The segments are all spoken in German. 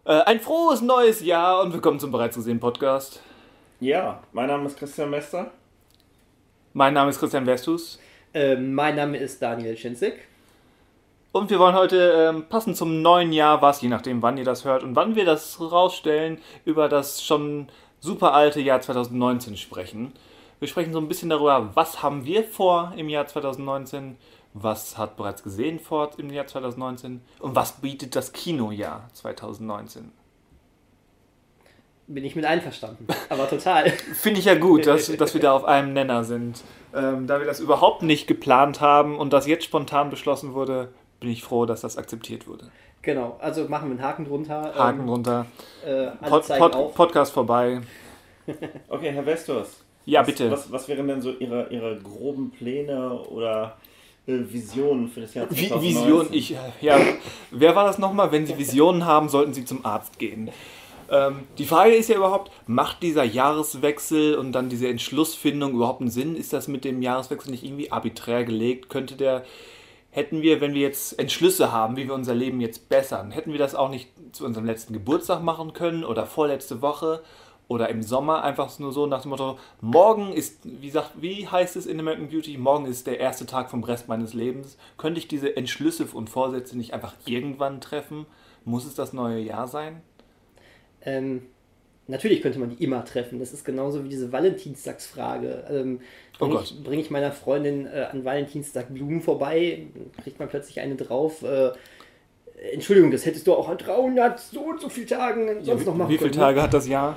Ein frohes neues Jahr und willkommen zum bereits gesehenen Podcast. Ja, mein Name ist Christian Mester. Mein Name ist Christian Westhus. Mein Name ist Daniel Schinzig. Und wir wollen heute passend zum neuen Jahr, je nachdem wann ihr das hört und wann wir das rausstellen, über das schon super alte Jahr 2019 sprechen. Wir sprechen so ein bisschen darüber, was haben wir vor im Jahr 2019, was hat bereits gesehen vor im Jahr 2019 und was bietet das Kinojahr 2019. Bin ich mit einverstanden, aber total. Finde ich ja gut, dass wir da auf einem Nenner sind. Da wir das überhaupt nicht geplant haben und das jetzt spontan beschlossen wurde, bin ich froh, dass das akzeptiert wurde. Genau, also machen wir einen Haken drunter. Haken drunter. Podcast vorbei. Okay, Herr Westhus. Ja, bitte. Was wären denn so Ihre groben Pläne oder Visionen für das Jahr 2019? Vision, wer war das nochmal? Wenn Sie Visionen haben, sollten Sie zum Arzt gehen. Die Frage ist ja überhaupt, macht dieser Jahreswechsel und dann diese Entschlussfindung überhaupt einen Sinn? Ist das mit dem Jahreswechsel nicht irgendwie arbiträr gelegt? Hätten wir, wenn wir jetzt Entschlüsse haben, wie wir unser Leben jetzt bessern, hätten wir das auch nicht zu unserem letzten Geburtstag machen können oder vorletzte Woche oder im Sommer einfach nur so nach dem Motto, morgen ist, wie heißt es in American Beauty, morgen ist der erste Tag vom Rest meines Lebens. Könnte ich diese Entschlüsse und Vorsätze nicht einfach irgendwann treffen? Muss es das neue Jahr sein? Natürlich könnte man die immer treffen. Das ist genauso wie diese Valentinstagsfrage. Bringe ich meiner Freundin an Valentinstag Blumen vorbei, kriegt man plötzlich eine drauf. Entschuldigung, das hättest du auch an 300 so und so viele Tagen sonst noch machen können. Wie viele Tage hat das Jahr?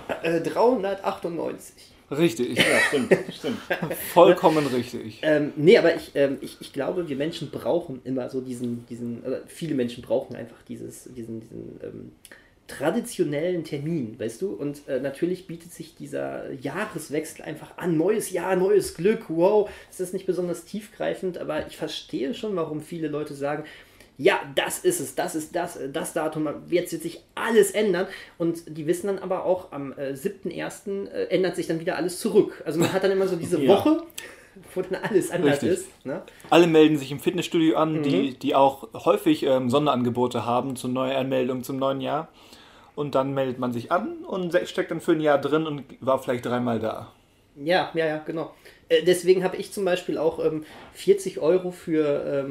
398. Richtig. Ja, stimmt. Vollkommen richtig. Aber ich glaube, wir Menschen brauchen immer so viele Menschen brauchen einfach diesen traditionellen Termin, weißt du? Und natürlich bietet sich dieser Jahreswechsel einfach an. Neues Jahr, neues Glück, wow. Es ist nicht besonders tiefgreifend, aber ich verstehe schon, warum viele Leute sagen, ja, das ist es, das Datum, jetzt wird sich alles ändern. Und die wissen dann aber auch, am 7.1. Ändert sich dann wieder alles zurück. Also man hat dann immer so diese Woche, wo dann alles anders ist. Ne? Alle melden sich im Fitnessstudio an, die auch häufig Sonderangebote haben zur Neuanmeldung zum neuen Jahr. Und dann meldet man sich an und steckt dann für ein Jahr drin und war vielleicht 3-mal da. Ja, genau. Deswegen habe ich zum Beispiel auch 40 Euro für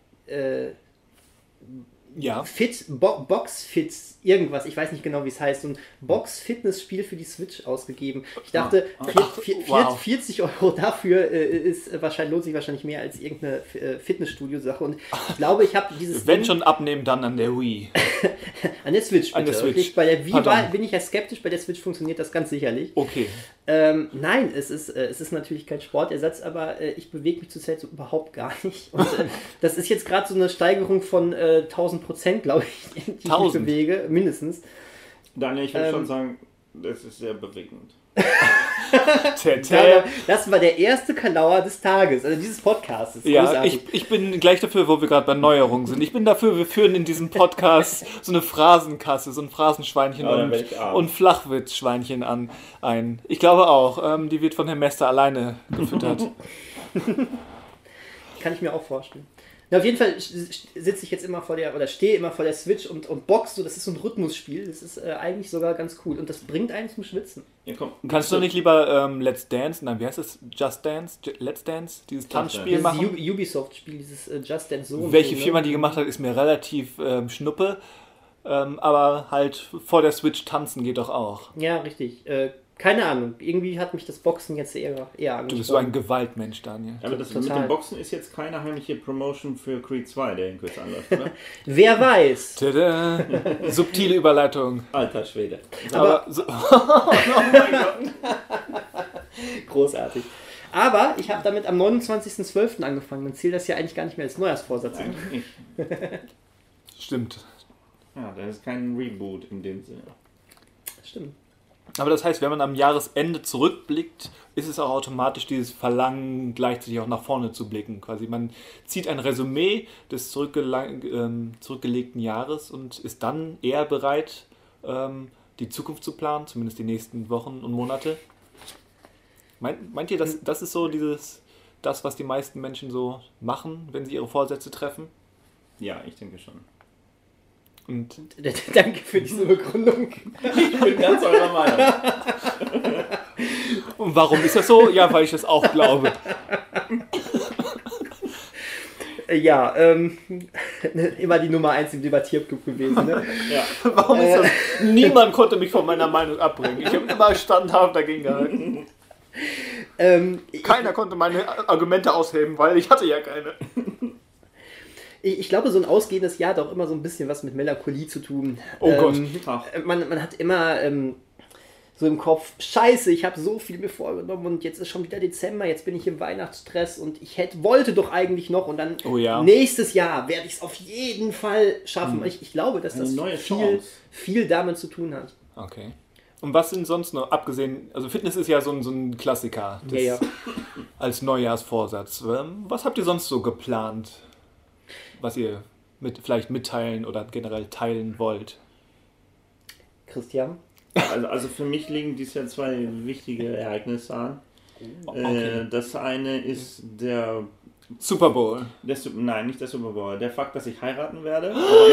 Box-Fits, irgendwas, ich weiß nicht genau, wie es heißt, so ein Box-Fitness-Spiel für die Switch ausgegeben. Ich dachte, 40 Euro dafür lohnt sich wahrscheinlich mehr als irgendeine Fitnessstudio-Sache. Und ich glaube, ich habe dieses... Wenn schon abnehmen, dann an der Wii. An der Switch, bitte. An der Switch. Bei der Wii bin ich ja skeptisch, bei der Switch funktioniert das ganz sicherlich. Okay. Nein, es ist natürlich kein Sportersatz, aber ich bewege mich zurzeit so überhaupt gar nicht. Und das ist jetzt gerade so eine Steigerung von 1000%, glaube ich, die ich mich bewege, mindestens. Daniel, ich will schon sagen, das ist sehr bewegend. Das war der erste Kalauer des Tages, also dieses Podcasts. Ist großartig. Ich bin gleich dafür, wo wir gerade bei Neuerungen sind. Ich bin dafür, wir führen in diesem Podcast so eine Phrasenkasse, so ein Phrasenschweinchen und Flachwitzschweinchen ein. Ich glaube auch, die wird von Herrn Mester alleine gefüttert. Kann ich mir auch vorstellen. Na, auf jeden Fall sitze ich jetzt immer stehe immer vor der Switch und box, so, das ist so ein Rhythmusspiel, das ist eigentlich sogar ganz cool und das bringt einen zum Schwitzen. Ja, komm. Kannst du nicht lieber Let's Dance, nein, wie heißt das? Just Dance? Let's Dance? Dieses Tanzspiel machen? Das Ubisoft-Spiel, dieses Just Dance so. Welche Firma die gemacht hat, ist mir relativ schnuppe, aber halt vor der Switch tanzen geht doch auch. Ja, richtig. Keine Ahnung, irgendwie hat mich das Boxen jetzt eher angesprochen. Du bist so ein Gewaltmensch, Daniel. Aber das mit dem Boxen ist jetzt keine heimliche Promotion für Creed 2, der in Kürze anläuft, oder? Wer weiß? Tada. Subtile Überleitung. Alter Schwede. Aber oh mein Gott. Großartig. Aber ich habe damit am 29.12. angefangen. Man zählt das ja eigentlich gar nicht mehr als Neujahrsvorsatz. Eigentlich nicht. Stimmt. Ja, das ist kein Reboot in dem Sinne. Stimmt. Aber das heißt, wenn man am Jahresende zurückblickt, ist es auch automatisch dieses Verlangen, gleichzeitig auch nach vorne zu blicken. Quasi man zieht ein Resümee des zurückgelegten Jahres und ist dann eher bereit, die Zukunft zu planen, zumindest die nächsten Wochen und Monate. Meint ihr, das ist so das, was die meisten Menschen so machen, wenn sie ihre Vorsätze treffen? Ja, ich denke schon. Und Danke für diese Begründung. Ich bin ganz eurer Meinung. Und warum ist das so? Ja, weil ich das auch glaube. Ja, immer die Nummer 1 im Debattierclub gewesen. Ne? Ja. Warum ist das? Niemand konnte mich von meiner Meinung abbringen. Ich habe immer standhaft dagegen gehalten. Keiner konnte meine Argumente ausheben, weil ich hatte ja keine. Ich glaube, so ein ausgehendes Jahr hat auch immer so ein bisschen was mit Melancholie zu tun. Oh Gott. Man hat immer so im Kopf, scheiße, ich habe so viel mir vorgenommen und jetzt ist schon wieder Dezember, jetzt bin ich im Weihnachtsstress und ich wollte doch eigentlich noch und dann nächstes Jahr werde ich es auf jeden Fall schaffen. Ich glaube, dass das viel damit zu tun hat. Okay. Und was sind sonst noch, abgesehen, also Fitness ist ja so ein Klassiker als Neujahrsvorsatz. Was habt ihr sonst so geplant, was ihr vielleicht mitteilen oder generell teilen wollt? Christian? Also für mich liegen dieses Jahr 2 wichtige Ereignisse an. Okay. Das eine ist der Super Bowl. Nein, nicht der Super Bowl. Der Fakt, dass ich heiraten werde.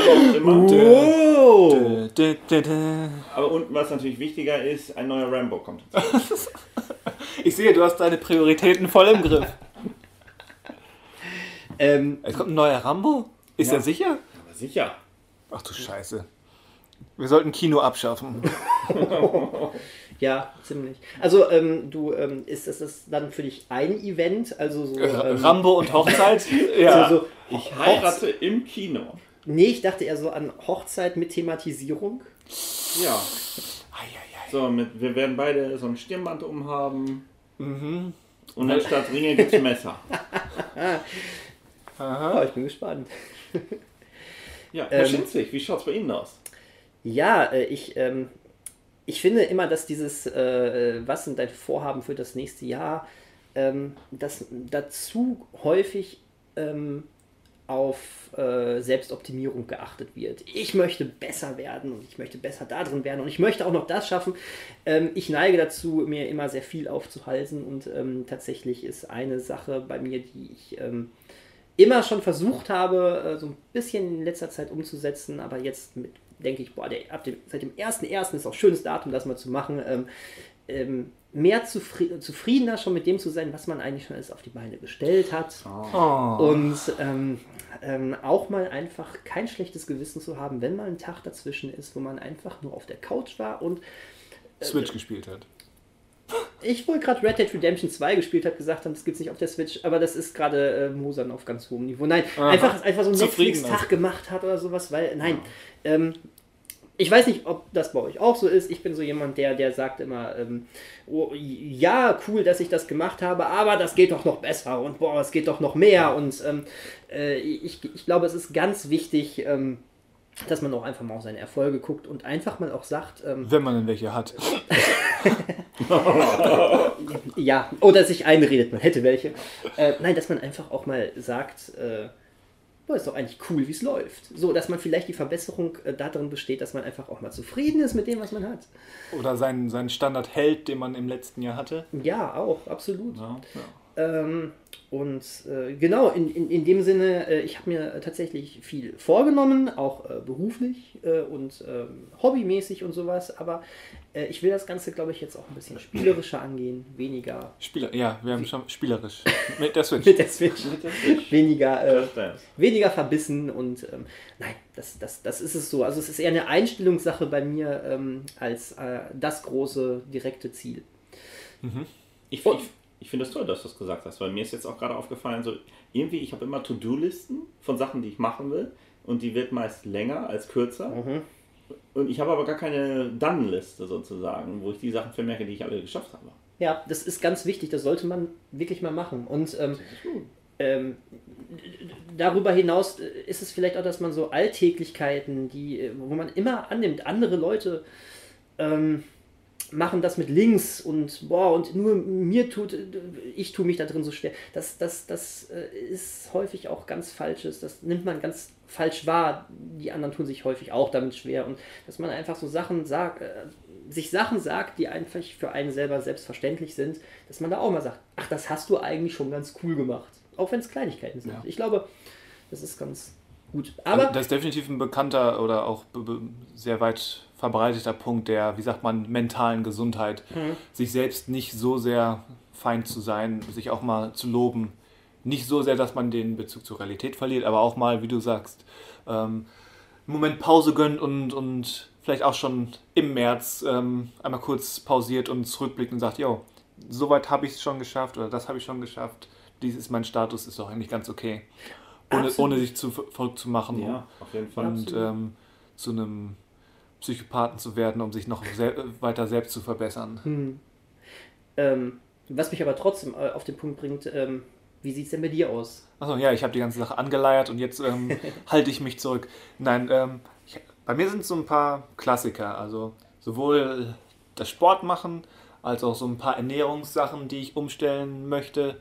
Aber und was natürlich wichtiger ist, ein neuer Rambo kommt. Ich sehe, du hast deine Prioritäten voll im Griff. Es kommt ein neuer Rambo? Ist er sicher? Aber sicher. Ach du Scheiße. Wir sollten Kino abschaffen. Ja, ziemlich. Also, ist das dann für dich ein Event? Also so, Rambo und Hochzeit? Ja. So, ich heirate im Kino. Nee, ich dachte eher so an Hochzeit mit Thematisierung. Ja. So, wir werden beide so ein Stirnband umhaben. Mhm. Und anstatt Ringe gibt's Messer. Aha. Oh, ich bin gespannt. Ja, Herr Schinzig, wie schaut's bei Ihnen aus? Ja, ich finde immer, dass dieses, was sind deine Vorhaben für das nächste Jahr, dass dazu häufig auf Selbstoptimierung geachtet wird. Ich möchte besser werden und ich möchte besser da drin werden und ich möchte auch noch das schaffen. Ich neige dazu, mir immer sehr viel aufzuhalsen und tatsächlich ist eine Sache bei mir, die ich immer schon versucht habe, so ein bisschen in letzter Zeit umzusetzen, aber jetzt denke ich, seit dem 1.1. ist auch ein schönes Datum, das mal zu machen, mehr zufriedener schon mit dem zu sein, was man eigentlich schon alles auf die Beine gestellt hat. Oh. Und auch mal einfach kein schlechtes Gewissen zu haben, wenn mal ein Tag dazwischen ist, wo man einfach nur auf der Couch war und Switch gespielt hat. Ich wohl gerade Red Dead Redemption 2 gespielt habe, gesagt haben, das gibt es nicht auf der Switch, aber das ist gerade Mosern auf ganz hohem Niveau. Nein, einfach so einen Netflix-Tag gemacht hat oder sowas, weil, ich weiß nicht, ob das bei euch auch so ist. Ich bin so jemand, der sagt immer, oh, ja, cool, dass ich das gemacht habe, aber das geht doch noch besser und boah, es geht doch noch mehr. Und ich glaube, es ist ganz wichtig, dass man auch einfach mal auf seine Erfolge guckt und einfach mal auch sagt... wenn man denn welche hat. Ja, oder sich einredet, man hätte welche. Nein, dass man einfach auch mal sagt... ist doch eigentlich cool, wie es läuft. So, dass man vielleicht die Verbesserung darin besteht, dass man einfach auch mal zufrieden ist mit dem, was man hat. Oder seinen Standard hält, den man im letzten Jahr hatte. Ja, auch, absolut. Ja. Genau, in dem Sinne, ich habe mir tatsächlich viel vorgenommen, auch beruflich und hobbymäßig und sowas, aber ich will das Ganze, glaube ich, jetzt auch ein bisschen spielerischer angehen, weniger... wir haben schon spielerisch. Mit der Switch. Mit der Switch. Weniger verbissen und nein, das ist es so. Also es ist eher eine Einstellungssache bei mir als das große, direkte Ziel. Mhm. Ich finde es toll, dass du das gesagt hast, weil mir ist jetzt auch gerade aufgefallen, so irgendwie, ich habe immer To-Do-Listen von Sachen, die ich machen will und die wird meist länger als kürzer. Mhm. Und ich habe aber gar keine Done-Liste sozusagen, wo ich die Sachen vermerke, die ich alle geschafft habe. Ja, das ist ganz wichtig, das sollte man wirklich mal machen. Und darüber hinaus ist es vielleicht auch, dass man so Alltäglichkeiten, wo man immer annimmt, andere Leute machen das mit Links und nur ich tue mich da drin so schwer. Das ist häufig auch ganz Falsches. Das nimmt man ganz falsch wahr. Die anderen tun sich häufig auch damit schwer. Und dass man einfach so sich Sachen sagt, die einfach für einen selber selbstverständlich sind, dass man da auch mal sagt, ach, das hast du eigentlich schon ganz cool gemacht. Auch wenn es Kleinigkeiten sind. Ja. Ich glaube, das ist ganz Gut, aber... Also das ist definitiv ein bekannter oder auch sehr weit verbreiteter Punkt der, wie sagt man, mentalen Gesundheit. Sich selbst nicht so sehr Feind zu sein, sich auch mal zu loben. Nicht so sehr, dass man den Bezug zur Realität verliert, aber auch mal, wie du sagst, einen Moment Pause gönnt und vielleicht auch schon im März einmal kurz pausiert und zurückblickt und sagt, jo, soweit habe ich es schon geschafft oder das habe ich schon geschafft. Dies ist mein Status, ist doch eigentlich ganz okay. Ohne sich verrückt zu machen. Ja, auf jeden Fall. Und zu einem Psychopathen zu werden, um sich noch weiter selbst zu verbessern. Was mich aber trotzdem auf den Punkt bringt, wie sieht es denn bei dir aus? Achso, ja, ich habe die ganze Sache angeleiert und jetzt halte ich mich zurück. Nein, bei mir sind es so ein paar Klassiker, also sowohl das Sport machen, als auch so ein paar Ernährungssachen, die ich umstellen möchte.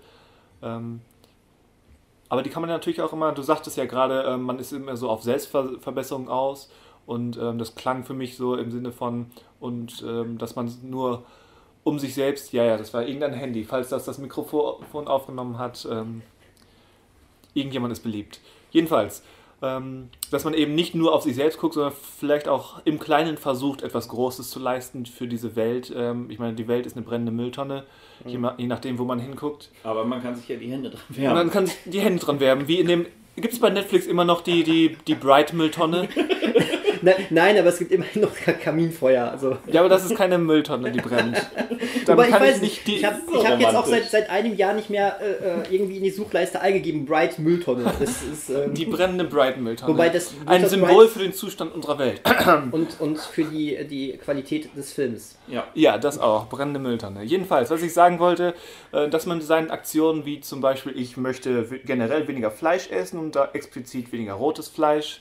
Aber die kann man natürlich auch immer, du sagtest ja gerade, man ist immer so auf Selbstverbesserung aus und das klang für mich so im Sinne von, dass man nur um sich selbst, ja, das war irgendein Handy, falls das Mikrofon aufgenommen hat, irgendjemand ist beliebt. Jedenfalls, dass man eben nicht nur auf sich selbst guckt, sondern vielleicht auch im Kleinen versucht, etwas Großes zu leisten für diese Welt. Ich meine, die Welt ist eine brennende Mülltonne, je nachdem, wo man hinguckt. Aber man kann sich ja die Hände dran werben. Und man kann sich die Hände dran werben, wie in dem... Gibt es bei Netflix immer noch die Bright-Mülltonne? Nein, aber es gibt immerhin noch Kaminfeuer. Also. Ja, aber das ist keine Mülltonne, die brennt. Aber ich weiß nicht, ich habe jetzt auch seit einem Jahr nicht mehr irgendwie in die Suchleiste eingegeben, Bright Mülltonne. Das ist, die brennende Bright-Mülltonne. Wobei ein Symbol für den Zustand unserer Welt. Und für die Qualität des Films. Ja, das auch, brennende Mülltonne. Jedenfalls, was ich sagen wollte, dass man seinen Aktionen, wie zum Beispiel, ich möchte generell weniger Fleisch essen und da explizit weniger rotes Fleisch,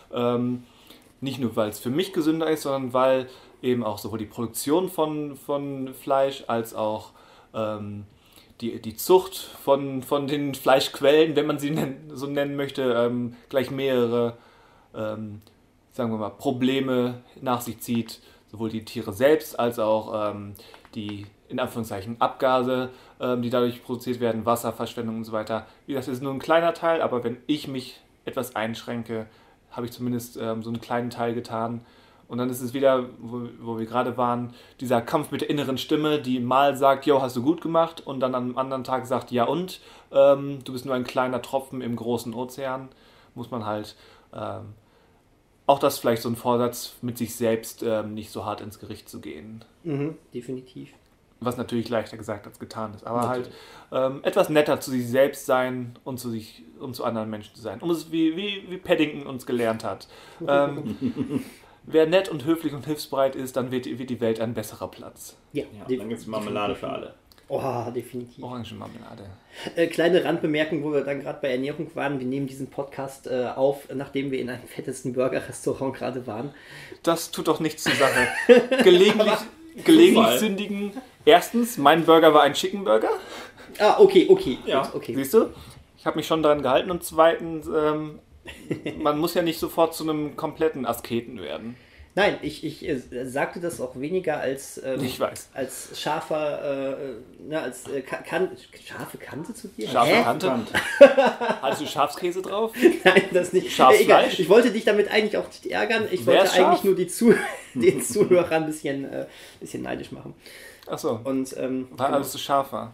nicht nur, weil es für mich gesünder ist, sondern weil eben auch sowohl die Produktion von Fleisch als auch die Zucht von den Fleischquellen, wenn man sie so nennen möchte, gleich mehrere, sagen wir mal, Probleme nach sich zieht. Sowohl die Tiere selbst als auch die, in Anführungszeichen, Abgase, die dadurch produziert werden, Wasserverschwendung und so weiter. Wie gesagt, das ist nur ein kleiner Teil, aber wenn ich mich etwas einschränke, habe ich zumindest so einen kleinen Teil getan. Und dann ist es wieder, wo wir gerade waren, dieser Kampf mit der inneren Stimme, die mal sagt, jo, hast du gut gemacht, und dann am anderen Tag sagt, ja und, du bist nur ein kleiner Tropfen im großen Ozean. Muss man halt, auch das vielleicht so ein Vorsatz, mit sich selbst nicht so hart ins Gericht zu gehen. Definitiv. Was natürlich leichter gesagt als getan ist. Aber halt etwas netter zu sich selbst sein und zu anderen Menschen zu sein. Wie Paddington uns gelernt hat. Wer nett und höflich und hilfsbereit ist, dann wird die Welt ein besserer Platz. Ja, dann gibt es Marmelade für alle. Oh, definitiv. Orangenmarmelade. Kleine Randbemerkung, wo wir dann gerade bei Ernährung waren. Wir nehmen diesen Podcast auf, nachdem wir in einem fettesten Burger-Restaurant gerade waren. Das tut doch nichts zur Sache. Gelegentlich sündigen. Erstens, mein Burger war ein Chicken Burger. Ah, okay. Ja. Gut, okay. Siehst du? Ich habe mich schon daran gehalten. Und zweitens, man muss ja nicht sofort zu einem kompletten Asketen werden. Nein, ich sagte das auch weniger als ich weiß. als scharfer, scharfe Kante zu dir? Scharfe Kante? Hast du Schafskäse drauf? Nein, das nicht. Scharfes Egal. Fleisch? Ich wollte dich damit eigentlich auch nicht ärgern. Ich wollte eigentlich nur den Zuhörern ein bisschen neidisch machen. Ach so. Und, weil alles so scharf war.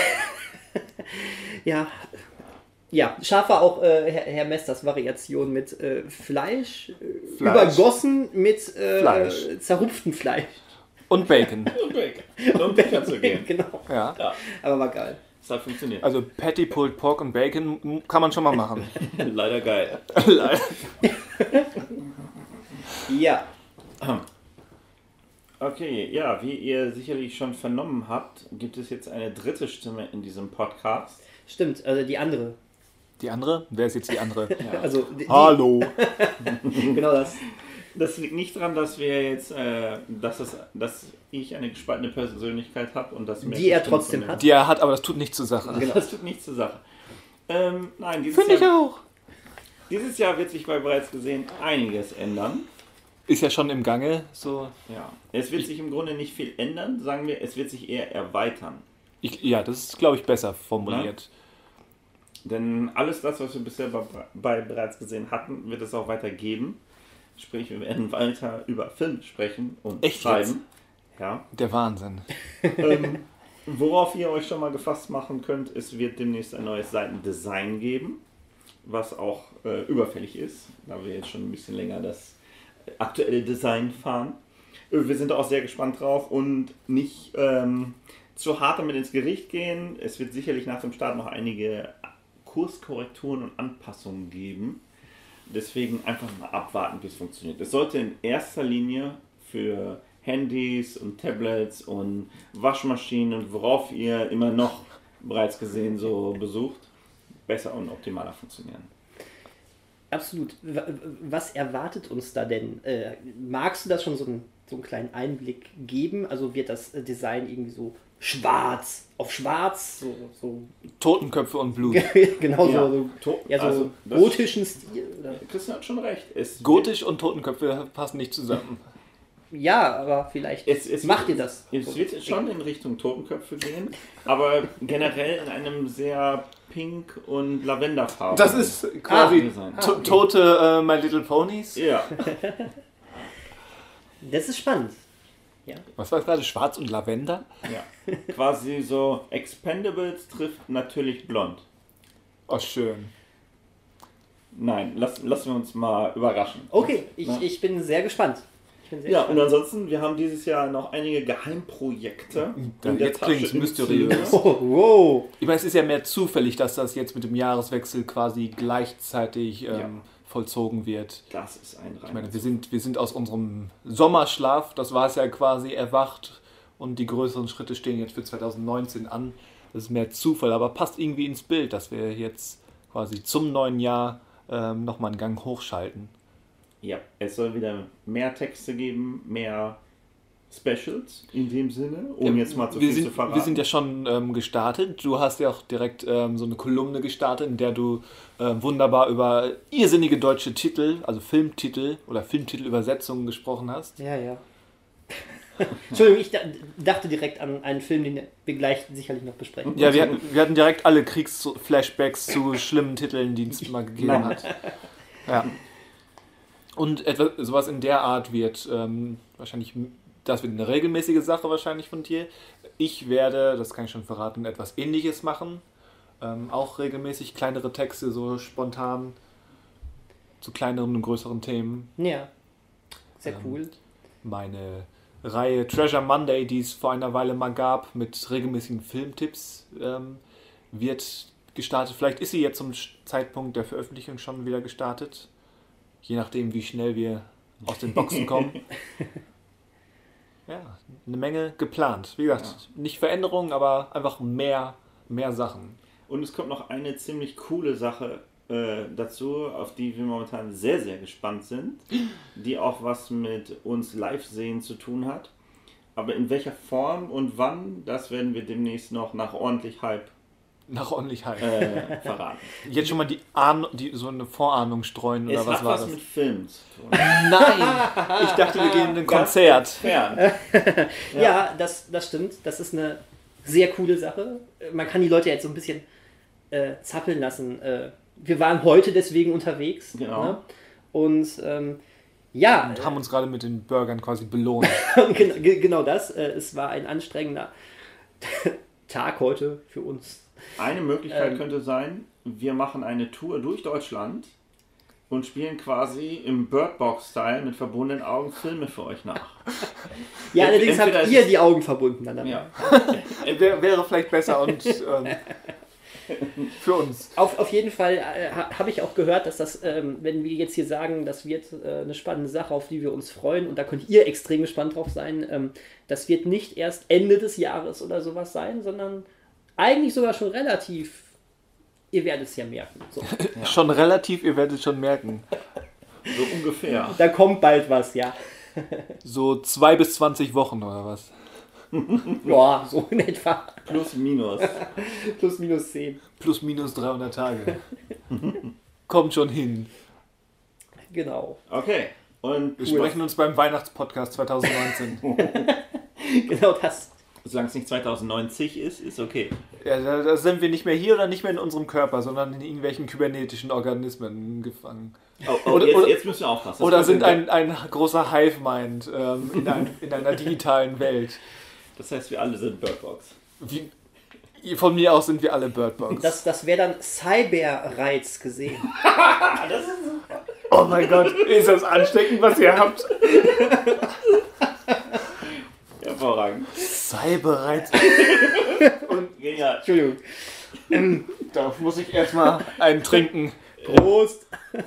Ja, scharf war auch Herr Mesters Variation mit Fleisch, übergossen mit zerrupftem Fleisch. Und Bacon. Und Bacon zu gehen. Genau. Ja. Aber war geil. Das hat funktioniert. Also Patty, Pulled Pork und Bacon kann man schon mal machen. Leider geil. Leider. Ja. Okay, ja, wie ihr sicherlich schon vernommen habt, gibt es jetzt eine dritte Stimme in diesem Podcast. Stimmt, also die andere. Die andere? Wer ist jetzt die andere? Ja. Also Hallo. Genau das. Das liegt nicht daran, dass wir jetzt, dass ich eine gespaltene Persönlichkeit habe und dass die er trotzdem hat. Die er hat, aber das tut nichts zur Sache. Genau. Das tut nichts zur Sache. Nein, Finde ich auch. Dieses Jahr wird sich, weil bereits gesehen, einiges ändern. Ist ja schon im Gange, so. Ja. Es wird sich im Grunde nicht viel ändern, sagen wir, es wird sich eher erweitern. Ja, das ist, glaube ich, besser formuliert. Denn alles das, was wir bisher bereits gesehen hatten, wird es auch weiter geben. Sprich, wir werden weiter über Film sprechen und schreiben. Jetzt? Ja. Der Wahnsinn. Worauf ihr euch schon mal gefasst machen könnt, es wird demnächst ein neues Seitendesign geben, was auch überfällig ist, da wir jetzt schon ein bisschen länger das aktuelle Design fahren. Wir sind auch sehr gespannt drauf und nicht zu hart damit ins Gericht gehen. Es wird sicherlich nach dem Start noch einige Kurskorrekturen und Anpassungen geben. Deswegen einfach mal abwarten, wie es funktioniert. Es sollte in erster Linie für Handys und Tablets und Waschmaschinen und worauf ihr immer noch bereits gesehen so besucht, besser und optimaler funktionieren. Absolut. Was erwartet uns da denn? Magst du das schon so einen kleinen Einblick geben? Also wird das Design irgendwie so schwarz auf schwarz, so Totenköpfe und Blut. Genau, ja, so gotischen Stil. Oder? Christian hat schon recht. Gotisch und Totenköpfe passen nicht zusammen. Ja, aber vielleicht macht ihr das. Es wird schon in Richtung Totenköpfe gehen, aber generell in einem sehr pink- und lavenderfarben. Das ist quasi okay. tote My Little Ponies. Ja. Das ist spannend. Ja. Was war das gerade? Schwarz und Lavender? Ja. Quasi so Expendables trifft natürlich blond. Oh, schön. Nein, lassen wir uns mal überraschen. Okay, ich bin sehr gespannt. Und ansonsten, wir haben dieses Jahr noch einige Geheimprojekte. Jetzt klingt es mysteriös. Wow. Ich meine, es ist ja mehr zufällig, dass das jetzt mit dem Jahreswechsel quasi gleichzeitig vollzogen wird. Das ist ein reiner. Ich meine, wir sind aus unserem Sommerschlaf, das war es ja quasi, erwacht und die größeren Schritte stehen jetzt für 2019 an. Das ist mehr Zufall, aber passt irgendwie ins Bild, dass wir jetzt quasi zum neuen Jahr nochmal einen Gang hochschalten. Ja, es soll wieder mehr Texte geben, mehr Specials in dem Sinne, jetzt mal zu viel zu verraten. Wir sind ja schon gestartet. Du hast ja auch direkt so eine Kolumne gestartet, in der du wunderbar über irrsinnige deutsche Titel, also Filmtitel oder Filmtitelübersetzungen gesprochen hast. Ja. Entschuldigung, ich dachte direkt an einen Film, den wir gleich sicherlich noch besprechen. Ja, wir hatten direkt alle Kriegsflashbacks zu schlimmen Titeln, die es mal gegeben hat. Ja. Und sowas in der Art wird wahrscheinlich, das wird eine regelmäßige Sache wahrscheinlich von dir. Ich werde, das kann ich schon verraten, etwas Ähnliches machen. Auch regelmäßig kleinere Texte, so spontan zu kleineren und größeren Themen. Ja, sehr cool. Meine Reihe Treasure Monday, die es vor einer Weile mal gab, mit regelmäßigen Filmtipps, wird gestartet. Vielleicht ist sie jetzt zum Zeitpunkt der Veröffentlichung schon wieder gestartet. Je nachdem, wie schnell wir aus den Boxen kommen. Ja, eine Menge geplant. Wie gesagt, nicht Veränderungen, aber einfach mehr Sachen. Und es kommt noch eine ziemlich coole Sache dazu, auf die wir momentan sehr, sehr gespannt sind, die auch was mit uns Live-Sehen zu tun hat. Aber in welcher Form und wann, das werden wir demnächst noch nach ordentlich Hype verraten. Jetzt schon mal so eine Vorahnung streuen, oder was war das? Es hat was mit Film zu tun. Nein! Ich dachte, wir gehen in ein Konzert. Ja, das stimmt. Das ist eine sehr coole Sache. Man kann die Leute jetzt so ein bisschen zappeln lassen. Wir waren heute deswegen unterwegs. Genau. Ne? Und und haben uns gerade mit den Burgern quasi belohnt. Genau das. Es war ein anstrengender Tag heute für uns. Eine Möglichkeit könnte sein, wir machen eine Tour durch Deutschland und spielen quasi im Bird-Box-Style mit verbundenen Augen Filme für euch nach. Ja, allerdings habt ihr die Augen verbunden dann dabei. Ja. Wäre vielleicht besser und für uns. Auf jeden Fall habe ich auch gehört, dass das, wenn wir jetzt hier sagen, das wird eine spannende Sache, auf die wir uns freuen, und da könnt ihr extrem gespannt drauf sein, das wird nicht erst Ende des Jahres oder sowas sein, sondern eigentlich sogar schon relativ, ihr werdet es ja merken. So. Ja. Schon relativ, ihr werdet es schon merken. So ungefähr. Da kommt bald was, ja. So 2 bis 20 Wochen oder was? Ja, so in etwa. Plus, minus. Plus, minus 10. Plus, minus 300 Tage. Kommt schon hin. Genau. Okay. Und wir sprechen uns beim Weihnachtspodcast 2019. Genau das. Solange es nicht 2090 ist okay. Ja, da sind wir nicht mehr hier oder nicht mehr in unserem Körper, sondern in irgendwelchen kybernetischen Organismen gefangen. Jetzt müssen wir aufpassen. Oder sind ein großer Hive-Mind in einer digitalen Welt. Das heißt, wir alle sind Birdbox. Von mir aus sind wir alle Birdbox. Das wäre dann Cyberreiz gesehen. Das ist super. Oh mein Gott, ist das ansteckend, was ihr habt? Hervorragend. Cyberreiz. Und Genial. Entschuldigung. da muss ich erstmal einen trinken. Prost!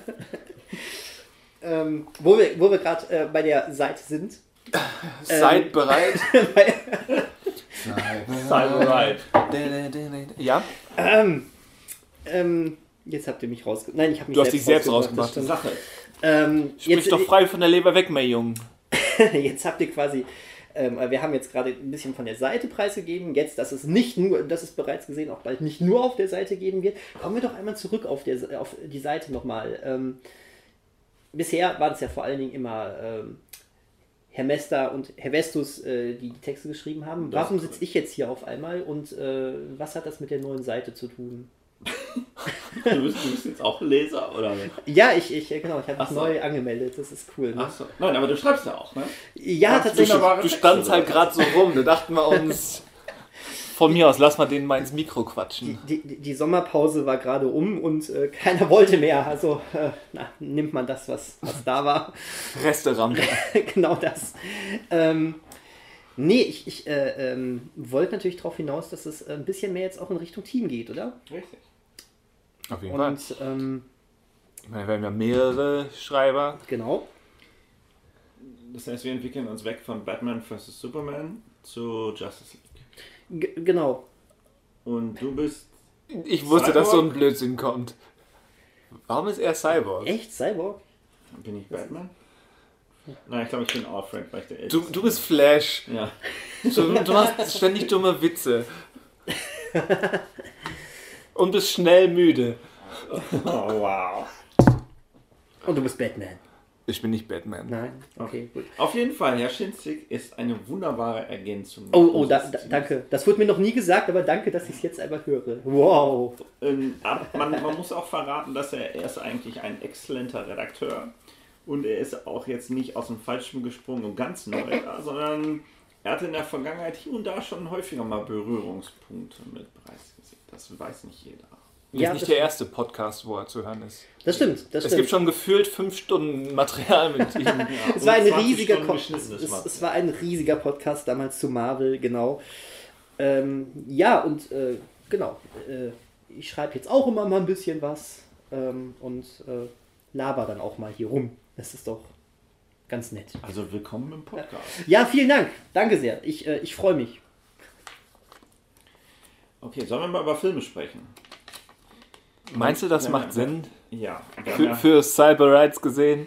Wo wir gerade bei der Seite sind. Seid bereit. Cyberride. Ja? Jetzt habt ihr mich rausgebracht. Nein, ich habe mich Du hast dich selbst rausgebracht. Das Sache. Sprich doch frei von der Leber weg, mein Junge. Jetzt habt ihr quasi, wir haben jetzt gerade ein bisschen von der Seite preisgegeben, jetzt, dass es bereits gesehen auch bald nicht nur auf der Seite geben wird. Kommen wir doch einmal zurück auf die Seite nochmal. Bisher waren es ja vor allen Dingen immer Herr Mester und Herr Vestus, die Texte geschrieben haben. Warum sitze ich jetzt hier auf einmal und was hat das mit der neuen Seite zu tun? Du bist jetzt auch Leser, oder nicht? Ja, ich habe mich neu angemeldet, das ist cool. Ne? Ach so. Nein, aber du schreibst ja auch, ne? Ja, tatsächlich. Du standst halt gerade so rum, da dachten wir uns, von mir aus, lass mal den mal ins Mikro quatschen. Die Sommerpause war gerade und keiner wollte mehr, also nimmt man das, was da war. Restaurant. Genau das. Nee, ich wollte natürlich darauf hinaus, dass es ein bisschen mehr jetzt auch in Richtung Team geht, oder? Richtig. Auf jeden Fall. Und Ich meine, wir haben ja mehrere Schreiber. genau. Das heißt, wir entwickeln uns weg von Batman vs. Superman zu Justice League. Genau. Und du bist... Ich wusste, Cyborg? dass so ein Blödsinn kommt. Warum ist er Cyborg? Echt? Cyborg? Bin ich Batman? Nein, ich glaube, ich bin Alfred, weil ich der Älteste Du bist Flash. bin. Ja. Du machst ständig dumme Witze. Und bist schnell müde. Oh, wow. Und du bist Batman? Ich bin nicht Batman. Nein? Okay, gut. Auf jeden Fall, Herr Schinzig ist eine wunderbare Ergänzung. Danke. Das wurde mir noch nie gesagt, aber danke, dass ich es jetzt einmal höre. Wow. Man muss auch verraten, dass er ist eigentlich ein exzellenter Redakteur. Und er ist auch jetzt nicht aus dem Fallschirm gesprungen und ganz neu da, sondern er hatte in der Vergangenheit hier und da schon häufiger mal Berührungspunkte mit Preis gesehen. Das weiß nicht jeder. Das ist nicht der erste Podcast, wo er zu hören ist. Das stimmt. Es gibt schon gefühlt 5 Stunden Material mit ihm. Ja, Es war, es war ein riesiger Podcast damals zu Marvel, genau. Genau. Ich schreibe jetzt auch immer mal ein bisschen was und laber dann auch mal hier rum. Das ist doch ganz nett. Also willkommen im Podcast. Ja, vielen Dank. Danke sehr. Ich freue mich. Okay, sollen wir mal über Filme sprechen? Meinst du, das Ja, macht ja. Sinn? Ja. wir haben Für Cyber Rights gesehen?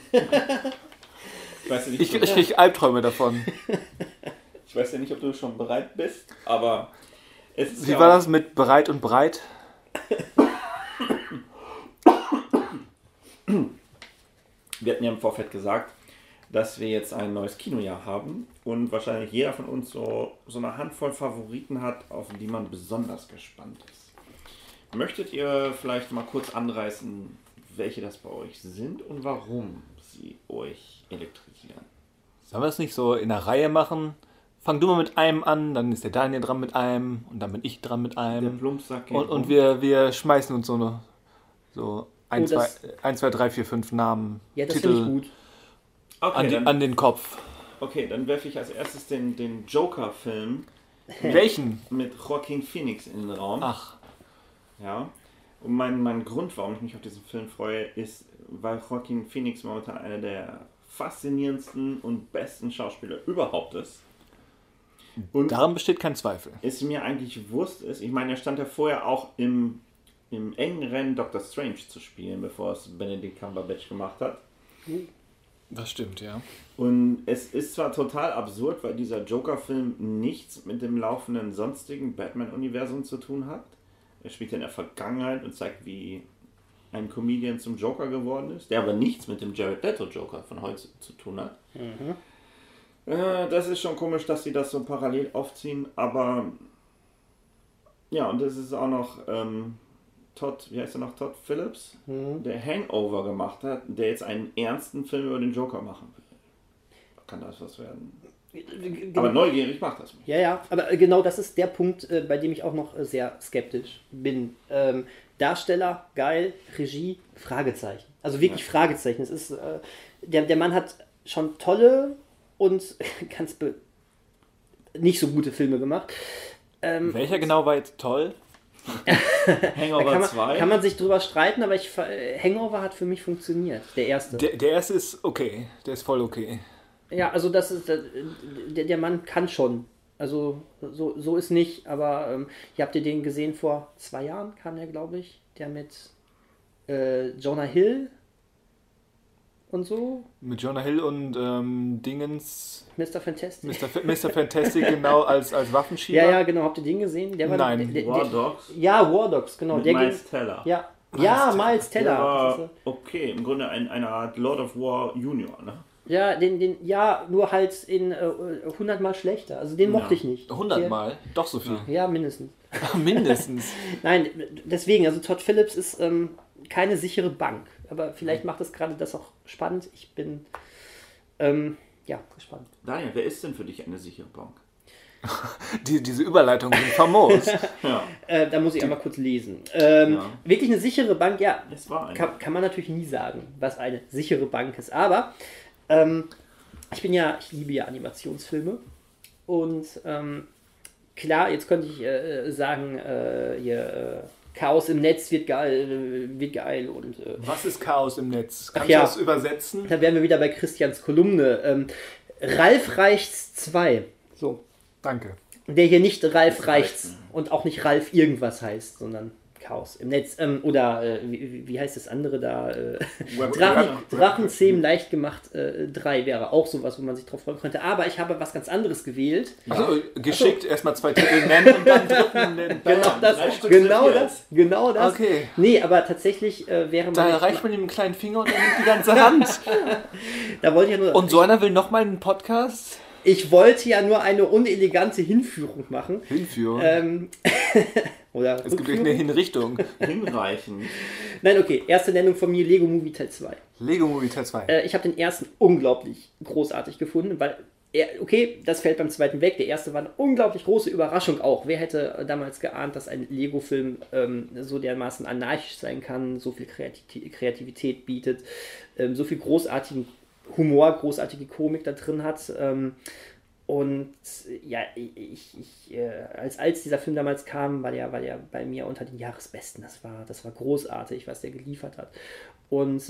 ich weiß ja nicht, Ich krieg Albträume davon. ich weiß ja nicht, ob du schon bereit bist, aber es ist Wie war das mit bereit und breit? Wir hatten ja im Vorfeld gesagt, dass wir jetzt ein neues Kinojahr haben und wahrscheinlich jeder von uns so eine Handvoll Favoriten hat, auf die man besonders gespannt ist. Möchtet ihr vielleicht mal kurz anreißen, welche das bei euch sind und warum sie euch elektrisieren? Sollen wir das nicht so in der Reihe machen? Fang du mal mit einem an, dann ist der Daniel dran mit einem und dann bin ich dran mit Der einem. Plumpsack geht Und rum. wir schmeißen uns so 1, das- 2, 3, 4, 5 Namen, Ja, das finde ich Titel gut. Okay, an den Kopf. dann werfe ich als erstes den Joker-Film Welchen? mit Joaquin Phoenix in den Raum. Ach, Ja. Und mein Grund, warum ich mich auf diesen Film freue, ist, weil Joaquin Phoenix momentan einer der faszinierendsten und besten Schauspieler überhaupt ist. Und daran besteht kein Zweifel. es mir eigentlich Wurst ist, ich meine, er stand ja vorher auch im engen Rennen Doctor Strange zu spielen, bevor es Benedict Cumberbatch gemacht hat. Das stimmt, ja. Und es ist zwar total absurd, weil dieser Joker-Film nichts mit dem laufenden sonstigen Batman-Universum zu tun hat. Er spielt ja in der Vergangenheit und zeigt, wie ein Comedian zum Joker geworden ist, der aber nichts mit dem Jared Leto Joker von heute zu tun hat. Das ist schon komisch, dass sie das so parallel aufziehen, aber ja, und das ist auch noch wie heißt er noch, Todd Phillips, der Hangover gemacht hat, der jetzt einen ernsten Film über den Joker machen will. Kann das was werden? Aber neugierig macht das mich. Ja, aber genau das ist der Punkt, bei dem ich auch noch sehr skeptisch bin. Darsteller, geil, Regie, Fragezeichen. Also wirklich Fragezeichen. Es ist, der Mann hat schon tolle und nicht so gute Filme gemacht. Welcher genau war jetzt toll? Hangover 2? Kann man sich drüber streiten, aber Hangover hat für mich funktioniert. Der erste. Der erste ist okay. Der ist voll okay. Ja, also das ist der Mann kann schon. Also so ist nicht, aber ihr habt ihr den gesehen vor 2 Jahren, kam der, glaube ich, der mit Jonah Hill und so. Mit Jonah Hill und Dingens. Mr. Fantastic. Mr. Fantastic, genau, als Waffenschieber. Ja, genau. Habt ihr den gesehen? Der war Nein. War Dogs? Ja, War Dogs, genau. Mit Miles Teller. Ja, Miles Teller. Der war okay, im Grunde eine Art Lord of War Junior, ne? Ja, nur halt in 100 Mal schlechter. Also den mochte ich nicht. 100 Mal? Doch so viel. Ja, mindestens. Mindestens. Nein, deswegen, also Todd Phillips ist keine sichere Bank. Aber vielleicht macht es gerade das auch spannend. Ich bin gespannt. Daniel, wer ist denn für dich eine sichere Bank? Diese Überleitungen sind famos. Ja. Da muss ich einmal kurz lesen. Wirklich eine sichere Bank, ja, Es war eine. kann man natürlich nie sagen, was eine sichere Bank ist. Aber ich liebe ja Animationsfilme. Und klar, jetzt könnte ich sagen, Chaos im Netz wird geil und Was ist Chaos im Netz? Kannst ja. du das übersetzen? da wären wir wieder bei Christians Kolumne. Ralf Reichts 2. So. Danke. Der hier nicht Ralf Reichts und auch nicht Ralf irgendwas heißt, sondern Chaos im Netz. Oder wie heißt das andere da? Drachenzähmen leicht gemacht 3 wäre auch sowas, wo man sich drauf freuen könnte. Aber ich habe was ganz anderes gewählt. Also geschickt erstmal 2 Titel nennen und dann drücken den Genau das. Okay. Nee, aber tatsächlich wäre Da reicht man ihm einen kleinen Finger und er nimmt die ganze Hand. Da wollte ich ja nur. Und so einer will nochmal einen Podcast? Ich wollte ja nur eine unelegante Hinführung machen. Hinführung? Oder Es gibt eine Hinrichtung. Hinreichend. Nein, okay. Erste Nennung von mir, Lego Movie Teil 2. Lego Movie Teil 2. Ich habe den ersten unglaublich großartig gefunden, weil, das fällt beim zweiten weg. Der erste war eine unglaublich große Überraschung auch. Wer hätte damals geahnt, dass ein Lego-Film so dermaßen anarchisch sein kann, so viel Kreativität bietet, so viel großartigen Humor, großartige Komik da drin hat. Und ja, als dieser Film damals kam, war der bei mir unter den Jahresbesten. Das war großartig, was der geliefert hat. Und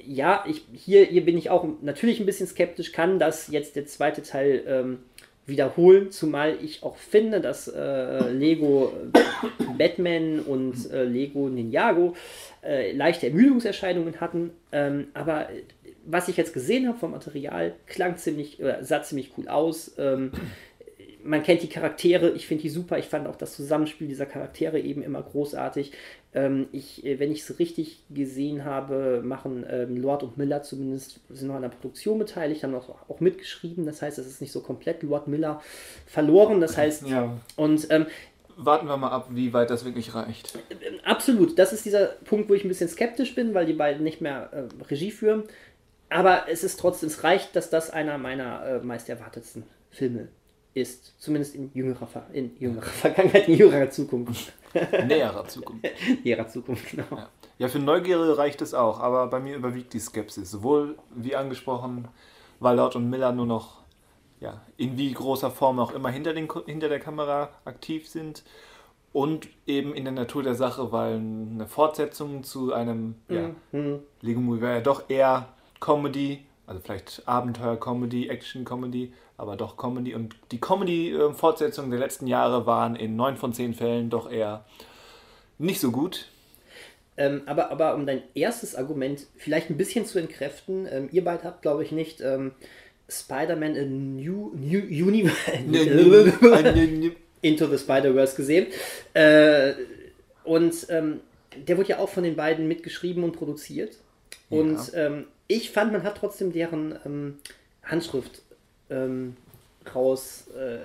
hier bin ich auch natürlich ein bisschen skeptisch, kann das jetzt der zweite Teil wiederholen, zumal ich auch finde, dass Lego Batman und Lego Ninjago leichte Ermüdungserscheinungen hatten, aber was ich jetzt gesehen habe vom Material, sah ziemlich cool aus. Man kennt die Charaktere, ich finde die super. Ich fand auch das Zusammenspiel dieser Charaktere eben immer großartig. Wenn ich es richtig gesehen habe, machen Lord und Miller zumindest, sind noch an der Produktion beteiligt, haben auch mitgeschrieben. Das heißt, es ist nicht so komplett Lord Miller verloren. Das heißt, und warten wir mal ab, wie weit das wirklich reicht. Absolut, das ist dieser Punkt, wo ich ein bisschen skeptisch bin, weil die beiden nicht mehr Regie führen. Aber es reicht, dass das einer meiner meist erwartetsten Filme ist. Zumindest in jüngerer Vergangenheit, in jüngerer Zukunft. Näherer Zukunft. Näherer Zukunft, genau. Ja, für Neugierige reicht es auch, aber bei mir überwiegt die Skepsis. Sowohl, wie angesprochen, weil Lord und Miller nur noch in wie großer Form auch immer hinter der Kamera aktiv sind und eben in der Natur der Sache, weil eine Fortsetzung zu einem Lego-Movie wäre ja doch eher Comedy, also vielleicht Abenteuer-Comedy, Action-Comedy, aber doch Comedy. Und die Comedy-Fortsetzungen der letzten Jahre waren in 9 von 10 Fällen doch eher nicht so gut. Aber um dein erstes Argument vielleicht ein bisschen zu entkräften, ihr beide habt, glaube ich, nicht Spider-Man Into the Spider-Verse gesehen. Und der wurde ja auch von den beiden mitgeschrieben und produziert. Und ich fand, man hat trotzdem deren Handschrift raus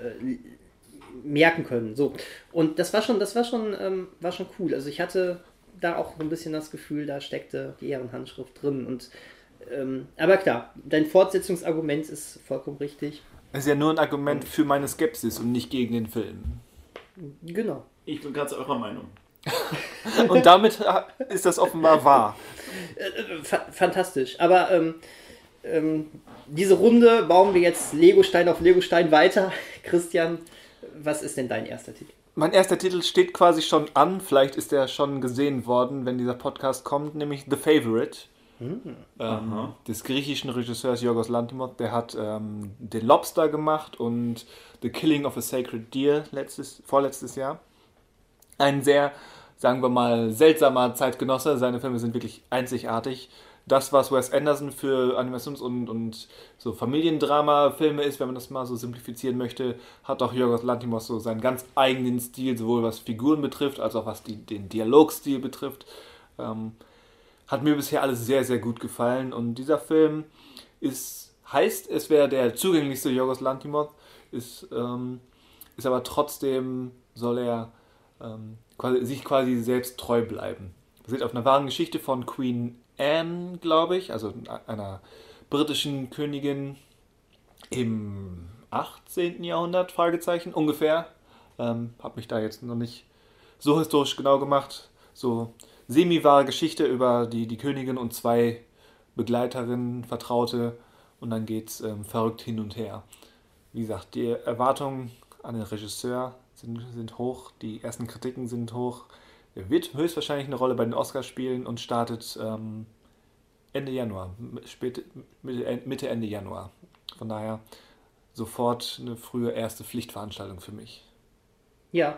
merken können. So. Und das war schon cool. Also ich hatte da auch ein bisschen das Gefühl, da steckte die Ehrenhandschrift drin. Und aber klar, dein Fortsetzungsargument ist vollkommen richtig. Es ist ja nur ein Argument für meine Skepsis und nicht gegen den Film. Genau. Ich bin ganz eurer Meinung. Und damit ist das offenbar wahr. Fantastisch. Aber diese Runde bauen wir jetzt Legostein auf Legostein weiter. Christian, was ist denn dein erster Titel? Mein erster Titel steht quasi schon an. Vielleicht ist er schon gesehen worden, wenn dieser Podcast kommt, nämlich The Favorite. Des griechischen Regisseurs Yorgos Lanthimos. Der hat den Lobster gemacht und The Killing of a Sacred Deer vorletztes Jahr. Ein sehr, sagen wir mal, seltsamer Zeitgenosse. Seine Filme sind wirklich einzigartig. Das, was Wes Anderson für Animations- und so Familiendrama-Filme ist, wenn man das mal so simplifizieren möchte, hat auch Yorgos Lanthimos so seinen ganz eigenen Stil, sowohl was Figuren betrifft, als auch was den Dialogstil betrifft. Hat mir bisher alles sehr, sehr gut gefallen. Und dieser Film heißt, es wäre der zugänglichste Yorgos Lanthimos, ist aber trotzdem, soll er sich quasi selbst treu bleiben. Basiert auf einer wahren Geschichte von Queen Anne, glaube ich, also einer britischen Königin im 18. Jahrhundert, Fragezeichen, ungefähr. Habe mich da jetzt noch nicht so historisch genau gemacht. So semi-wahre Geschichte über die Königin und zwei Begleiterinnen, Vertraute, und dann geht's verrückt hin und her. Wie gesagt, die Erwartungen an den Regisseur sind hoch, die ersten Kritiken sind hoch. Er wird höchstwahrscheinlich eine Rolle bei den Oscars spielen und startet Ende Januar, Mitte, Ende Januar. Von daher sofort eine frühe erste Pflichtveranstaltung für mich. Ja,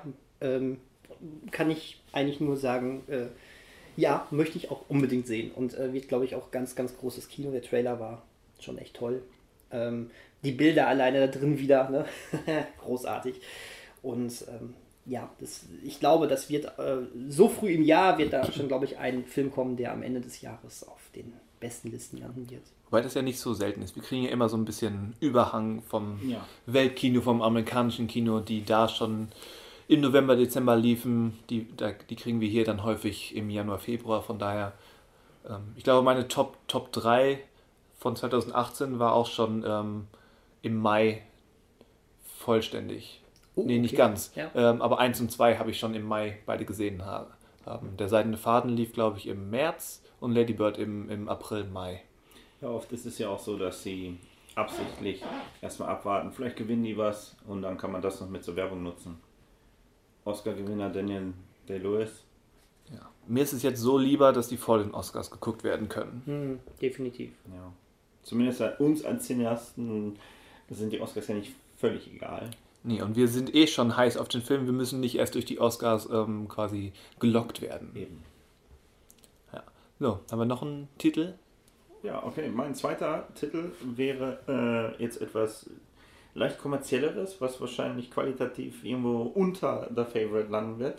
kann ich eigentlich nur sagen, ja, möchte ich auch unbedingt sehen. Und wird, glaube ich, auch ganz, ganz großes Kino. Der Trailer war schon echt toll. Die Bilder alleine da drin wieder, ne? Großartig. Und ja, ich glaube, das wird so früh im Jahr wird da schon, glaube ich, ein Film kommen, der am Ende des Jahres auf den besten Listen landen wird. Wobei das ja nicht so selten ist. Wir kriegen ja immer so ein bisschen Überhang vom Weltkino, vom amerikanischen Kino, die da schon im November, Dezember liefen. Die kriegen wir hier dann häufig im Januar, Februar. Von daher, ich glaube, meine Top 3 von 2018 war auch schon im Mai vollständig. Nee, nicht ganz. Ja. Aber 1 und 2 habe ich schon im Mai beide gesehen haben. Der Seidene Faden lief, glaube ich, im März und Lady Bird im April, Mai. Ja, oft ist es ja auch so, dass sie absichtlich erstmal abwarten. Vielleicht gewinnen die was und dann kann man das noch mit zur Werbung nutzen. Oscar-Gewinner Daniel Day-Lewis. Ja. Mir ist es jetzt so lieber, dass die vor den Oscars geguckt werden können. Definitiv. Ja. Zumindest uns als Cineasten sind die Oscars ja nicht völlig egal. Nee, und wir sind schon heiß auf den Film. Wir müssen nicht erst durch die Oscars quasi gelockt werden. Eben. Ja. So, haben wir noch einen Titel? Ja, okay. Mein zweiter Titel wäre jetzt etwas leicht kommerzielleres, was wahrscheinlich qualitativ irgendwo unter The Favorite landen wird.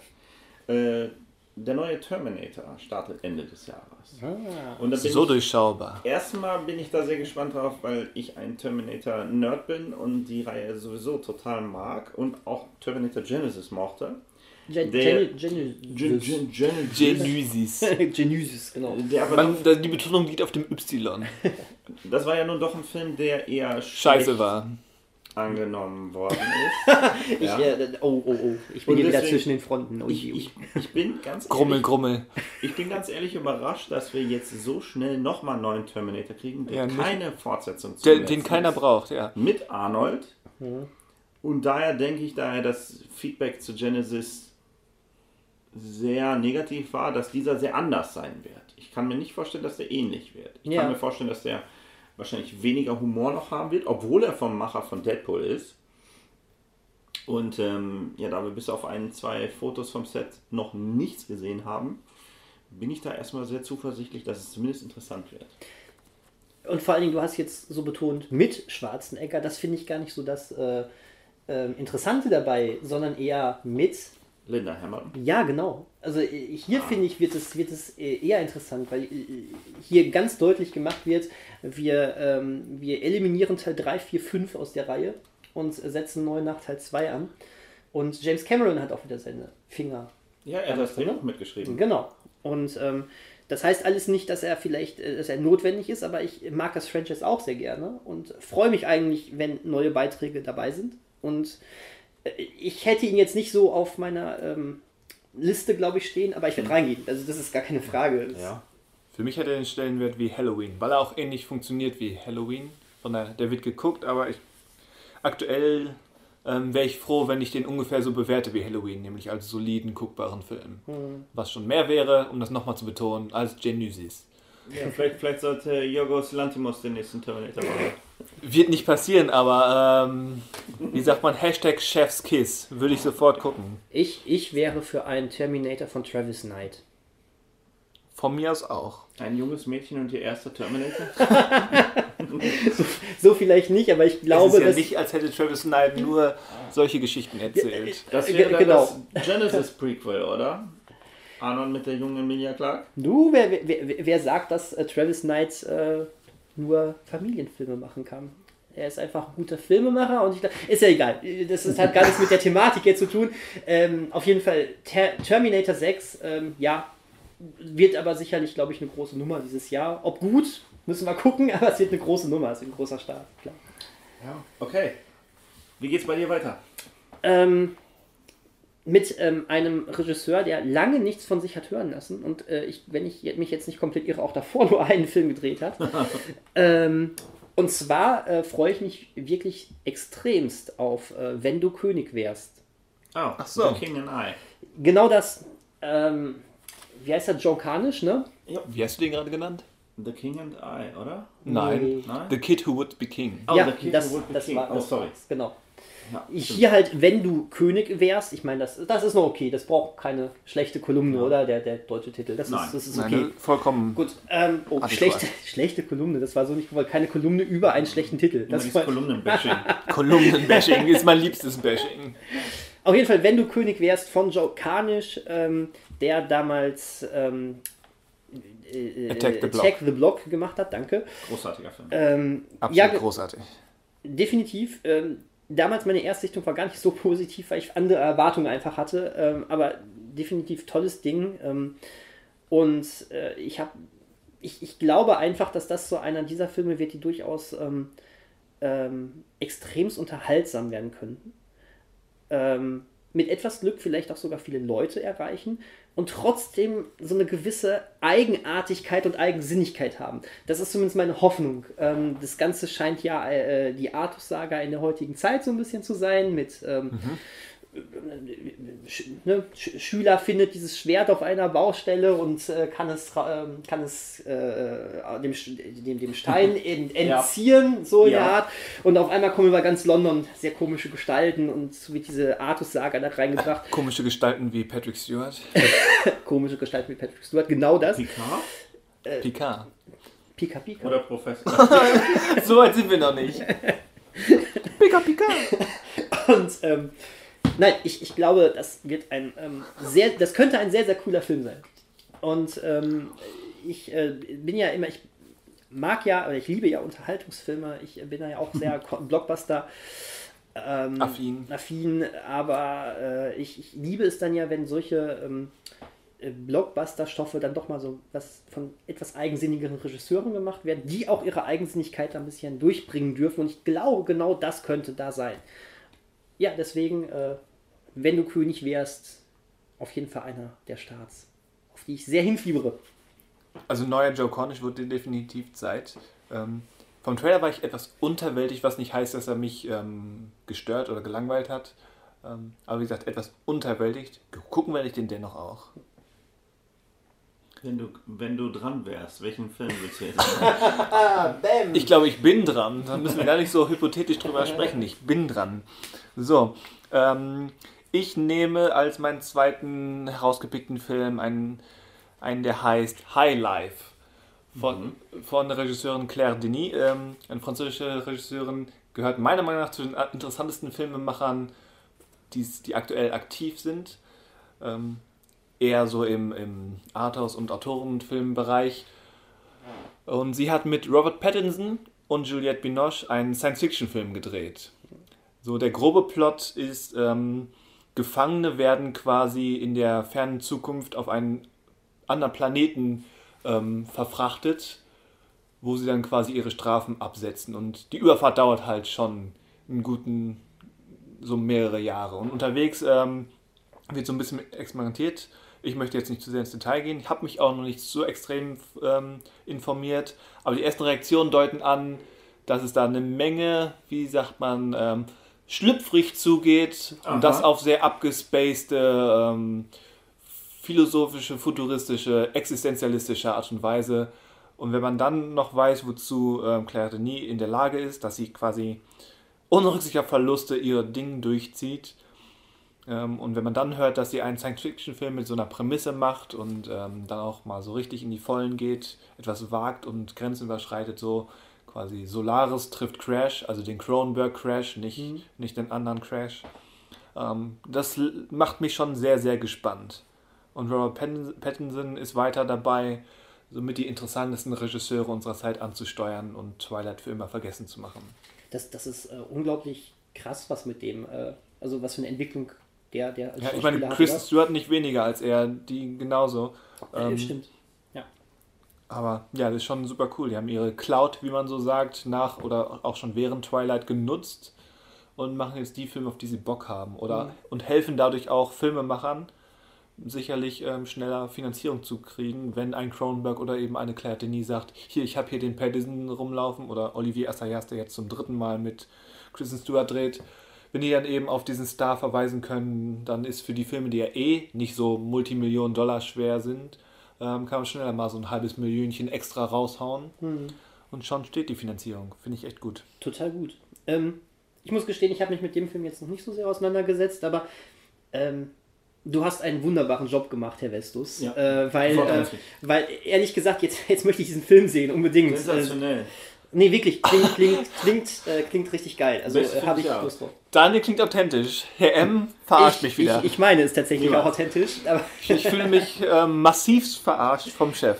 Der neue Terminator startet Ende des Jahres. Und da bin so durchschaubar. Erstmal bin ich da sehr gespannt drauf, weil ich ein Terminator-Nerd bin und die Reihe sowieso total mag und auch Terminator Genesis mochte. Genesis, genau. Die Betonung liegt auf dem Y. Das war ja nun doch ein Film, der eher scheiße war. Angenommen worden ist. Ich bin hier wieder zwischen den Fronten. Ich bin ganz Grummel. Ich bin ganz ehrlich überrascht, dass wir jetzt so schnell nochmal einen neuen Terminator kriegen, der keine Fortsetzung zu den keiner braucht, ja. Mit Arnold. Und daher denke ich, das Feedback zu Genesis sehr negativ war, dass dieser sehr anders sein wird. Ich kann mir nicht vorstellen, dass der ähnlich wird. Ich kann mir vorstellen, dass der wahrscheinlich weniger Humor noch haben wird, obwohl er vom Macher von Deadpool ist. Und da wir bis auf 1-2 Fotos vom Set noch nichts gesehen haben, bin ich da erstmal sehr zuversichtlich, dass es zumindest interessant wird. Und vor allen Dingen, du hast jetzt so betont, mit Schwarzenegger, das finde ich gar nicht so das Interessante dabei, sondern eher mit Linda Hamilton. Ja, genau. Also hier finde ich, wird es eher interessant, weil hier ganz deutlich gemacht wird, wir eliminieren Teil 3, 4, 5 aus der Reihe und setzen neu nach Teil 2 an. Und James Cameron hat auch wieder seine Finger. Ja, er hat das Drehbuch mitgeschrieben. Genau. Und das heißt alles nicht, dass er notwendig ist, aber ich mag das Franchise auch sehr gerne und freue mich eigentlich, wenn neue Beiträge dabei sind. Und ich hätte ihn jetzt nicht so auf meiner Liste, glaube ich, stehen, aber ich werde reingehen. Also das ist gar keine Frage. Ja. Für mich hat er den Stellenwert wie Halloween, weil er auch ähnlich funktioniert wie Halloween. Der wird geguckt, aber aktuell wäre ich froh, wenn ich den ungefähr so bewerte wie Halloween, nämlich als soliden, guckbaren Film. Was schon mehr wäre, um das nochmal zu betonen, als Genesis. Ja, vielleicht sollte Yorgos Lanthimos den nächsten Terminator machen. Wird nicht passieren, aber wie sagt man, Hashtag Chef's Kiss, würde ich sofort gucken. Ich wäre für einen Terminator von Travis Knight. Von mir aus auch. Ein junges Mädchen und ihr erster Terminator? So vielleicht nicht, aber ich glaube, es ist ja dass... nicht, als hätte Travis Knight nur solche Geschichten erzählt. Das wäre dann genau. das Genesis-Prequel, oder? Arnold mit der jungen Emilia Clarke? Wer sagt, dass Travis Knight nur Familienfilme machen kann? Er ist einfach ein guter Filmemacher und ist ja egal. Hat gar nichts mit der Thematik jetzt zu tun. Auf jeden Fall Terminator 6, ja, wird aber sicherlich, glaube ich, eine große Nummer dieses Jahr. Ob gut, müssen wir gucken, aber es wird eine große Nummer, es wird ein großer Start, klar. Ja, okay. Wie geht's bei dir weiter? Mit einem Regisseur, der lange nichts von sich hat hören lassen und wenn ich mich jetzt nicht komplett irre, auch davor nur einen Film gedreht hat. Und zwar freue ich mich wirklich extremst auf Wenn du König wärst. Oh, ach so. The King and I. Genau das, wie heißt der, Joe Carnish, ne? Ja. Wie hast du den gerade genannt? The King and I, oder? Nein. The Kid Who Would Be King. Oh, ja, The Kid Who Would Be King. Oh, sorry. Genau. Ja, hier halt, wenn du König wärst, ich meine, das ist noch okay, das braucht keine schlechte Kolumne, oder? Der deutsche Titel, das ist okay. Nein, vollkommen. Gut, schlechte Kolumne, das war so nicht gewollt, keine Kolumne über einen schlechten Titel. Das ist Kolumnenbashing. Kolumnenbashing ist mein liebstes Bashing. Auf jeden Fall, wenn du König wärst, von Joe Carnish, der damals Attack the Block gemacht hat, danke. Großartiger Film. Absolut großartig. Definitiv. Damals meine Erstsichtung war gar nicht so positiv, weil ich andere Erwartungen einfach hatte, aber definitiv tolles Ding. Und ich glaube einfach, dass das so einer dieser Filme wird, die durchaus extremst unterhaltsam werden könnten. Mit etwas Glück vielleicht auch sogar viele Leute erreichen und trotzdem so eine gewisse Eigenartigkeit und Eigensinnigkeit haben. Das ist zumindest meine Hoffnung. Das Ganze scheint ja die Artus-Saga in der heutigen Zeit so ein bisschen zu sein, mit Schüler findet dieses Schwert auf einer Baustelle und kann es dem Stein entziehen, so in der Art. Und auf einmal kommen über ganz London sehr komische Gestalten und so wird diese Artus-Saga da reingebracht. Komische Gestalten wie Patrick Stewart. Komische Gestalten wie Patrick Stewart, genau das. Picard. Pika. Oder Professor. So weit sind wir noch nicht. Pika. Und nein, ich glaube, das wird das könnte ein sehr, sehr cooler Film sein. Und ich bin ja immer, ich liebe ja Unterhaltungsfilme, ich bin ja auch sehr Blockbuster affin, aber ich liebe es dann ja, wenn solche Blockbuster-Stoffe dann doch mal so was von etwas eigensinnigeren Regisseuren gemacht werden, die auch ihre Eigensinnigkeit ein bisschen durchbringen dürfen. Und ich glaube, genau das könnte da sein. Ja, deswegen, wenn du König wärst, auf jeden Fall einer der Starts, auf die ich sehr hinfiebere. Also neuer Joe Cornish wurde definitiv Zeit. Vom Trailer war ich etwas unterwältigt, was nicht heißt, dass er mich gestört oder gelangweilt hat. Aber wie gesagt, etwas unterwältigt. Gucken werde ich den dennoch auch. Wenn du dran wärst, welchen Film willst du jetzt? Ich glaube, ich bin dran. Da müssen wir gar nicht so hypothetisch drüber sprechen. Ich bin dran. So, ich nehme als meinen zweiten herausgepickten Film einen, der heißt High Life von der Regisseurin Claire Denis. Eine französische Regisseurin, gehört meiner Meinung nach zu den interessantesten Filmemachern, die aktuell aktiv sind. eher so im Arthouse- und Autorenfilmbereich. Und sie hat mit Robert Pattinson und Juliette Binoche einen Science-Fiction-Film gedreht. So, der grobe Plot ist, Gefangene werden quasi in der fernen Zukunft auf einen anderen Planeten verfrachtet, wo sie dann quasi ihre Strafen absetzen. Und die Überfahrt dauert halt schon so mehrere Jahre. Und unterwegs wird so ein bisschen experimentiert. Ich möchte jetzt nicht zu sehr ins Detail gehen. Ich habe mich auch noch nicht so extrem informiert. Aber die ersten Reaktionen deuten an, dass es da eine Menge, wie sagt man, schlüpfrig zugeht. Und das auf sehr abgespacede, philosophische, futuristische, existenzialistische Art und Weise. Und wenn man dann noch weiß, wozu Claire Denis in der Lage ist, dass sie quasi ohne Rücksicht auf Verluste ihr Ding durchzieht. Und wenn man dann hört, dass sie einen Science-Fiction-Film mit so einer Prämisse macht und dann auch mal so richtig in die Vollen geht, etwas wagt und Grenzen überschreitet, so quasi Solaris trifft Crash, also den Cronenberg-Crash, nicht den anderen Crash. Das macht mich schon sehr, sehr gespannt. Und Robert Pattinson ist weiter dabei, somit die interessantesten Regisseure unserer Zeit anzusteuern und Twilight für immer vergessen zu machen. Das ist unglaublich krass, was mit dem, also was für eine Entwicklung der als ja, ich meine, Kristen Stewart nicht weniger als er, die genauso. Stimmt. Ja. Aber ja, das ist schon super cool. Die haben ihre Cloud, wie man so sagt, nach oder auch schon während Twilight genutzt und machen jetzt die Filme, auf die sie Bock haben. Und helfen dadurch auch Filmemachern, sicherlich schneller Finanzierung zu kriegen, wenn ein Cronenberg oder eben eine Claire Denis sagt, ich habe hier den Pattinson rumlaufen oder Olivier Assayas, der jetzt zum 3. Mal mit Kristen Stewart dreht. Wenn die dann eben auf diesen Star verweisen können, dann ist für die Filme, die ja nicht so Multimillionen-Dollar schwer sind, kann man schneller mal so ein halbes Millionchen extra raushauen. Und schon steht die Finanzierung. Finde ich echt gut. Total gut. Ich muss gestehen, ich habe mich mit dem Film jetzt noch nicht so sehr auseinandergesetzt, aber du hast einen wunderbaren Job gemacht, Herr Vestus. Ja, weil ehrlich gesagt, jetzt möchte ich diesen Film sehen, unbedingt. Sensationell. Nee, wirklich, klingt richtig geil. Also habe ich Lust drauf. Daniel klingt authentisch. Herr M. verarscht mich wieder. Ich meine es tatsächlich auch authentisch. Aber ich fühle mich massivst verarscht vom Chef.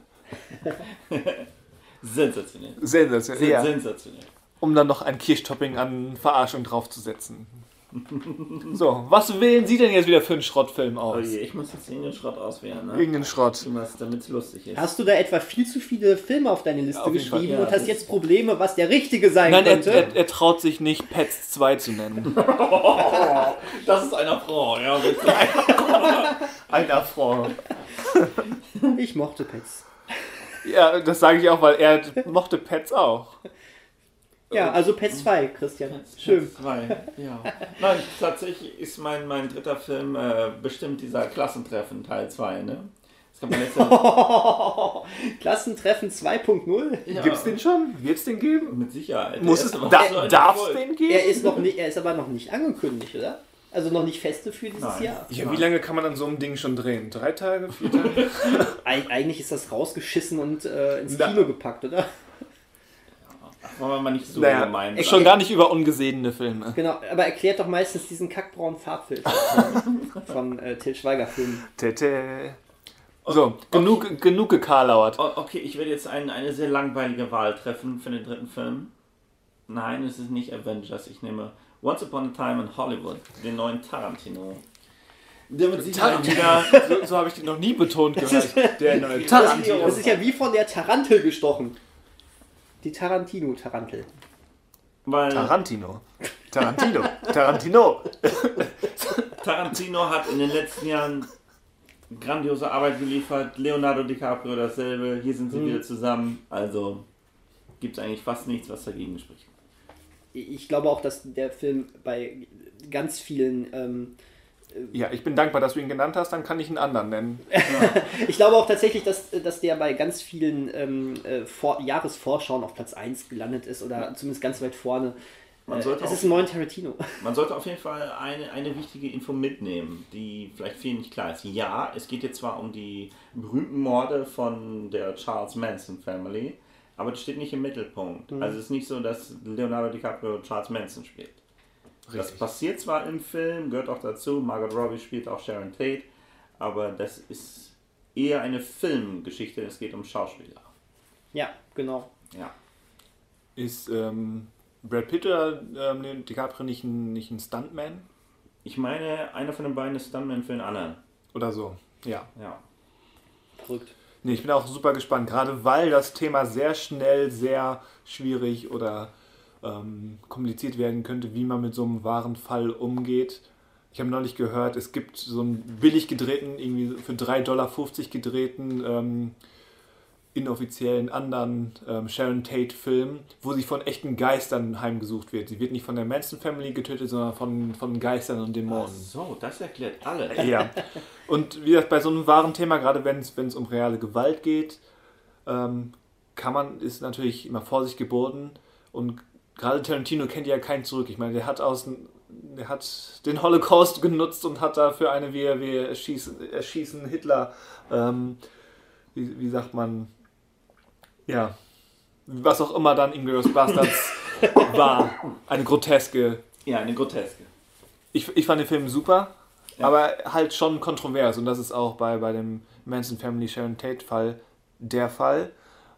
Sensationell. Sensationell. Um dann noch ein Kirschtopping an Verarschung draufzusetzen. So, was wählen Sie denn jetzt wieder für einen Schrottfilm aus? Oh je, ich muss jetzt irgendeinen Schrott auswählen, ne? Irgendeinen Schrott. Damit es lustig ist. Hast du da etwa viel zu viele Filme auf deine Liste geschrieben und hast jetzt Probleme, was der richtige sein könnte? Nein, er traut sich nicht, Pets 2 zu nennen. Das ist einer Frau, ja bitte. Einer Frau. Ich mochte Pets. Ja, das sage ich auch, weil er mochte Pets auch. Ja, also Pets 2, Christian. Schön. Pets 2, ja. Nein, tatsächlich ist mein 3. Film bestimmt dieser Klassentreffen Teil 2, ne? Das kann man jetzt Klassentreffen 2.0? Ja. Gibt's den schon? Wird's den geben? Mit Sicherheit. Darf es den geben? Er ist aber noch nicht angekündigt, oder? Also noch nicht feste für dieses Jahr. Ja, wie lange kann man an so einem Ding schon drehen? 3 Tage, 4 Tage? Eigentlich ist das rausgeschissen und ins Kino gepackt, oder? Wollen wir mal nicht so gemein sein. Schon gar nicht über ungesehene Filme. Genau, aber erklärt doch meistens diesen kackbraunen Farbfilter von Til Schweiger Filmen. So, genug gekarlauert. Okay, ich werde jetzt eine sehr langweilige Wahl treffen für den 3. Film. Nein, es ist nicht Avengers. Ich nehme Once Upon a Time in Hollywood, den neuen Tarantino. Der mit Tarantino. So habe ich den noch nie betont gehört. Der neue Tarantino. Das ist ja wie von der Tarantel gestochen. Die Tarantino-Tarantel. Tarantino. Tarantino hat in den letzten Jahren grandiose Arbeit geliefert. Leonardo DiCaprio dasselbe. Hier sind sie wieder zusammen. Also gibt es eigentlich fast nichts, was dagegen spricht. Ich glaube auch, dass der Film bei ganz vielen... ja, ich bin dankbar, dass du ihn genannt hast, dann kann ich einen anderen nennen. Ja. Ich glaube auch tatsächlich, dass der bei ganz vielen Jahresvorschauen auf Platz 1 gelandet ist oder zumindest ganz weit vorne. Es ist ein neuer Tarantino. Man sollte auf jeden Fall eine wichtige Info mitnehmen, die vielleicht vielen nicht klar ist. Ja, es geht jetzt zwar um die berühmten Morde von der Charles Manson Family, aber das steht nicht im Mittelpunkt. Also es ist nicht so, dass Leonardo DiCaprio Charles Manson spielt. Das passiert zwar im Film, gehört auch dazu, Margot Robbie spielt auch Sharon Tate, aber das ist eher eine Filmgeschichte, es geht um Schauspieler. Ja, genau. Ja. Ist Brad Pitt oder DiCaprio nicht ein Stuntman? Ich meine, einer von den beiden ist Stuntman für den anderen. Oder so, ja. Verrückt. Nee, ich bin auch super gespannt, gerade weil das Thema sehr schnell, sehr schwierig oder kompliziert werden könnte, wie man mit so einem wahren Fall umgeht. Ich habe neulich gehört, es gibt so einen billig gedrehten, irgendwie für $3,50 gedrehten, inoffiziellen anderen Sharon Tate-Film, wo sie von echten Geistern heimgesucht wird. Sie wird nicht von der Manson Family getötet, sondern von Geistern und Dämonen. Ach so, das erklärt alles. Ja. Und wie gesagt, bei so einem wahren Thema, gerade wenn es um reale Gewalt geht, ist natürlich immer Vorsicht geboten. Und gerade Tarantino kennt ja keinen zurück. Ich meine, der hat den Holocaust genutzt und hat dafür wir erschießen Hitler, wie sagt man, ja, was auch immer dann Inglourious Basterds war. Eine Groteske. Ja, eine Groteske. Ich fand den Film super, aber halt schon kontrovers. Und das ist auch bei dem Manson Family Sharon Tate Fall der Fall.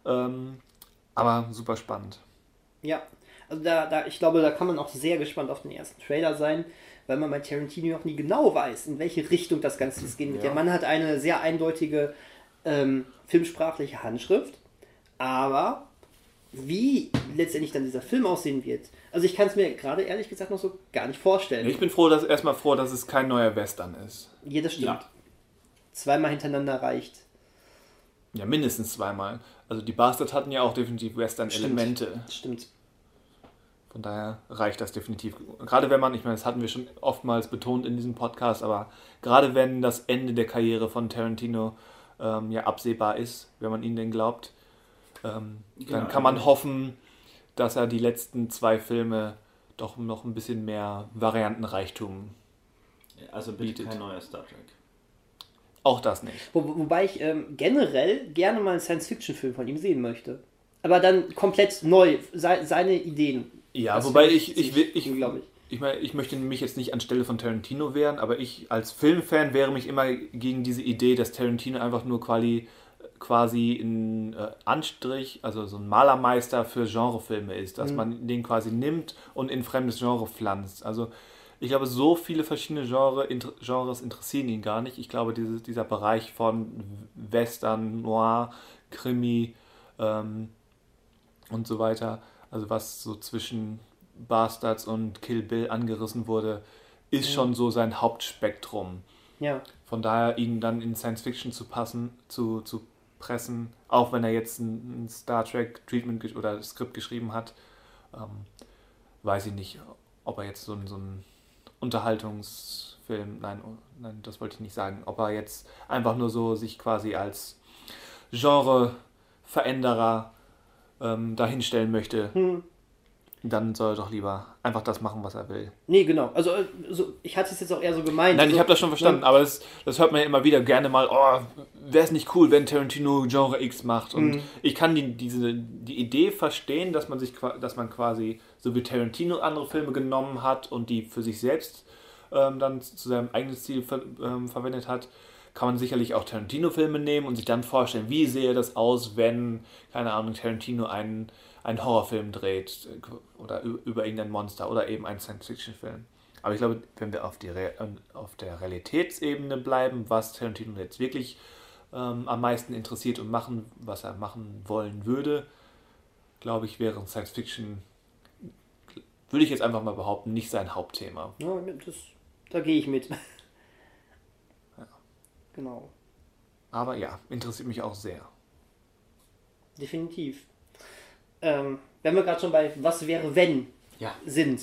Aber super spannend. Ja, also ich glaube, da kann man auch sehr gespannt auf den ersten Trailer sein, weil man bei Tarantino noch nie genau weiß, in welche Richtung das Ganze gehen wird. Der Mann hat eine sehr eindeutige filmsprachliche Handschrift, aber wie letztendlich dann dieser Film aussehen wird, also ich kann es mir gerade ehrlich gesagt noch so gar nicht vorstellen. Ich bin erstmal froh, dass es kein neuer Western ist. Ja, das stimmt. Ja. Zweimal hintereinander reicht. Ja, mindestens zweimal. Also die Bastards hatten ja auch definitiv Western-Elemente. Stimmt. Von daher reicht das definitiv. Gerade wenn man, ich meine, das hatten wir schon oftmals betont in diesem Podcast, aber gerade wenn das Ende der Karriere von Tarantino absehbar ist, wenn man ihn denn glaubt, dann kann man hoffen, dass er die letzten 2 Filme doch noch ein bisschen mehr Variantenreichtum Also bitte bietet. kein neuer Star Trek. Auch das nicht. Wobei ich generell gerne mal einen Science-Fiction-Film von ihm sehen möchte. Aber dann komplett neu, seine Ideen. Ja, Das wobei glaube ich. Ich meine, ich möchte mich jetzt nicht anstelle von Tarantino wehren, aber ich als Filmfan wehre mich immer gegen diese Idee, dass Tarantino einfach nur quasi ein Anstrich, also so ein Malermeister für Genrefilme ist, dass man den quasi nimmt und in fremdes Genre pflanzt. Also ich glaube, so viele verschiedene Genres interessieren ihn gar nicht. Ich glaube, dieser Bereich von Western, Noir, Krimi und so weiter, also was so zwischen Bastards und Kill Bill angerissen wurde, ist schon so sein Hauptspektrum. Ja. Von daher ihn dann in Science Fiction zu pressen, auch wenn er jetzt ein Star Trek Treatment oder Skript geschrieben hat, weiß ich nicht, ob er jetzt so ein Unterhaltungsfilm, nein, das wollte ich nicht sagen, ob er jetzt einfach nur so sich quasi als Genreveränderer dahinstellen möchte. Dann soll er doch lieber einfach das machen, was er will. Nee, genau. Also ich hatte es jetzt auch eher so gemeint. Nein, also, ich habe das schon verstanden, aber das hört man ja immer wieder gerne mal, wäre es nicht cool, wenn Tarantino Genre X macht. Und ich kann die Idee verstehen, dass man quasi, so wie Tarantino andere Filme genommen hat und die für sich selbst dann zu seinem eigenen Ziel verwendet hat, kann man sicherlich auch Tarantino-Filme nehmen und sich dann vorstellen, wie sähe das aus, wenn, keine Ahnung, Tarantino einen Horrorfilm dreht oder über irgendein Monster oder eben einen Science-Fiction-Film. Aber ich glaube, wenn wir auf der Realitätsebene bleiben, was Tarantino jetzt wirklich am meisten interessiert und machen, was er machen wollen würde, glaube ich, wäre Science-Fiction, würde ich jetzt einfach mal behaupten, nicht sein Hauptthema. Ja, da gehe ich mit. Ja. Genau. Aber ja, interessiert mich auch sehr. Definitiv. Wenn wir gerade schon bei Was wäre wenn sind,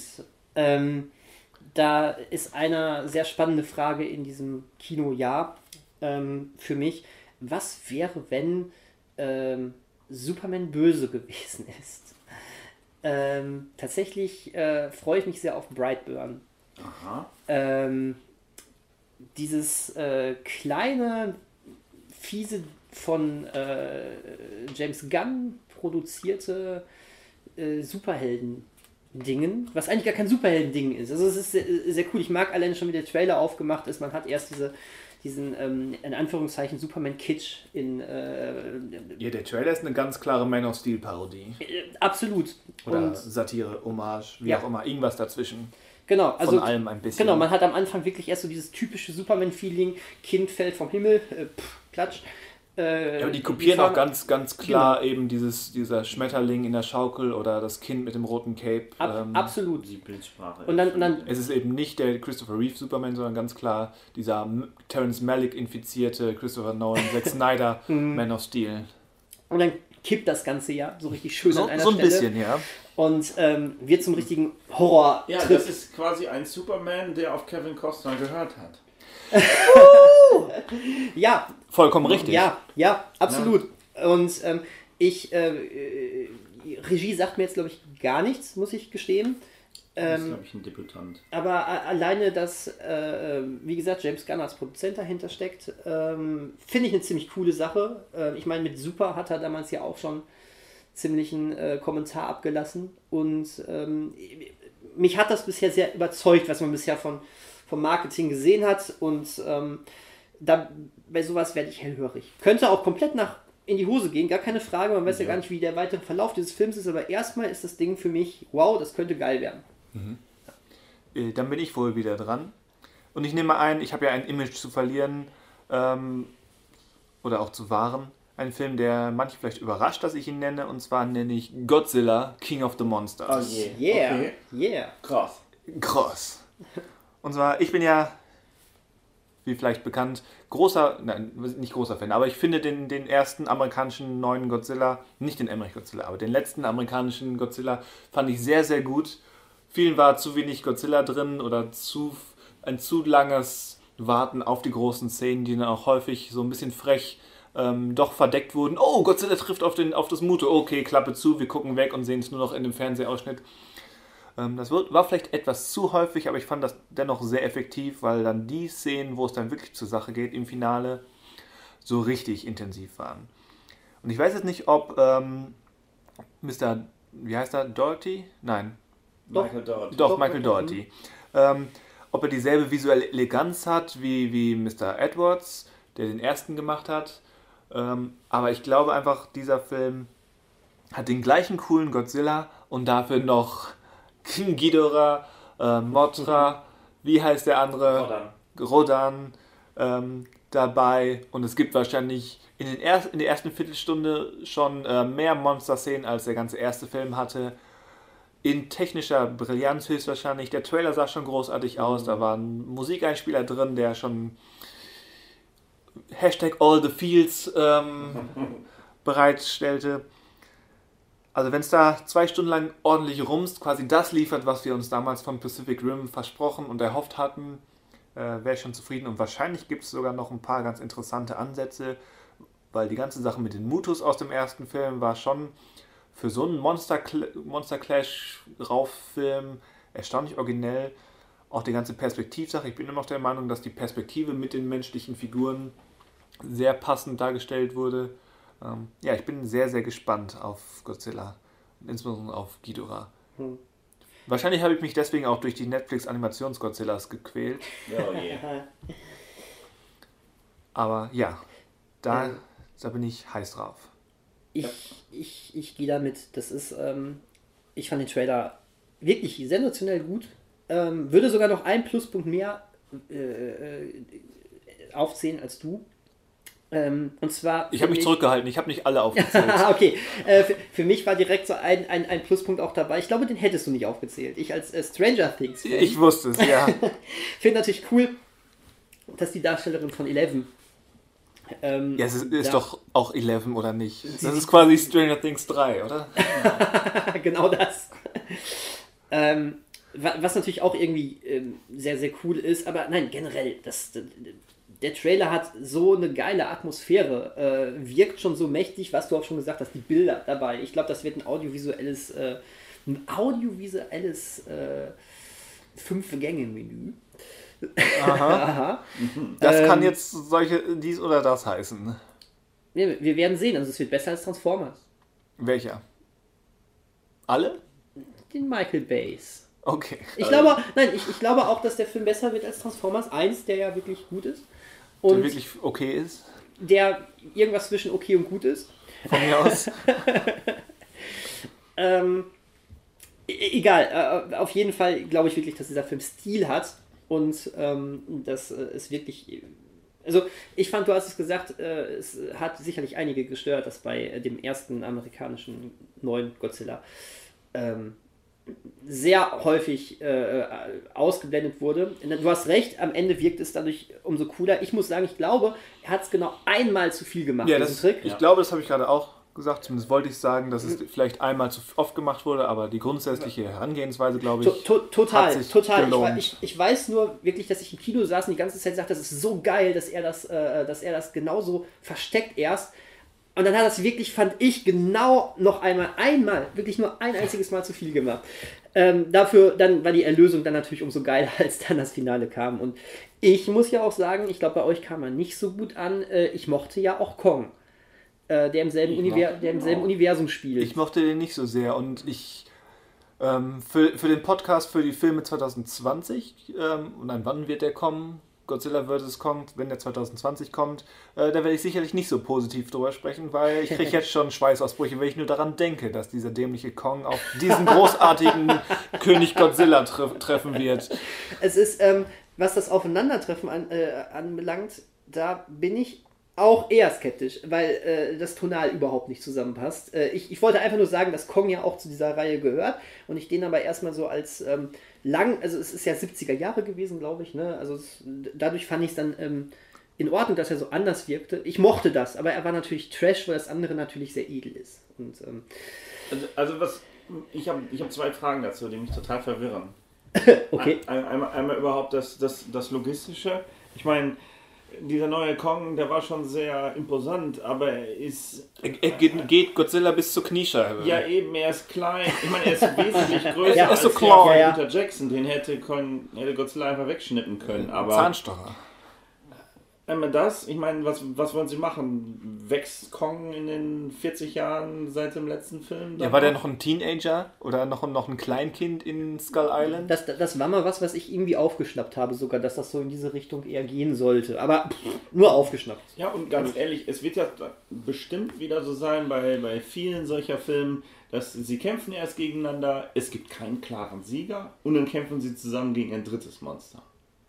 da ist eine sehr spannende Frage in diesem Kinojahr für mich. Was wäre, wenn Superman böse gewesen ist? Tatsächlich freue ich mich sehr auf Brightburn. Aha. Dieses kleine, fiese von James Gunn produzierte Superhelden-Ding Dingen, was eigentlich gar kein Superhelden-Ding ist. Also es ist sehr, sehr cool. Ich mag alleine schon, wie der Trailer aufgemacht ist. Man hat erst diesen, in Anführungszeichen, Superman-Kitsch in... Ja, der Trailer ist eine ganz klare Man of Steel-Parodie. Absolut. Oder Satire, Hommage, wie auch immer, irgendwas dazwischen. Genau, also... Von allem ein bisschen. Genau, man hat am Anfang wirklich erst so dieses typische Superman-Feeling, Kind fällt vom Himmel, Klatsch. Ja, aber die kopieren auch ganz, ganz klar eben dieser Schmetterling in der Schaukel oder das Kind mit dem roten Cape. Absolut. Die Bildsprache. Und dann es ist eben nicht der Christopher Reeve Superman, sondern ganz klar dieser Terrence Malick infizierte Christopher Nolan, Zack Snyder Man of Steel. Und dann kippt das Ganze ja so richtig schön an einer So ein Stelle. bisschen, ja. Und wird zum richtigen Horror. Ja, das ist quasi ein Superman, der auf Kevin Costner gehört hat. Ja. Vollkommen richtig. Ja, absolut. Ja. Und Regie sagt mir jetzt, glaube ich, gar nichts, muss ich gestehen. Das ist, glaube ich, ein Debütant. Aber alleine, dass, wie gesagt, James Gunn als Produzent dahinter steckt, finde ich eine ziemlich coole Sache. Ich meine, mit Super hat er damals ja auch schon ziemlichen Kommentar abgelassen. Und mich hat das bisher sehr überzeugt, was man bisher vom Marketing gesehen hat. Und bei sowas werde ich hellhörig. Könnte auch komplett in die Hose gehen, gar keine Frage. Man weiß ja gar nicht, wie der weitere Verlauf dieses Films ist. Aber erstmal ist das Ding für mich, wow, das könnte geil werden. Mhm. Dann bin ich wohl wieder dran. Und ich nehme ein, ich habe ja ein Image zu verlieren oder auch zu wahren. Ein Film, der manche vielleicht überrascht, dass ich ihn nenne. Und zwar nenne ich Godzilla, King of the Monsters. Oh yeah. Okay. Yeah. Krass. Und zwar, ich bin ja, wie vielleicht bekannt, nicht großer Fan, aber ich finde den ersten amerikanischen neuen Godzilla, nicht den Emmerich Godzilla, aber den letzten amerikanischen Godzilla fand ich sehr, sehr gut. Vielen war zu wenig Godzilla drin oder ein zu langes Warten auf die großen Szenen, die dann auch häufig so ein bisschen frech doch verdeckt wurden. Oh, Godzilla trifft auf das Mute. Okay, Klappe zu, wir gucken weg und sehen es nur noch in dem Fernsehausschnitt. Das war vielleicht etwas zu häufig, aber ich fand das dennoch sehr effektiv, weil dann die Szenen, wo es dann wirklich zur Sache geht im Finale, so richtig intensiv waren. Und ich weiß jetzt nicht, ob Mr. Wie heißt er? Doherty? Nein. Michael Doherty. Doch, Michael Doherty. Ob er dieselbe visuelle Eleganz hat wie Mr. Edwards, der den ersten gemacht hat. Aber ich glaube einfach, dieser Film hat den gleichen coolen Godzilla und dafür noch King Ghidorah, Mothra, wie heißt der andere? Rodan dabei. Und es gibt wahrscheinlich in der ersten Viertelstunde schon mehr Monster-Szenen, als der ganze erste Film hatte. In technischer Brillanz höchstwahrscheinlich. Der Trailer sah schon großartig aus. Da war ein Musikeinspieler drin, der schon #AllTheFeels bereitstellte. Also wenn es da 2 Stunden lang ordentlich rumst, quasi das liefert, was wir uns damals von Pacific Rim versprochen und erhofft hatten, wäre ich schon zufrieden. Und wahrscheinlich gibt es sogar noch ein paar ganz interessante Ansätze, weil die ganze Sache mit den Mutus aus dem ersten Film war schon für so einen Monster Clash Rauffilm erstaunlich originell. Auch die ganze Perspektivsache. Ich bin immer noch der Meinung, dass die Perspektive mit den menschlichen Figuren sehr passend dargestellt wurde. Ja, ich bin sehr, sehr gespannt auf Godzilla. Insbesondere auf Ghidorah. Wahrscheinlich habe ich mich deswegen auch durch die Netflix-Animations-Godzillas gequält. Oh yeah. Aber ja, da bin ich heiß drauf. Ich gehe damit. Das ist, ich fand den Trailer wirklich sensationell gut. Würde sogar noch einen Pluspunkt mehr aufzählen als du. Und zwar. Ich habe mich zurückgehalten, ich habe nicht alle aufgezählt. Okay, für mich war direkt so ein Pluspunkt auch dabei. Ich glaube, den hättest du nicht aufgezählt. Ich als Stranger Things Fan. Ich wusste es, ja. Finde natürlich cool, dass die Darstellerin von Eleven. Ja, es ist doch auch 11 oder nicht? Das ist quasi Stranger Things 3, oder? Genau das. Was natürlich auch irgendwie sehr, sehr cool ist, aber nein, generell, der Trailer hat so eine geile Atmosphäre, wirkt schon so mächtig, was du auch schon gesagt hast, die Bilder dabei. Ich glaube, das wird ein audiovisuelles 5-Gänge-Menü. Aha. Das kann jetzt dies oder das heißen. Wir werden sehen, also es wird besser als Transformers. Welcher? Alle? den Michael Bays. Okay. Ich glaube auch, dass der Film besser wird als Transformers 1, der ja wirklich gut ist. Und Der wirklich okay ist. der irgendwas zwischen okay und gut ist. Von mir aus. Egal, auf jeden Fall glaube ich wirklich, dass dieser Film Stil hat und dass es wirklich... Also ich fand, du hast es gesagt, es hat sicherlich einige gestört, dass bei dem ersten amerikanischen neuen Godzilla sehr häufig ausgeblendet wurde. Du hast recht, am Ende wirkt es dadurch umso cooler. Ich muss sagen, ich glaube, er hat es genau einmal zu viel gemacht, Ja, diesen das, Trick. ich glaube, das habe ich gerade auch gesagt. Zumindest wollte ich sagen, dass es vielleicht einmal zu oft gemacht wurde, aber die grundsätzliche Herangehensweise, glaube ich, Total. hat sich gelohnt. Ich weiß nur wirklich, dass ich im Kino saß und die ganze Zeit sagte, das ist so geil, dass er das genauso versteckt erst. Und dann hat das wirklich, fand ich, genau noch einmal, wirklich nur ein einziges Mal zu viel gemacht. Dafür dann war die Erlösung dann natürlich umso geiler, als dann das Finale kam. Und ich muss ja auch sagen, ich glaube, bei euch kam er nicht so gut an. Ich mochte ja auch Kong, der im selben Universum spielt. Ich mochte den nicht so sehr und ich für den Podcast für die Filme 2020 und dann wann wird der kommen? Godzilla vs. Kong, wenn der 2020 kommt, da werde ich sicherlich nicht so positiv drüber sprechen, weil ich kriege jetzt schon Schweißausbrüche, wenn ich nur daran denke, dass dieser dämliche Kong auf diesen großartigen König Godzilla treffen wird. Es ist, was das Aufeinandertreffen anbelangt, da bin ich auch eher skeptisch, weil das tonal überhaupt nicht zusammenpasst. Ich wollte einfach nur sagen, dass Kong ja auch zu dieser Reihe gehört und ich den aber erstmal so als also es ist ja 70er Jahre gewesen, glaube ich, ne? Also dadurch fand ich es dann in Ordnung, dass er so anders wirkte. Ich mochte das, aber er war natürlich Trash, weil das andere natürlich sehr edel ist. Und, ich hab zwei Fragen dazu, die mich total verwirren. okay. Einmal überhaupt das Logistische. Ich meine, dieser neue Kong, der war schon sehr imposant, aber er ist... Er geht Godzilla bis zur Kniescheibe. Ja eben, er ist klein. Ich meine, er ist wesentlich größer er ist als so der klein. Peter Jackson. Den hätte Godzilla einfach wegschnippen können. Aber Zahnstocher. einmal das, ich meine, was wollen sie machen? Wächst Kong in den 40 Jahren seit dem letzten Film? Ja, war der noch ein Teenager oder noch ein Kleinkind in Skull Island? Das war mal was ich irgendwie aufgeschnappt habe sogar, dass das so in diese Richtung eher gehen sollte. Aber nur aufgeschnappt. Ja, und ganz ehrlich, es wird ja bestimmt wieder so sein bei vielen solcher Filmen, dass sie kämpfen erst gegeneinander, es gibt keinen klaren Sieger und dann kämpfen sie zusammen gegen ein drittes Monster.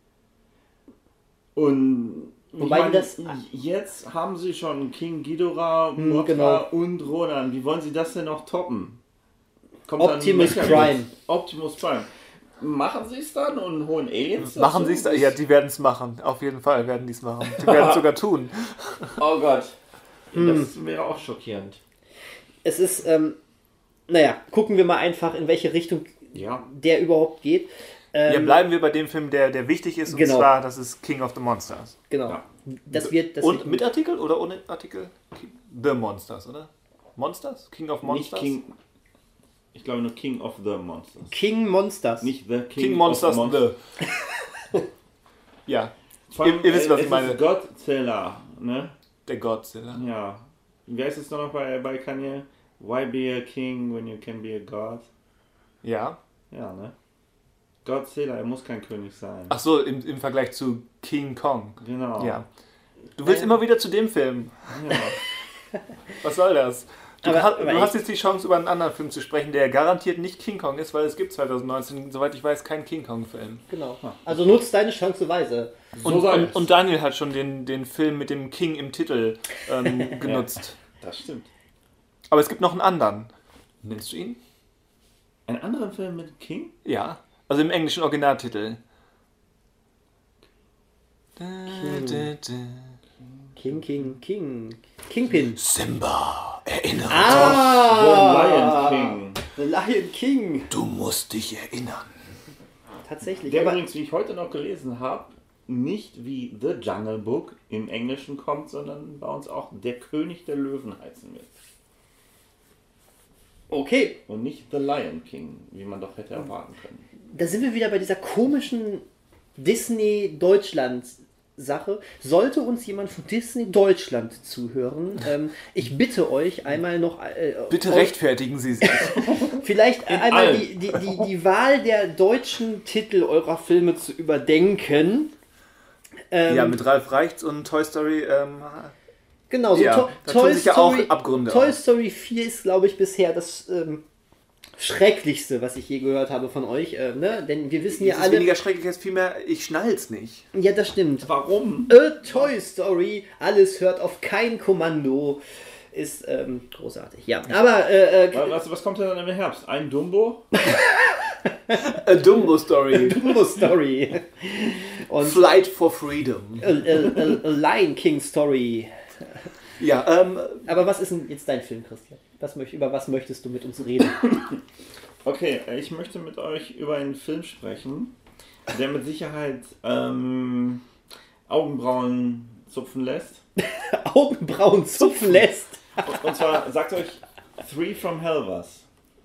Und Wobei jetzt haben sie schon King Ghidorah, Mothra genau. und Ronan. Wie wollen sie das denn noch toppen? Kommt Optimus Prime. Optimus Prime. Machen sie es dann und holen Aliens? Machen sie es? Ja, die werden es machen. Auf jeden Fall werden die es machen. Die werden es sogar tun. Oh Gott. Das wäre auch schockierend. Es ist, gucken wir mal einfach, in welche Richtung der überhaupt geht. Bleiben wir bei dem Film, der wichtig ist, und zwar, das ist King of the Monsters. Genau. Ja. Das wird mit Artikel oder ohne Artikel? The Monsters, oder? Monsters? King of Monsters? Nicht King, ich glaube nur King of the Monsters. King Monsters. Nicht The King Monsters, of the Monsters. Ja. Ihr wisst, was ich meine. Godzilla, ne? Der Godzilla. Ja. Wie heißt es noch bei Kanye? Why be a king when you can be a god? Ja. Ja, ne? Godzilla, er muss kein König sein. Ach so, im Vergleich zu King Kong. Genau. Ja. Du willst immer wieder zu dem Film. Ja. Was soll das? Du Aber hast jetzt die Chance, über einen anderen Film zu sprechen, der garantiert nicht King Kong ist, weil es gibt 2019, soweit ich weiß, keinen King Kong-Film. Genau. Also nutzt deine Chance weise. Und Daniel hat schon den Film mit dem King im Titel genutzt. Ja, das stimmt. Aber es gibt noch einen anderen. Nennst du ihn? Einen anderen Film mit King? Ja. Also im englischen Originaltitel. Kingpin. Simba, erinnere The Lion King. The Lion King. dich. Du musst dich erinnern. Tatsächlich. Der übrigens, wie ich heute noch gelesen habe, nicht wie The Jungle Book im Englischen kommt, sondern bei uns auch der König der Löwen heißen wird. Okay. Und nicht The Lion King, wie man doch hätte erwarten können. Da sind wir wieder bei dieser komischen Disney-Deutschland Sache. Sollte uns jemand von Disney Deutschland zuhören, ich bitte euch einmal noch... Bitte rechtfertigen Sie sich. Vielleicht einmal die Wahl der deutschen Titel eurer Filme zu überdenken. Ja, mit Ralf Reichts und Toy Story... Genau, so ja, Toy sich ja auch Abgründe Toy auf. Story 4 ist, glaube ich, bisher das Schrecklichste, was ich je gehört habe von euch. Ne? Denn wir wissen ja Es ist alle... weniger schrecklich als vielmehr, ich schnall's nicht. Ja, das stimmt. Warum? Toy Story, alles hört auf kein Kommando, ist großartig. Ja, aber... Was kommt denn dann im Herbst? Ein Dumbo? A Dumbo Story. Dumbo Story. Und Flight for Freedom. a Lion King Story. Ja, Aber was ist denn jetzt dein Film, Christian? Über was möchtest du mit uns reden? Okay, ich möchte mit euch über einen Film sprechen, der mit Sicherheit Augenbrauen zupfen lässt. Augenbrauen zupfen lässt. Und zwar, sagt euch Three from Hell was?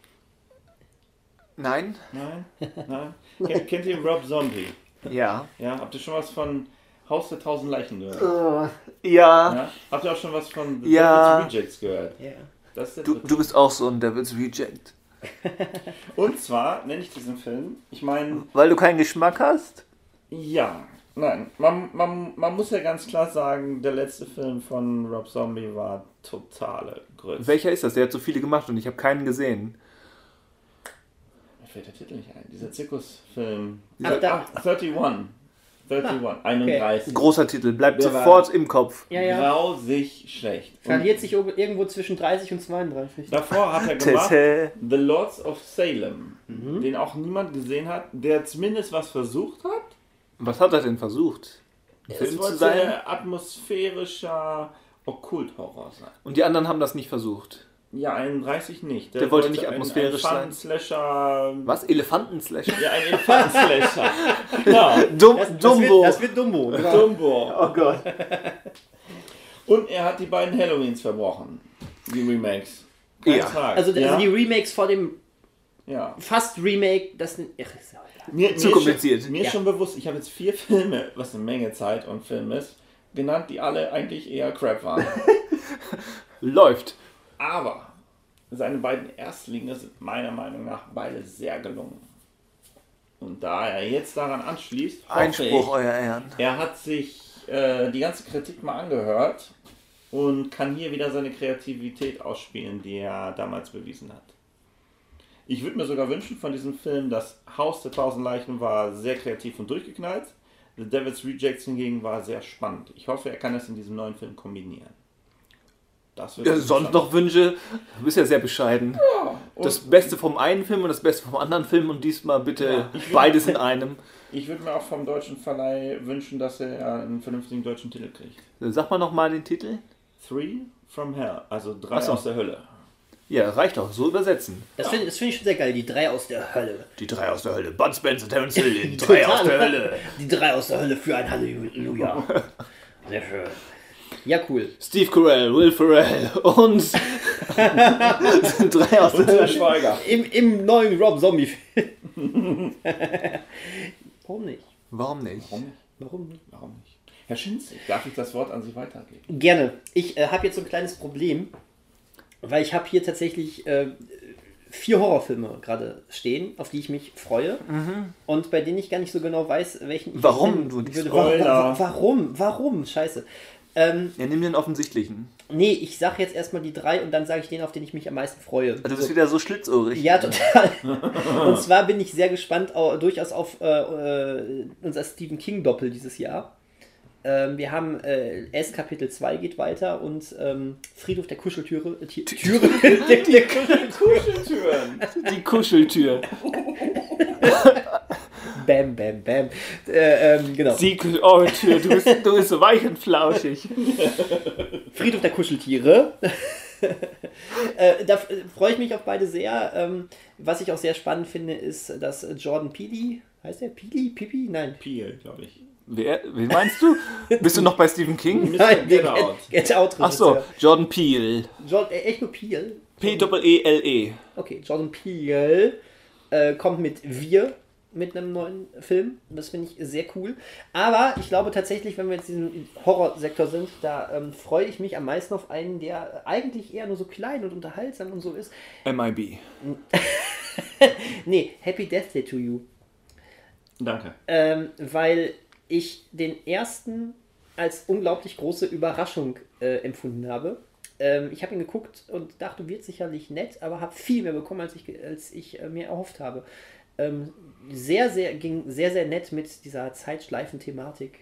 nein? Nein? Kennt ihr Rob Zombie? Ja. Ja, habt ihr schon was von Haus der 1000 Leichen gehört? Ja. Ja? Habt ihr auch schon was von The Ja. Devil's Rejects gehört? Ja. Das ist der Du dritte. bist auch so ein Devil's Reject. Und zwar nenne ich diesen Film, ich meine, Weil du keinen Geschmack hast? ja, nein, man muss ja ganz klar sagen, der letzte Film von Rob Zombie war totale Grütze. Welcher ist das? Der hat so viele gemacht und ich habe keinen gesehen. Mir fällt der Titel nicht ein. Dieser Zirkusfilm. Ach, da. 31. 31. Großer Titel, bleibt Der war- sofort im Kopf. Ja. Grausig schlecht. Und Verliert sich irgendwo zwischen 30 und 32. davor hat er gemacht Tesse. The Lords of Salem, den auch niemand gesehen hat, der zumindest was versucht hat. Was hat er denn versucht? Ein Es Film zu wollte sein? atmosphärischer Okkulthorror sein. Und die anderen haben das nicht versucht. Ja, 31 nicht. Der wollte nicht atmosphärisch sein. Ein Slasher. Was? Elefantenslasher? Ja, ein Elefantenslasher. Ja, Dumbo. Das wird Dumbo. Genau. Dumbo. Oh Gott. Und er hat die beiden Halloweens verbrochen. Die Remakes. Kein Ja. Tag. Also ja? die Remakes vor dem ja. fast Remake, das... Ach, ist ja- Zu kompliziert. Mir ist schon bewusst, ich habe jetzt 4 Filme, was eine Menge Zeit und Film ist, genannt, die alle eigentlich eher Crap waren. Läuft. Aber seine beiden Erstlinge sind meiner Meinung nach beide sehr gelungen. Und da er jetzt daran anschließt, hoffe Einspruch, ich, euer Ehren. er hat sich die ganze Kritik mal angehört und kann hier wieder seine Kreativität ausspielen, die er damals bewiesen hat. Ich würde mir sogar wünschen von diesem Film, das Haus der 1000 Leichen war sehr kreativ und durchgeknallt. The Devil's Rejects hingegen war sehr spannend. Ich hoffe, er kann es in diesem neuen Film kombinieren. Das wird Ja, sonst noch Wünsche? Du bist ja sehr bescheiden. Ja, Das Beste vom einen Film und das Beste vom anderen Film und diesmal bitte beides in einem. ich würde mir auch vom deutschen Verleih wünschen, dass er einen vernünftigen deutschen Titel kriegt. Sag mal nochmal den Titel. 3 from Hell, also 3 Ach so. aus der Hölle. Ja, reicht doch. So übersetzen. Das finde ich schon sehr geil, die 3 aus der Hölle. Die 3 aus der Hölle. Bud Spencer, Terence Hill in 3 aus der Hölle. Die 3 aus der Hölle für ein Halleluja. Sehr schön. Ja, cool. Steve Carell, Will Ferrell und sind 3 aus der Hölle. Schweiger. Im neuen Rob Zombie-Film. Warum nicht? Warum nicht? Warum nicht? Warum nicht? Herr Schinzig, darf ich das Wort an Sie weitergeben? Gerne. Ich habe jetzt so ein kleines Problem, weil ich habe hier tatsächlich 4 Horrorfilme gerade stehen, auf die ich mich freue und bei denen ich gar nicht so genau weiß, welchen ich Warum nennen du nicht würde. Spoiler. Warum? Scheiße. Ja, nimm den offensichtlichen. Nee, ich sage jetzt erstmal die 3 und dann sage ich den, auf den ich mich am meisten freue. Du bist wieder so schlitzohrig. Ja, total. Und zwar bin ich sehr gespannt durchaus auf unser Stephen King-Doppel dieses Jahr. Wir haben S Kapitel 2 geht weiter und Friedhof der Kuscheltüre. Türe. Kuscheltüren. Die Kuscheltür. Bam, bam, bam. Genau. Die Tür. Du bist so weich und flauschig. Friedhof der Kuscheltiere. Da freue ich mich auf beide sehr. Was ich auch sehr spannend finde, ist, dass Jordan Peele, heißt der Peele? Pipi? Nein. Peel, glaube ich. Wen meinst du? Bist du noch bei Stephen King? Nein, Get Out. Get Out. Ach so, Jordan Peele. Echt nur Peele? P-E-E-L-E. Okay, Jordan Peele kommt mit Wir mit einem neuen Film. Das finde ich sehr cool. Aber ich glaube tatsächlich, wenn wir jetzt in diesem Horrorsektor sind, da freue ich mich am meisten auf einen, der eigentlich eher nur so klein und unterhaltsam und so ist. MIB. Nee, Happy Death Day to You. Danke. Weil ich den ersten als unglaublich große Überraschung empfunden habe. Ich habe ihn geguckt und dachte, wird sicherlich nett, aber habe viel mehr bekommen, als ich mir erhofft habe. Ging sehr, sehr nett mit dieser Zeitschleifen-Thematik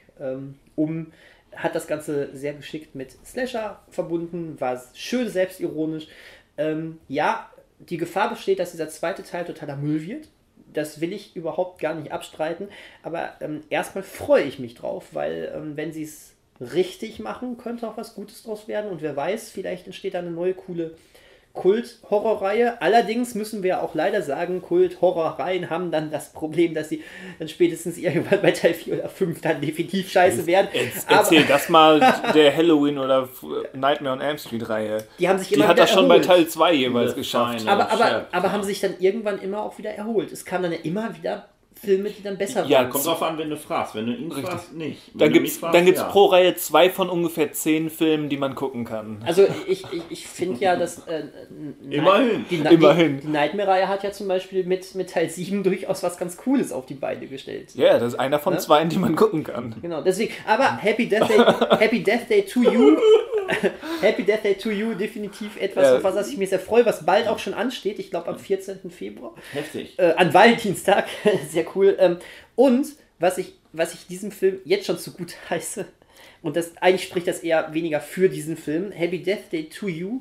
hat das Ganze sehr geschickt mit Slasher verbunden, war schön selbstironisch. Ja, die Gefahr besteht, dass dieser zweite Teil totaler Müll wird. Das will ich überhaupt gar nicht abstreiten, aber erstmal freue ich mich drauf, weil wenn sie es richtig machen, könnte auch was Gutes draus werden und wer weiß, vielleicht entsteht da eine neue coole Kult-Horror-Reihe. Allerdings müssen wir auch leider sagen, Kult-Horror-Reihen haben dann das Problem, dass sie dann spätestens irgendwann bei Teil 4 oder 5 dann definitiv scheiße werden. Erzähl das mal der Halloween oder Nightmare on Elm Street Reihe. Die haben sich Die immer hat wieder das schon erholt. bei Teil 2 jeweils geschafft. Aber haben sich dann irgendwann immer auch wieder erholt. Es kamen dann ja immer wieder Filme, die dann besser Ja, waren. Kommt drauf an, wenn du fragst. Wenn du ihn Richtig. fragst, nicht. Wenn Dann du gibt's mich fragst, ja. pro Reihe 2 von ungefähr 10 Filmen, die man gucken kann. Also ich finde ja, dass Immerhin. Die Nightmare-Reihe hat ja zum Beispiel mit Teil 7 durchaus was ganz Cooles auf die Beine gestellt. Ja, das ist einer von 2, die man gucken kann. Genau, deswegen. Aber Happy Death Day to You. Happy Death Day to You, definitiv etwas, auf was ich mich sehr freue, was bald auch schon ansteht. Ich glaube am 14. Februar. Heftig. An Valentinstag. Sehr cool. Und was ich diesem Film jetzt schon zugute heiße, und das eigentlich spricht das eher weniger für diesen Film, Happy Death Day to You,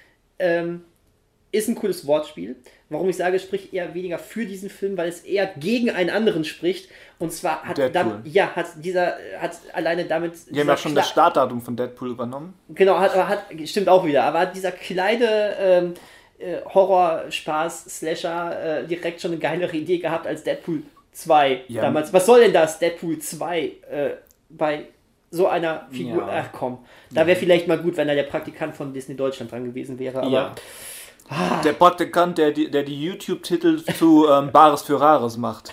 ist ein cooles Wortspiel. Warum ich sage, es spricht eher weniger für diesen Film, weil es eher gegen einen anderen spricht. Und zwar hat alleine damit. Die haben ja schon das Startdatum von Deadpool übernommen. Genau, stimmt auch wieder. Aber hat dieser kleine Horror-Spaß-Slasher direkt schon eine geilere Idee gehabt als Deadpool 2 damals. Was soll denn das? Deadpool 2 bei so einer Figur. Ja. Ach komm. Da wäre vielleicht mal gut, wenn da der Praktikant von Disney Deutschland dran gewesen wäre. Aber der Praktikant, der die YouTube-Titel zu Bares für Rares macht.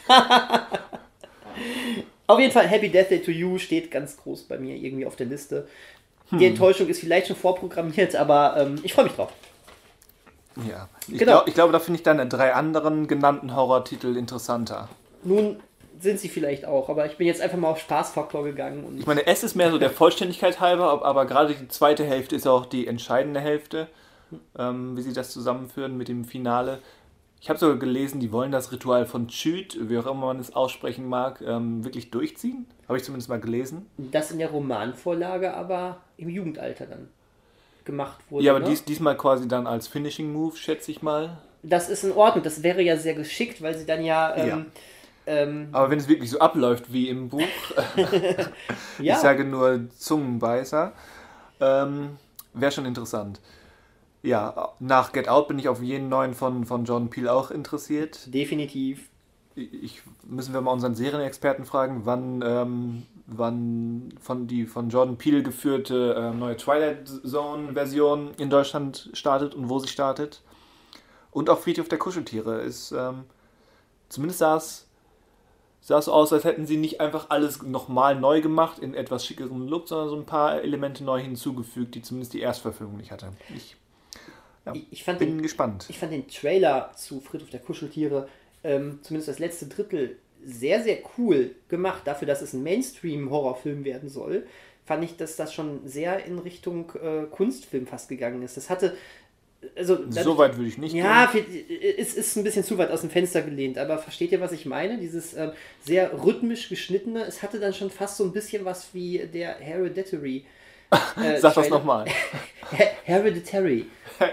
Auf jeden Fall, Happy Death Day to You steht ganz groß bei mir irgendwie auf der Liste. Die Enttäuschung ist vielleicht schon vorprogrammiert, aber ich freue mich drauf. Ja, Genau. Ich glaube, da finde ich dann 3 anderen genannten Horrortitel interessanter. Nun sind sie vielleicht auch, aber ich bin jetzt einfach mal auf Spaßfaktor gegangen. Und Ich meine, es ist mehr so der Vollständigkeit halber, aber gerade die zweite Hälfte ist auch die entscheidende Hälfte, wie sie das zusammenführen mit dem Finale. Ich habe sogar gelesen, die wollen das Ritual von Chüd, wie auch immer man es aussprechen mag, wirklich durchziehen. Habe ich zumindest mal gelesen. das in der Romanvorlage aber im Jugendalter dann gemacht wurde. Ja, aber ne? diesmal quasi dann als Finishing Move, schätze ich mal. Das ist in Ordnung, das wäre ja sehr geschickt, weil sie dann ja... Aber wenn es wirklich so abläuft wie im Buch, ja. ich sage nur Zungenbeißer, wäre schon interessant. Ja, nach Get Out bin ich auf jeden neuen von Jordan Peele auch interessiert. Definitiv. Müssen wir mal unseren Serienexperten fragen, wann die von Jordan Peele geführte neue Twilight Zone-Version in Deutschland startet und wo sie startet. Und auch Friedhof der Kuscheltiere ist, zumindest sah es so aus, als hätten sie nicht einfach alles nochmal neu gemacht in etwas schickerem Look, sondern so ein paar Elemente neu hinzugefügt, die zumindest die Erstverfilmung nicht hatte. Ich bin gespannt. Ich fand den Trailer zu Friedhof der Kuscheltiere, zumindest das letzte Drittel, sehr, sehr cool gemacht. Dafür, dass es ein Mainstream-Horrorfilm werden soll, fand ich, dass das schon sehr in Richtung Kunstfilm fast gegangen ist. Das hatte... so weit würde ich nicht gehen. Ja, es ist ein bisschen zu weit aus dem Fenster gelehnt, aber versteht ihr, was ich meine? Dieses sehr rhythmisch geschnittene, es hatte dann schon fast so ein bisschen was wie der Hereditary. Sag das nochmal. Hereditary.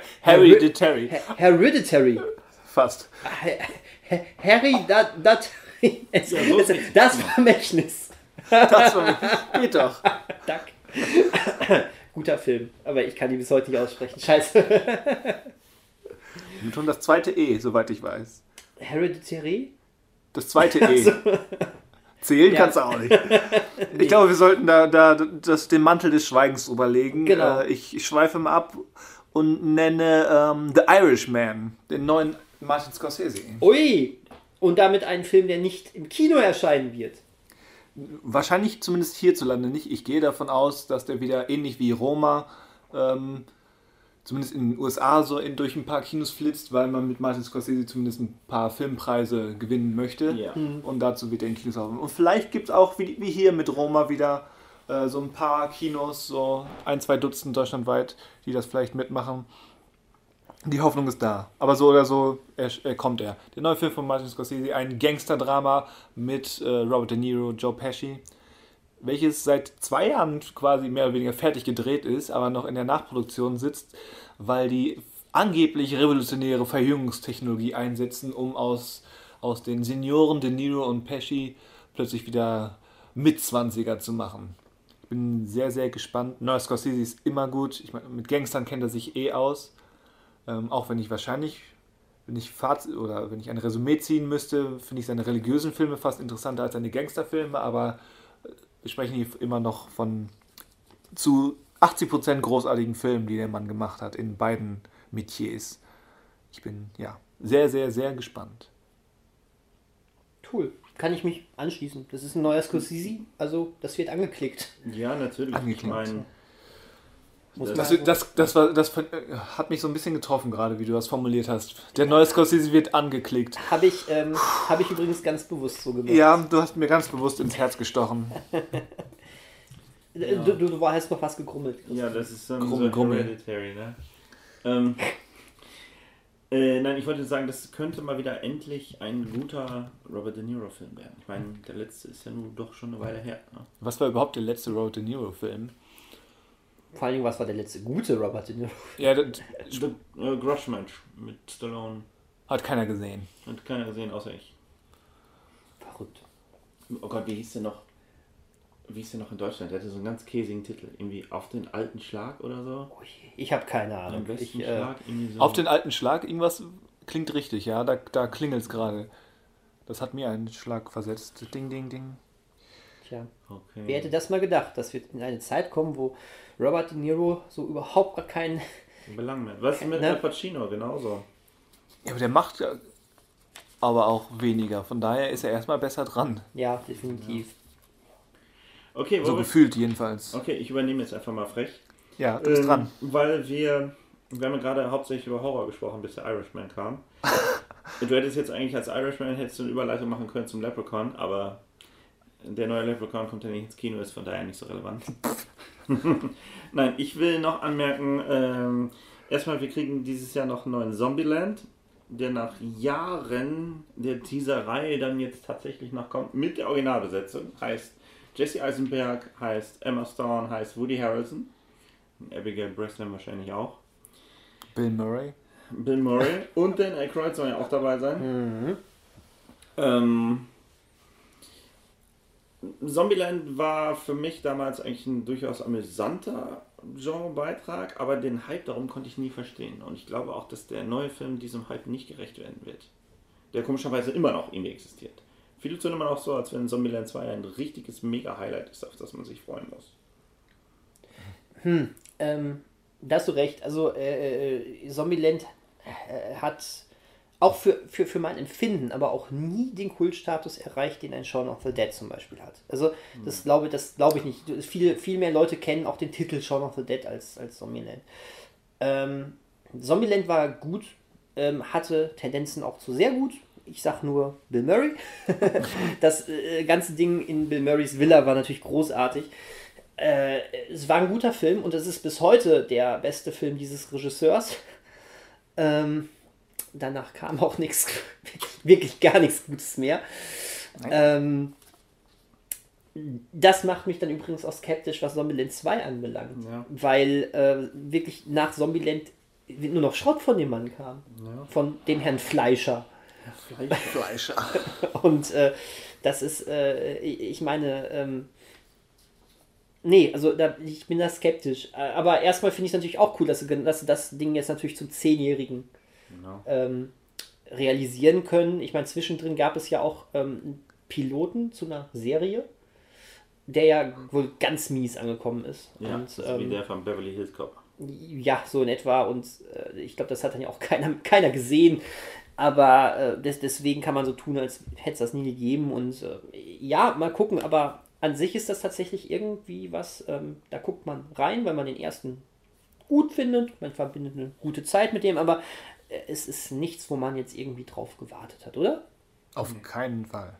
Hereditary. Fast. Das Vermächtnis. Geht doch. Danke. Guter Film, aber ich kann ihn bis heute nicht aussprechen. Scheiße. Und schon das zweite E, soweit ich weiß. Hereditary? Das zweite E. Zählen kannst du auch nicht. Ich glaube, wir sollten da den Mantel des Schweigens überlegen. Genau. Ich schweife mal ab und nenne The Irishman, den neuen Martin Scorsese. Ui! Und damit einen Film, der nicht im Kino erscheinen wird. Wahrscheinlich zumindest hierzulande nicht. Ich gehe davon aus, dass der wieder ähnlich wie Roma zumindest in den USA so durch ein paar Kinos flitzt, weil man mit Martin Scorsese zumindest ein paar Filmpreise gewinnen möchte. Ja. Und dazu wird er in Kinos laufen. Und vielleicht gibt es auch, wie hier mit Roma, wieder so ein paar Kinos, so 1, 2 Dutzend deutschlandweit, die das vielleicht mitmachen. Die Hoffnung ist da. Aber so oder so kommt er. Der neue Film von Martin Scorsese, ein Gangsterdrama mit Robert De Niro, Joe Pesci, welches seit 2 Jahren quasi mehr oder weniger fertig gedreht ist, aber noch in der Nachproduktion sitzt, weil die angeblich revolutionäre Verjüngungstechnologie einsetzen, um aus den Senioren De Niro und Pesci plötzlich wieder Mitzwanziger zu machen. Ich bin sehr, sehr gespannt. Neuer Scorsese ist immer gut. Ich meine, mit Gangstern kennt er sich aus. Auch wenn ich wahrscheinlich, wenn ich ein Resümee ziehen müsste, finde ich seine religiösen Filme fast interessanter als seine Gangsterfilme, aber wir sprechen hier immer noch von zu 80% großartigen Filmen, die der Mann gemacht hat in beiden Metiers. Ich bin sehr, sehr, sehr gespannt. Cool. Kann ich mich anschließen. Das ist ein neuer Scorsese, also das wird angeklickt. Ja, natürlich. Angeklickt. Ich meine, Das hat mich so ein bisschen getroffen gerade, wie du das formuliert hast. Der neue Scorsese wird angeklickt. Habe ich übrigens ganz bewusst so gemacht. Ja, du hast mir ganz bewusst ins Herz gestochen. Ja. Du hast noch was gegrummelt. Ja, das ist so Grummel. Hereditary, ne? Nein, ich wollte sagen, das könnte mal wieder endlich ein guter Robert De Niro Film werden. Ich meine, der letzte ist ja nun doch schon eine Weile her. Ne? Was war überhaupt der letzte Robert De Niro Film? Vor allem, was war der letzte gute Robert De Niro? Ja, Groschmensch mit Stallone. hat keiner gesehen. Hat keiner gesehen, außer ich. Verrückt. Oh Gott, wie hieß der noch in Deutschland? Der hatte so einen ganz käsigen Titel. Irgendwie Auf den alten Schlag oder so. Oh je, ich habe keine Ahnung. Am besten Schlag, irgendwie so. Auf den alten Schlag, irgendwas klingt richtig, ja, da klingelt es gerade. Das hat mir einen Schlag versetzt. Ding, ding, ding. Tja, Okay. wer hätte das mal gedacht, dass wir in eine Zeit kommen, wo Robert De Niro so überhaupt gar keinen... Belang mehr. Was ist mit Al Pacino? Genauso. Ja, aber der macht ja aber auch weniger. Von daher ist er erstmal besser dran. Ja, definitiv. Okay, So gefühlt jedenfalls. Okay, ich übernehme jetzt einfach mal frech. Ja, du bist dran. Weil wir haben ja gerade hauptsächlich über Horror gesprochen, bis der Irishman kam. Du hättest jetzt eigentlich als Irishman eine Überleitung machen können zum Leprechaun, aber der neue Leprechaun kommt ja nicht ins Kino, ist von daher nicht so relevant. Nein, ich will noch anmerken, erstmal, wir kriegen dieses Jahr noch einen neuen Zombieland, der nach Jahren der Teaserei dann jetzt tatsächlich noch kommt, mit der Originalbesetzung. Heißt Jesse Eisenberg, heißt Emma Stone, heißt Woody Harrelson, Abigail Breslin wahrscheinlich auch. Bill Murray Und Dan Aykroyd soll ja auch dabei sein. Zombieland war für mich damals eigentlich ein durchaus amüsanter Genrebeitrag, aber den Hype darum konnte ich nie verstehen. Und ich glaube auch, dass der neue Film diesem Hype nicht gerecht werden wird. Der komischerweise immer noch irgendwie existiert. Viele tun immer noch so, als wenn Zombieland 2 ein richtiges Mega-Highlight ist, auf das man sich freuen muss. Da hast du recht. Also Zombieland hat auch für mein Empfinden, aber auch nie den Kultstatus erreicht, den ein Shaun of the Dead zum Beispiel hat. Also das glaube ich nicht. Viel mehr Leute kennen auch den Titel Shaun of the Dead als Zombieland. Zombieland war gut, hatte Tendenzen auch zu sehr gut. Ich sag nur Bill Murray. Das ganze Ding in Bill Murrays Villa war natürlich großartig. Es war ein guter Film und es ist bis heute der beste Film dieses Regisseurs. Danach kam auch nichts, wirklich gar nichts Gutes mehr. Das macht mich dann übrigens auch skeptisch, was Zombieland 2 anbelangt. Ja. Weil wirklich nach Zombieland nur noch Schrott von dem Mann kam. Ja. Von dem Herrn Fleischer. Fleischer. Und das ist, ich meine, nee, also ich bin da skeptisch. Aber erstmal finde ich es natürlich auch cool, dass sie das Ding jetzt natürlich zum 10-Jährigen realisieren können. Ich meine, zwischendrin gab es ja auch einen Piloten zu einer Serie, der ja wohl ganz mies angekommen ist. Ja, und, das ist wie der von Beverly Hills Cop. Ja, so in etwa. Und ich glaube, das hat dann ja auch keiner gesehen. Aber deswegen kann man so tun, als hätte es das nie gegeben. Und ja, mal gucken. Aber an sich ist das tatsächlich irgendwie was, da guckt man rein, weil man den ersten gut findet. Man verbindet eine gute Zeit mit dem. Aber es ist nichts, wo man jetzt irgendwie drauf gewartet hat, oder? Auf keinen Fall.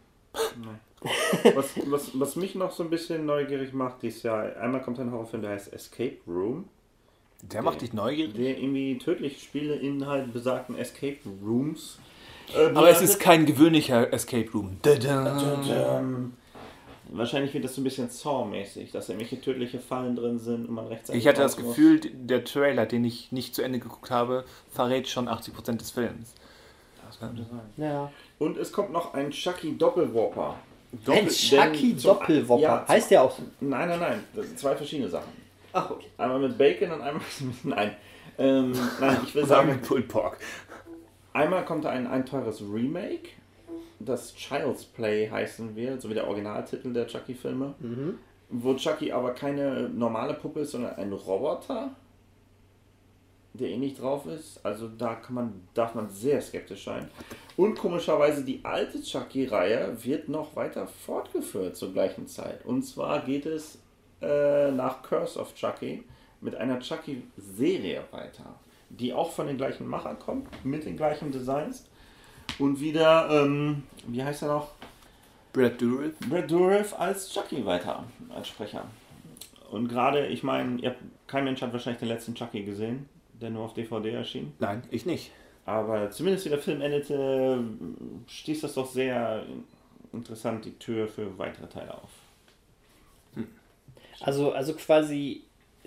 Was mich noch so ein bisschen neugierig macht, dieses Jahr, einmal kommt ein Horrorfilm, der heißt Escape Room. Der macht dich neugierig? Der irgendwie tödliche Spieleinhalt besagten Escape Rooms. Aber es ist kein gewöhnlicher Escape Room. Wahrscheinlich wird das so ein bisschen Saw-mäßig, dass irgendwelche tödliche Fallen drin sind und man rechtzeitig Ich hatte das raus muss. Gefühl, der Trailer, den ich nicht zu Ende geguckt habe, verrät schon 80% des Films. Das könnte sein. Ja. Und es kommt noch ein Chucky Doppelwhopper. Ein Chucky Doppelwhopper. Ja, heißt der auch so? Nein. Das sind zwei verschiedene Sachen. Ach, okay. Einmal mit Bacon und einmal mit... Nein. Nein, ich will sagen... Pulled Pork. Einmal kommt ein teures Remake, das Child's Play heißen wird, so wie der Originaltitel der Chucky-Filme, wo Chucky aber keine normale Puppe ist, sondern ein Roboter, der eh nicht drauf ist. Also da darf man sehr skeptisch sein. Und komischerweise die alte Chucky-Reihe wird noch weiter fortgeführt zur gleichen Zeit. Und zwar geht es nach Curse of Chucky mit einer Chucky-Serie weiter, die auch von den gleichen Machern kommt, mit den gleichen Designs. Und wieder, wie heißt er noch? Brad Dourif. Brad Dourif als Chucky weiter, als Sprecher. Und gerade, ich meine, kein Mensch hat wahrscheinlich den letzten Chucky gesehen, der nur auf DVD erschien. Nein, ich nicht. Aber zumindest wie der Film endete, stieß das doch sehr interessant die Tür für weitere Teile auf. Also quasi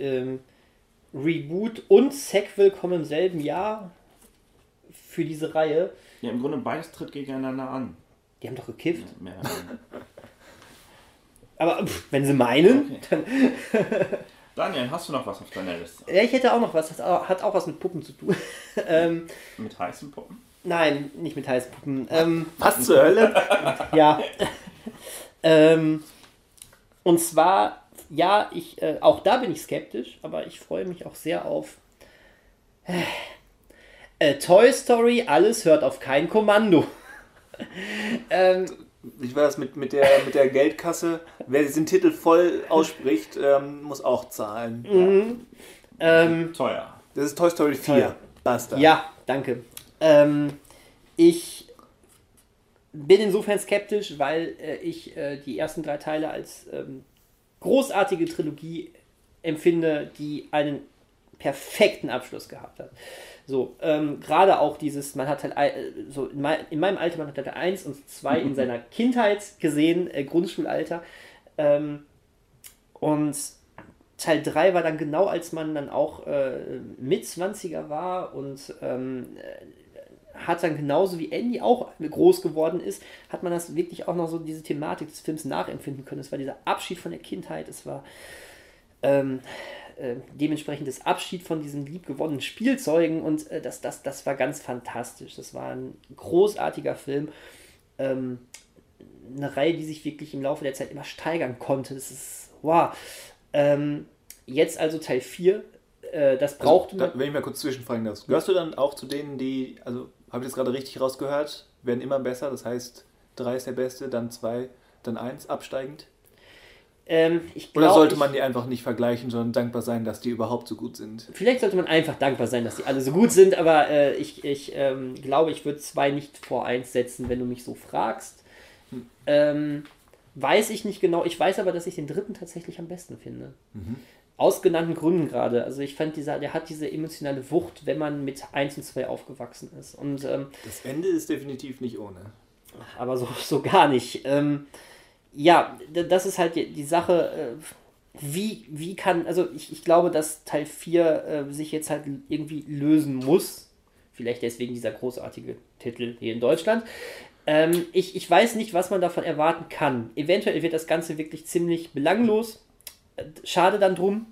Reboot und Sequel kommen im selben Jahr für diese Reihe. Ja, im Grunde beides tritt gegeneinander an. Die haben doch gekifft. Ja, mehr oder weniger. Aber wenn sie meinen, Okay. Daniel, hast du noch was auf deiner Liste? Ja, ich hätte auch noch was. Das hat auch was mit Puppen zu tun. Mit heißen Puppen? Nein, nicht mit heißen Puppen. Was zur Hölle? Ja. Und zwar, ja, auch da bin ich skeptisch, aber ich freue mich auch sehr auf Toy Story, alles hört auf kein Kommando. Wie war das mit der Geldkasse? Wer diesen Titel voll ausspricht, muss auch zahlen. Teuer. Das ist Toy Story 4. Teuer. Basta. Ja, danke. Ich bin insofern skeptisch, weil ich die ersten 3 Teile als großartige Trilogie empfinde, die einen perfekten Abschluss gehabt hat. So, gerade auch dieses, man hat halt, so in meinem Alter, man hat halt 1 und 2 in seiner Kindheit gesehen, Grundschulalter. Und Teil 3 war dann genau, als man dann auch Mit-20er war und hat dann genauso wie Andy auch groß geworden ist, hat man das wirklich auch noch so diese Thematik des Films nachempfinden können. Es war dieser Abschied von der Kindheit, es war dementsprechend das Abschied von diesen liebgewonnenen Spielzeugen und das war ganz fantastisch. Das war ein großartiger Film. Eine Reihe, die sich wirklich im Laufe der Zeit immer steigern konnte. Das ist wow. Jetzt also Teil 4. Das braucht man. Wenn ich mal kurz zwischenfragen darf. Gehörst du dann auch zu denen, die, also habe ich das gerade richtig rausgehört, werden immer besser, das heißt 3 ist der beste, dann 2, dann 1, absteigend? Oder sollte man die einfach nicht vergleichen, sondern dankbar sein, dass die überhaupt so gut sind? Vielleicht sollte man einfach dankbar sein, dass die alle so gut sind, aber ich glaube, ich würde 2 nicht vor 1 setzen, wenn du mich so fragst. Weiß ich nicht genau. Ich weiß aber, dass ich den 3. tatsächlich am besten finde. Aus genannten Gründen gerade. Also ich fand, der hat diese emotionale Wucht, wenn man mit 1 und 2 aufgewachsen ist. Und, das Ende ist definitiv nicht ohne. Aber so gar nicht. Ja, das ist halt die Sache, wie kann, also ich glaube, dass Teil 4 sich jetzt halt irgendwie lösen muss. Vielleicht deswegen dieser großartige Titel hier in Deutschland. Ich weiß nicht, was man davon erwarten kann. Eventuell wird das Ganze wirklich ziemlich belanglos. Schade dann drum.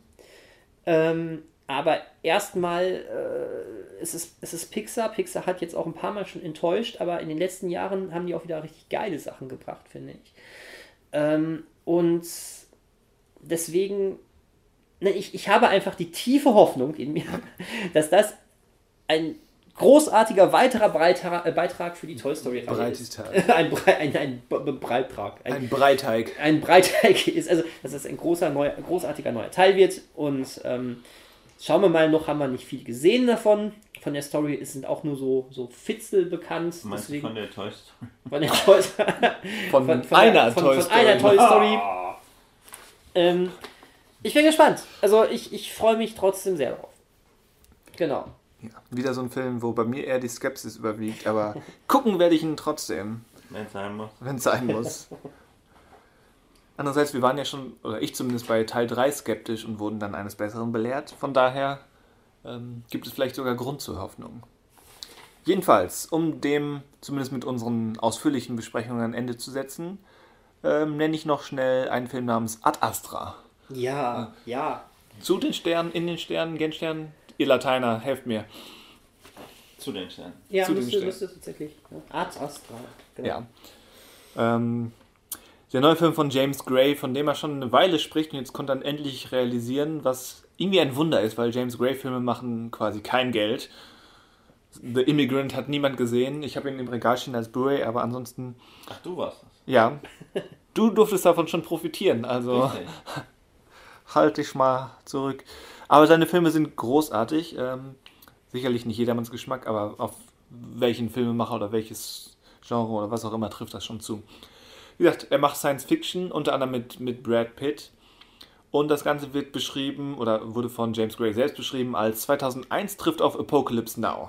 Aber erstmal es ist Pixar. Pixar hat jetzt auch ein paar Mal schon enttäuscht, aber in den letzten Jahren haben die auch wieder richtig geile Sachen gebracht, finde ich. Und deswegen, ich habe einfach die tiefe Hoffnung in mir, dass das ein großartiger weiterer Beitrag für die Toy Story Reihe ist. Ein Beitrag. Ein Breiteig. Ein Breiteig ist, also dass es ein großartiger neuer Teil wird. Und schauen wir mal, noch haben wir nicht viel gesehen davon. Von der Story sind auch nur so Fitzel bekannt. Meinst du von der Toy Story? Von der Toy Story. Von einer Toy Story. Ich bin gespannt. Also ich freue mich trotzdem sehr drauf. Genau. Ja, wieder so ein Film, wo bei mir eher die Skepsis überwiegt, aber gucken werde ich ihn trotzdem. Wenn es sein muss. Wenn es sein muss. Andererseits, wir waren ja schon, oder ich zumindest bei Teil 3 skeptisch und wurden dann eines Besseren belehrt. Von daher gibt es vielleicht sogar Grund zur Hoffnung. Jedenfalls, um dem zumindest mit unseren ausführlichen Besprechungen ein Ende zu setzen, nenne ich noch schnell einen Film namens Ad Astra. Ja. Zu den Sternen, in den Sternen, gen Sternen. Ihr Lateiner, helft mir. Zu den Sternen. Ja, Zu den müsste Sternen. tatsächlich. Ad Astra. Genau. Ja. Der neue Film von James Gray, von dem er schon eine Weile spricht und jetzt konnte er endlich realisieren, was irgendwie ein Wunder ist, weil James Gray Filme machen quasi kein Geld. The Immigrant hat niemand gesehen. Ich habe ihn im Regal stehen als Blu-ray, aber ansonsten... Ach, du warst das. Ja. Du durftest davon schon profitieren, also Richtig. halt dich mal zurück. Aber seine Filme sind großartig. Sicherlich nicht jedermanns Geschmack, aber auf welchen Filmemacher oder welches Genre oder was auch immer trifft das schon zu. Wie gesagt, er macht Science Fiction, unter anderem mit Brad Pitt. Und das Ganze wird beschrieben, oder wurde von James Gray selbst beschrieben, als 2001 trifft auf Apocalypse Now.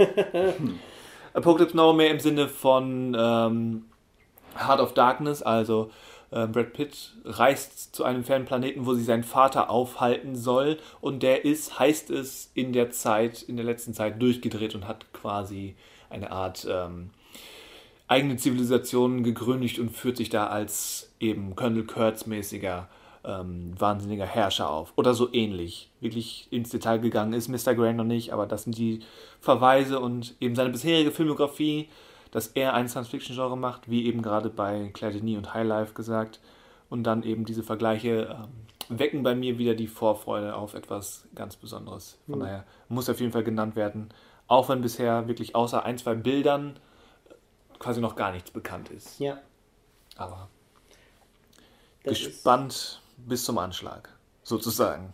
Apocalypse Now mehr im Sinne von Heart of Darkness, also Brad Pitt reist zu einem fernen Planeten, wo sich sein Vater aufhalten soll. Und der heißt es, in der letzten Zeit durchgedreht und hat quasi eine Art eigene Zivilisation gegründet und führt sich da als eben Colonel Kurtz-mäßiger wahnsinniger Herrscher auf. Oder so ähnlich. Wirklich ins Detail gegangen ist Mr. Gray noch nicht, aber das sind die Verweise und eben seine bisherige Filmografie, dass er ein Science-Fiction-Genre macht, wie eben gerade bei Claire Denis und High Life gesagt. Und dann eben diese Vergleiche wecken bei mir wieder die Vorfreude auf etwas ganz Besonderes. Von daher muss er auf jeden Fall genannt werden, auch wenn bisher wirklich außer ein, zwei Bildern quasi noch gar nichts bekannt ist. Ja. Aber Das gespannt bis zum Anschlag, sozusagen.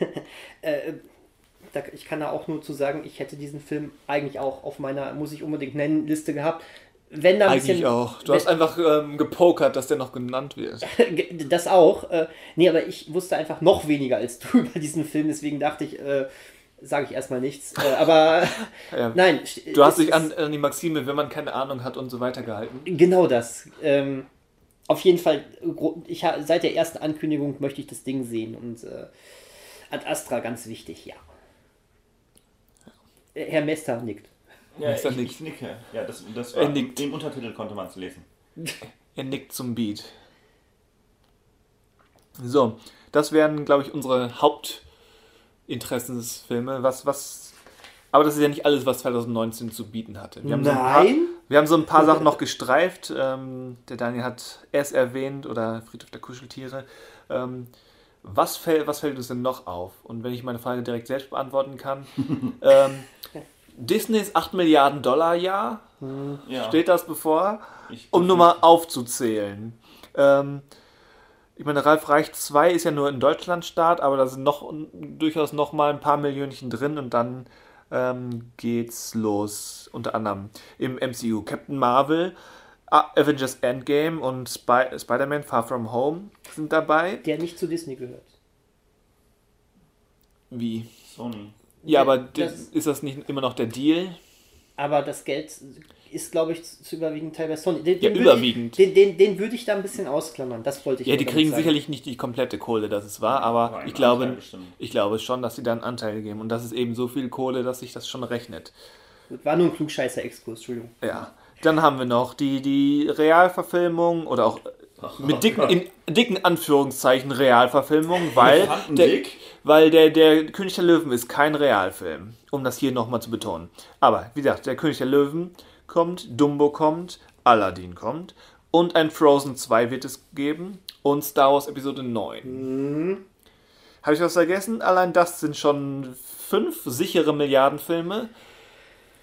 Ich kann da auch nur zu sagen, ich hätte diesen Film eigentlich auch auf meiner, muss ich unbedingt nennen, Liste gehabt. Wenn da ein Eigentlich bisschen, auch. Du hast einfach gepokert, dass der noch genannt wird. Das auch. Nee, aber ich wusste einfach noch weniger als du über diesen Film, deswegen dachte ich, sage ich erstmal nichts. Aber Ja. nein. Du hast dich an die Maxime, wenn man keine Ahnung hat und so weiter gehalten. Genau das. Auf jeden Fall, seit der ersten Ankündigung möchte ich das Ding sehen und Ad Astra ganz wichtig, ja. Herr Mester nickt. Ja, Ist er ich nicht. nicke. Ja, das war, nickt. im Untertitel konnte man es lesen. Er nickt zum Beat. So, das wären, glaube ich, unsere Hauptinteressensfilme. Aber das ist ja nicht alles, was 2019 zu bieten hatte. Wir haben so ein paar Sachen noch gestreift. Der Daniel hat es erwähnt oder Friedhof der Kuscheltiere. Was fällt uns denn noch auf? Und wenn ich meine Frage direkt selbst beantworten kann. Disneys $8 Milliarden Jahr, Ja. steht das bevor? Um nur mal aufzuzählen. Ich meine, Ralf Reich 2 ist ja nur in Deutschland Start, aber da sind durchaus noch mal ein paar Millionchen drin und dann geht's los. Unter anderem im MCU Captain Marvel, Avengers Endgame und Spider-Man Far From Home sind dabei. Der nicht zu Disney gehört. Wie? Sony. Ja, aber Das- ist das nicht immer noch der Deal? Aber das Geld ist, glaube ich, zu überwiegend Teil bei Sony. Den Ja, würde überwiegend. Den würde ich da ein bisschen ausklammern. Das wollte ich Ja, nur die damit kriegen sagen. sicherlich nicht die komplette Kohle, dass es war, aber ein ich glaube, Anteil bestimmt. ich glaube schon, dass sie da einen Anteil geben. Und das ist eben so viel Kohle, dass sich das schon rechnet. War nur ein Klugscheißer-Exkurs, Entschuldigung. Ja. Dann haben wir noch die Realverfilmung oder auch mit dicken Anführungszeichen Realverfilmung, weil Elefantendick? der König der Löwen ist kein Realfilm, um das hier nochmal zu betonen. Aber wie gesagt, der König der Löwen kommt, Dumbo kommt, Aladdin kommt und ein Frozen 2 wird es geben und Star Wars Episode 9. Habe ich was vergessen? Allein das sind schon 5 sichere Milliardenfilme.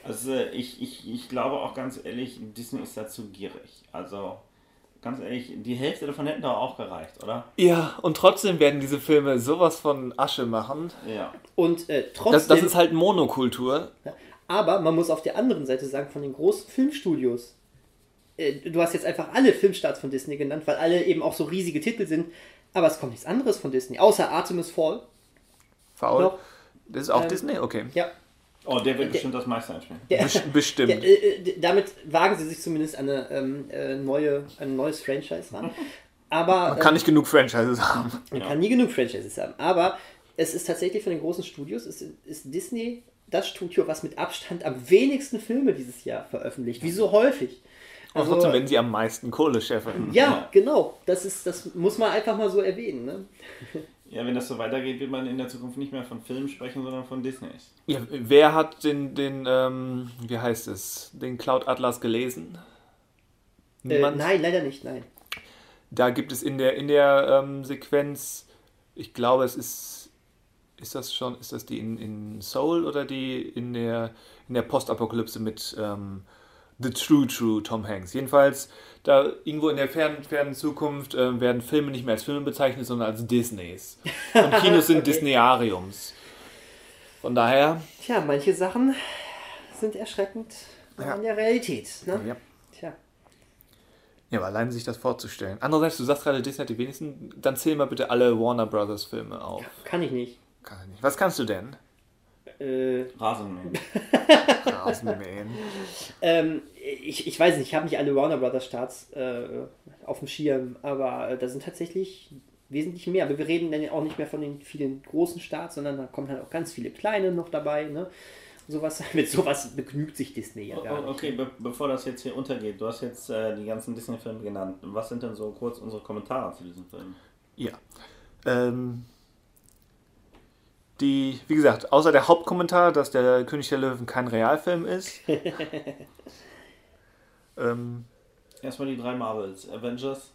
Also ich glaube auch ganz ehrlich, Disney ist dazu gierig. Also ganz ehrlich, die Hälfte davon hätten doch auch gereicht, oder? Ja, und trotzdem werden diese Filme sowas von Asche machen. Ja. Und trotzdem... Das ist halt Monokultur. Aber man muss auf der anderen Seite sagen, von den großen Filmstudios, du hast jetzt einfach alle Filmstarts von Disney genannt, weil alle eben auch so riesige Titel sind, aber es kommt nichts anderes von Disney, außer Artemis Fall. Faul. Noch. Das ist auch Disney? Okay. Ja. Oh, der wird bestimmt das meiste einspielen. Bestimmt. Damit wagen sie sich zumindest an ein neues Franchise ran. Aber, Man kann nicht genug Franchises haben. Man kann nie genug Franchises haben. Aber es ist tatsächlich von den großen Studios, ist Disney das Studio, was mit Abstand am wenigsten Filme dieses Jahr veröffentlicht. Wie so häufig. Also, trotzdem werden sie am meisten Kohle scheffeln. Ja, genau. Das muss man einfach mal so erwähnen. Ne? Ja, wenn das so weitergeht, wird man in der Zukunft nicht mehr von Filmen sprechen, sondern von Disney. Ja, wer hat den wie heißt es, den Cloud Atlas gelesen? Nein, leider nicht, nein. Da gibt es in der Sequenz, ich glaube, ist das die in Soul oder die in der Postapokalypse mit The True Tom Hanks? Jedenfalls, da irgendwo in der fernen Zukunft werden Filme nicht mehr als Filme bezeichnet, sondern als Disneys. Und Kinos sind Disneyariums. Von daher... Tja, manche Sachen sind erschreckend an der Realität. Ne? Ja. Tja. Ja, aber allein sich das vorzustellen. Andererseits, du sagst gerade, Disney hat die wenigsten, dann zähl mal bitte alle Warner Brothers Filme auf. Kann ich nicht. Kann ich nicht. Was kannst du denn? Rasenmähen. Rasenmähen. Ich weiß nicht, ich habe nicht alle Warner Brothers Starts auf dem Schirm, aber da sind tatsächlich wesentlich mehr. Aber wir reden dann auch nicht mehr von den vielen großen Starts, sondern da kommen halt auch ganz viele kleine noch dabei. Ne? Mit sowas begnügt sich Disney ja gar nicht. Okay, bevor das jetzt hier untergeht, du hast jetzt die ganzen Disney-Filme genannt. Was sind denn so kurz unsere Kommentare zu diesen Filmen? Ja. Wie gesagt, außer der Hauptkommentar, dass der König der Löwen kein Realfilm ist. Erstmal die 3 Marvels. Avengers.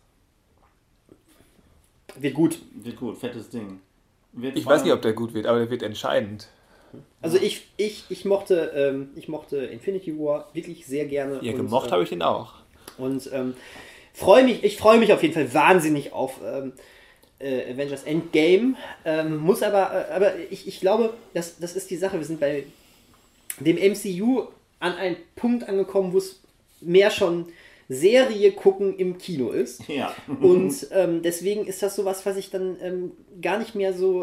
Wird gut. Wird gut, fettes Ding. Ich weiß nicht, ob der gut wird, aber der wird entscheidend. Also ich mochte Infinity War wirklich sehr gerne. Ja, gemocht habe ich den auch. Und ich freue mich auf jeden Fall wahnsinnig auf Avengers Endgame. Muss aber ich glaube, das ist die Sache. Wir sind bei dem MCU an einem Punkt angekommen, wo es mehr schon Serie gucken im Kino ist. Ja. Und deswegen ist das sowas, was ich dann gar nicht mehr so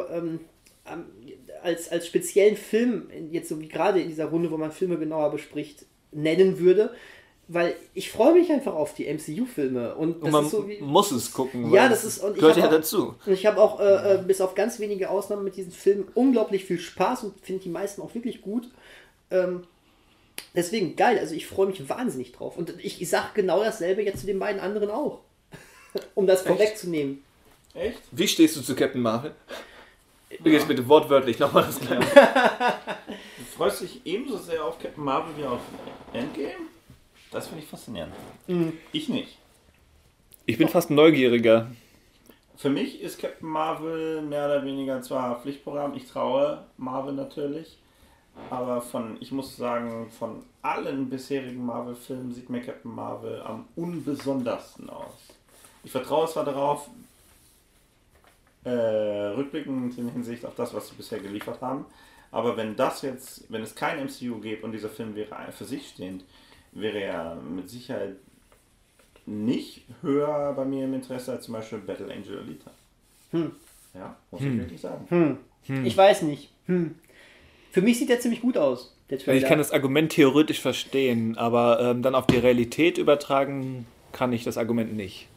als speziellen Film, jetzt so wie gerade in dieser Runde, wo man Filme genauer bespricht, nennen würde. Weil ich freue mich einfach auf die MCU-Filme. Und man ist so muss es gucken. Ja, das ist... Und gehört ja dazu. Und ich habe auch bis auf ganz wenige Ausnahmen mit diesen Filmen unglaublich viel Spaß und finde die meisten auch wirklich gut. Deswegen geil, also ich freue mich wahnsinnig drauf. Und ich sage genau dasselbe jetzt zu den beiden anderen auch. Um das vorwegzunehmen. Echt? Wie stehst du zu Captain Marvel? Jetzt bitte wortwörtlich nochmal das Gleiche. Du freust dich ebenso sehr auf Captain Marvel wie auf Endgame? Das finde ich faszinierend. Ich nicht. Ich bin fast neugieriger. Für mich ist Captain Marvel mehr oder weniger zwar Pflichtprogramm, ich traue Marvel natürlich, aber ich muss sagen, von allen bisherigen Marvel-Filmen sieht mir Captain Marvel am unbesondersten aus. Ich vertraue zwar darauf, rückblickend in Hinsicht auf das, was sie bisher geliefert haben, aber wenn es kein MCU gibt und dieser Film wäre für sich stehend, wäre er mit Sicherheit nicht höher bei mir im Interesse als zum Beispiel Battle Angel Alita. Ja, muss ich wirklich sagen. Ich weiß nicht. Für mich sieht der ziemlich gut aus, der Trailer. Ich kann das Argument theoretisch verstehen, aber dann auf die Realität übertragen kann ich das Argument nicht.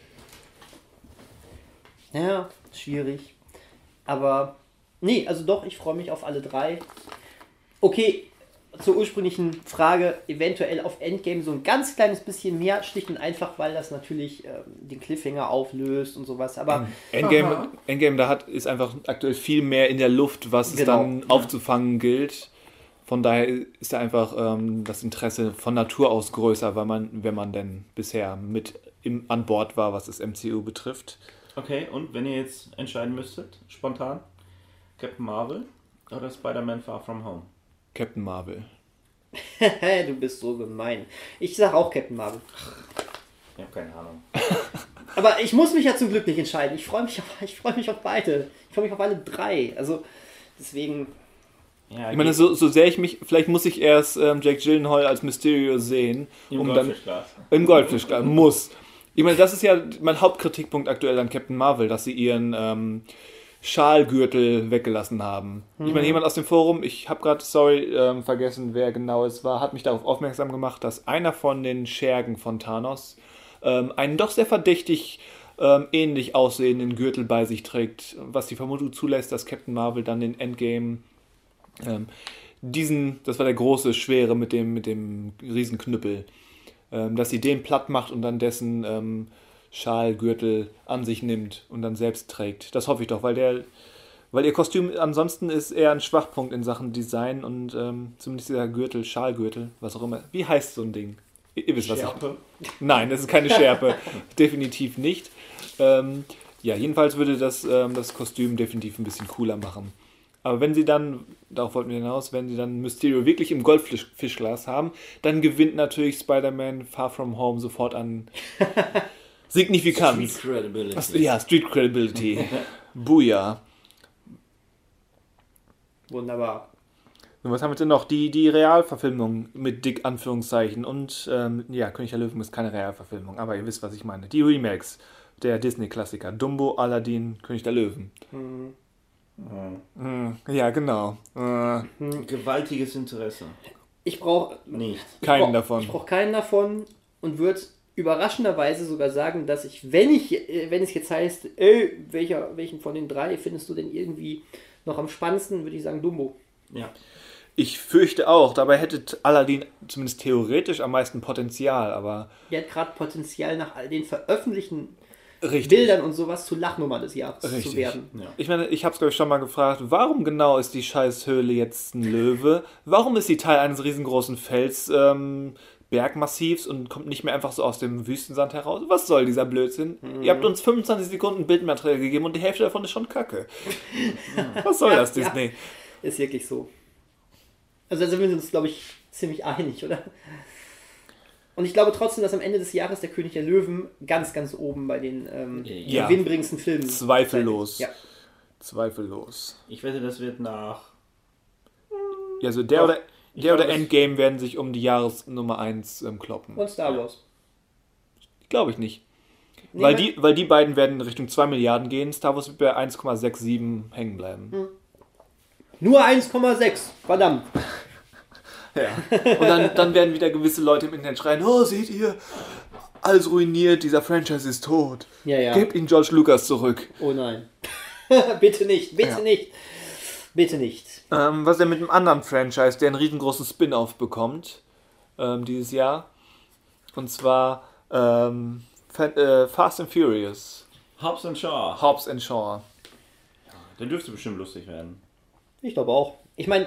Ja, schwierig. Aber, nee, also doch, ich freue mich auf alle 3. Okay, zur ursprünglichen Frage, eventuell auf Endgame so ein ganz kleines bisschen mehr, schlicht und einfach, weil das natürlich den Cliffhanger auflöst und sowas. Aber Endgame, ist einfach aktuell viel mehr in der Luft, was es dann aufzufangen gilt. Von daher ist da einfach das Interesse von Natur aus größer, weil wenn man denn bisher an Bord war, was das MCU betrifft. Okay, und wenn ihr jetzt entscheiden müsstet, spontan, Captain Marvel oder Spider-Man Far From Home? Captain Marvel. Du bist so gemein. Ich sag auch Captain Marvel. Ich habe keine Ahnung. Aber ich muss mich ja zum Glück nicht entscheiden. Ich freue mich auf beide. Ich freue mich auf alle 3. Also deswegen... Ja, Ich meine, so sehr ich mich, vielleicht muss ich erst Jake Gyllenhaal als Mysterio sehen, im Goldfischglas. Im Goldfischglas, muss. Ich meine, das ist ja mein Hauptkritikpunkt aktuell an Captain Marvel, dass sie ihren Schalgürtel weggelassen haben. Ich meine, jemand aus dem Forum, ich habe gerade, vergessen, wer genau es war, hat mich darauf aufmerksam gemacht, dass einer von den Schergen von Thanos einen doch sehr verdächtig ähnlich aussehenden Gürtel bei sich trägt, was die Vermutung zulässt, dass Captain Marvel dann den Endgame das war der große, schwere mit dem Riesenknüppel, dass sie den platt macht und dann dessen Schalgürtel an sich nimmt und dann selbst trägt. Das hoffe ich doch, weil ihr Kostüm ansonsten ist eher ein Schwachpunkt in Sachen Design und zumindest dieser Gürtel, Schalgürtel, was auch immer. Wie heißt so ein Ding? Ihr wisst, was Schärpe? Nein, das ist keine Schärpe. Definitiv nicht. Ja, jedenfalls würde das Kostüm definitiv ein bisschen cooler machen. Aber wenn sie dann, darauf wollten wir hinaus, wenn sie dann Mysterio wirklich im Goldfischglas haben, dann gewinnt natürlich Spider-Man Far From Home sofort an Signifikanz. Street Credibility. Ja, Street Credibility. Booyah. Wunderbar. Und was haben wir denn noch? Die Realverfilmung mit dick Anführungszeichen. Und König der Löwen ist keine Realverfilmung, aber ihr wisst, was ich meine. Die Remakes der Disney-Klassiker. Dumbo, Aladdin, König der Löwen. Ja, genau. Gewaltiges Interesse. Ich brauche keinen davon. Ich brauche keinen davon und würde überraschenderweise sogar sagen, dass wenn es jetzt heißt, welchen von den 3 findest du denn irgendwie noch am spannendsten, würde ich sagen Dumbo. Ja. Ich fürchte auch. Dabei hätte Aladdin zumindest theoretisch am meisten Potenzial, aber... Der hat gerade Potenzial, nach all den veröffentlichten Bildern und sowas zur Lachnummer des Jahres zu werden. Ja. Ich meine, ich habe es glaube ich schon mal gefragt, warum genau ist die Scheißhöhle jetzt ein Löwe? Warum ist sie Teil eines riesengroßen Bergmassivs und kommt nicht mehr einfach so aus dem Wüstensand heraus? Was soll dieser Blödsinn? Ihr habt uns 25 Sekunden Bildmaterial gegeben und die Hälfte davon ist schon Kacke. Was soll das, Disney? Ja, ist wirklich so. Also da sind wir uns, glaube ich, ziemlich einig, oder? Und ich glaube trotzdem, dass am Ende des Jahres der König der Löwen ganz, ganz oben bei den gewinnbringendsten Filmen Zweifellos. Ja. Zweifellos. Ich wette, das wird nach... Ja, also der oder Endgame werden sich um die Jahresnummer 1 kloppen. Und Star Wars. Glaube ich nicht. Weil die beiden werden in Richtung 2 Milliarden gehen. Star Wars wird bei 1,67 hängen bleiben. Nur 1,6. Verdammt. Ja. Und dann werden wieder gewisse Leute im Internet schreien, oh, seht ihr, alles ruiniert, dieser Franchise ist tot. Ja. Gebt ihn George Lucas zurück. Oh nein. Bitte nicht, bitte nicht. Bitte nicht. Was denn mit einem anderen Franchise, der einen riesengroßen Spin-Off bekommt, dieses Jahr? Und zwar Fast and Furious. Hobbs and Shaw. Hobbs and Shaw. Der dürfte bestimmt lustig werden. Ich glaube auch. Ich meine,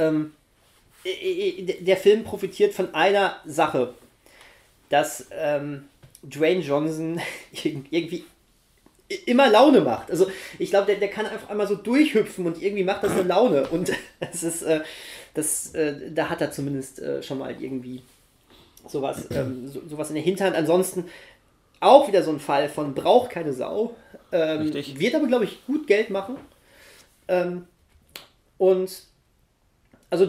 der Film profitiert von einer Sache, dass Dwayne Johnson irgendwie immer Laune macht. Also ich glaube, der kann einfach einmal so durchhüpfen und irgendwie macht das eine Laune. Und es ist, da hat er zumindest schon mal irgendwie sowas in der Hinterhand. Ansonsten auch wieder so ein Fall von braucht keine Sau. Wird aber, glaube ich, gut Geld machen. Und bei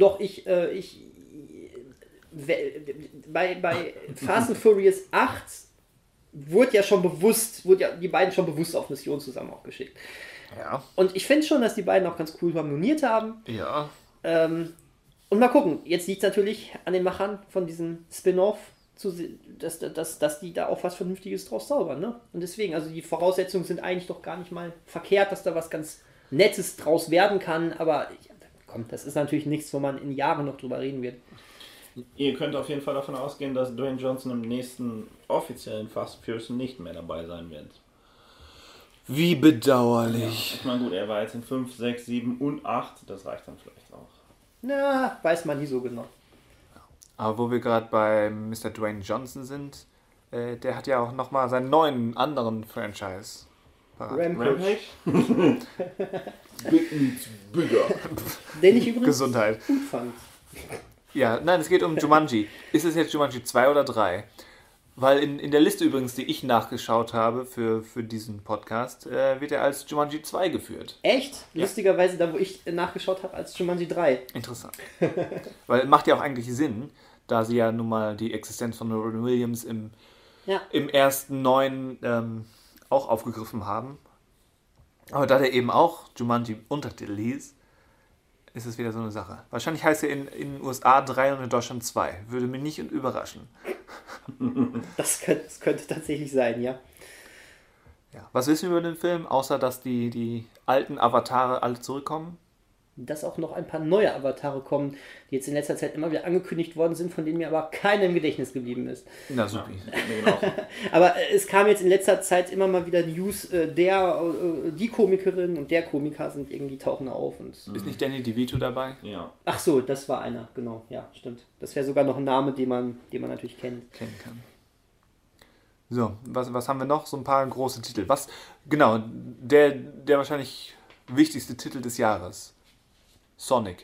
Fast and Furious 8 wurde die beiden schon bewusst auf Mission zusammen auch geschickt. Ja. Und ich finde schon, dass die beiden auch ganz cool harmoniert haben. Ja. Und mal gucken, jetzt liegt es natürlich an den Machern von diesem Spin-Off, dass die da auch was Vernünftiges draus zaubern. Ne? Und deswegen, also die Voraussetzungen sind eigentlich doch gar nicht mal verkehrt, dass da was ganz Nettes draus werden kann, aber das ist natürlich nichts, wo man in Jahren noch drüber reden wird. Ihr könnt auf jeden Fall davon ausgehen, dass Dwayne Johnson im nächsten offiziellen Fast and Furious nicht mehr dabei sein wird. Wie bedauerlich. Ja, ich meine, gut, er war jetzt in 5, 6, 7 und 8, das reicht dann vielleicht auch. Na, weiß man nie so genau. Aber wo wir gerade bei Mr. Dwayne Johnson sind, der hat ja auch nochmal seinen neuen, anderen Franchise. Rampage. Big meets bigger. Den ich übrigens Gesundheit. gut fand. Ja, nein, es geht um Jumanji. Ist es jetzt Jumanji 2 oder 3? Weil in der Liste übrigens, die ich nachgeschaut habe für diesen Podcast, wird er als Jumanji 2 geführt. Echt? Ja. Lustigerweise da, wo ich nachgeschaut habe, als Jumanji 3. Interessant. Weil macht ja auch eigentlich Sinn, da sie ja nun mal die Existenz von Robin Williams im ersten neuen auch aufgegriffen haben. Aber da der eben auch Jumanji Untertitel hieß, ist es wieder so eine Sache. Wahrscheinlich heißt er in den USA 3 und in Deutschland 2. Würde mich nicht überraschen. Das könnte tatsächlich sein, ja. Ja. Was wissen wir über den Film, außer dass die alten Avatare alle zurückkommen? Dass auch noch ein paar neue Avatare kommen, die jetzt in letzter Zeit immer wieder angekündigt worden sind, von denen mir aber keiner im Gedächtnis geblieben ist. Na super. Genau. Aber es kam jetzt in letzter Zeit immer mal wieder News, die Komikerin und der Komiker sind irgendwie tauchen auf. Und Ist nicht Danny DeVito dabei? Ja. ach so, das war einer, genau, ja, stimmt. Das wäre sogar noch ein Name, den man natürlich kennt. Kennen kann. So, was haben wir noch? So ein paar große Titel. Was, genau, der wahrscheinlich wichtigste Titel des Jahres. Sonic.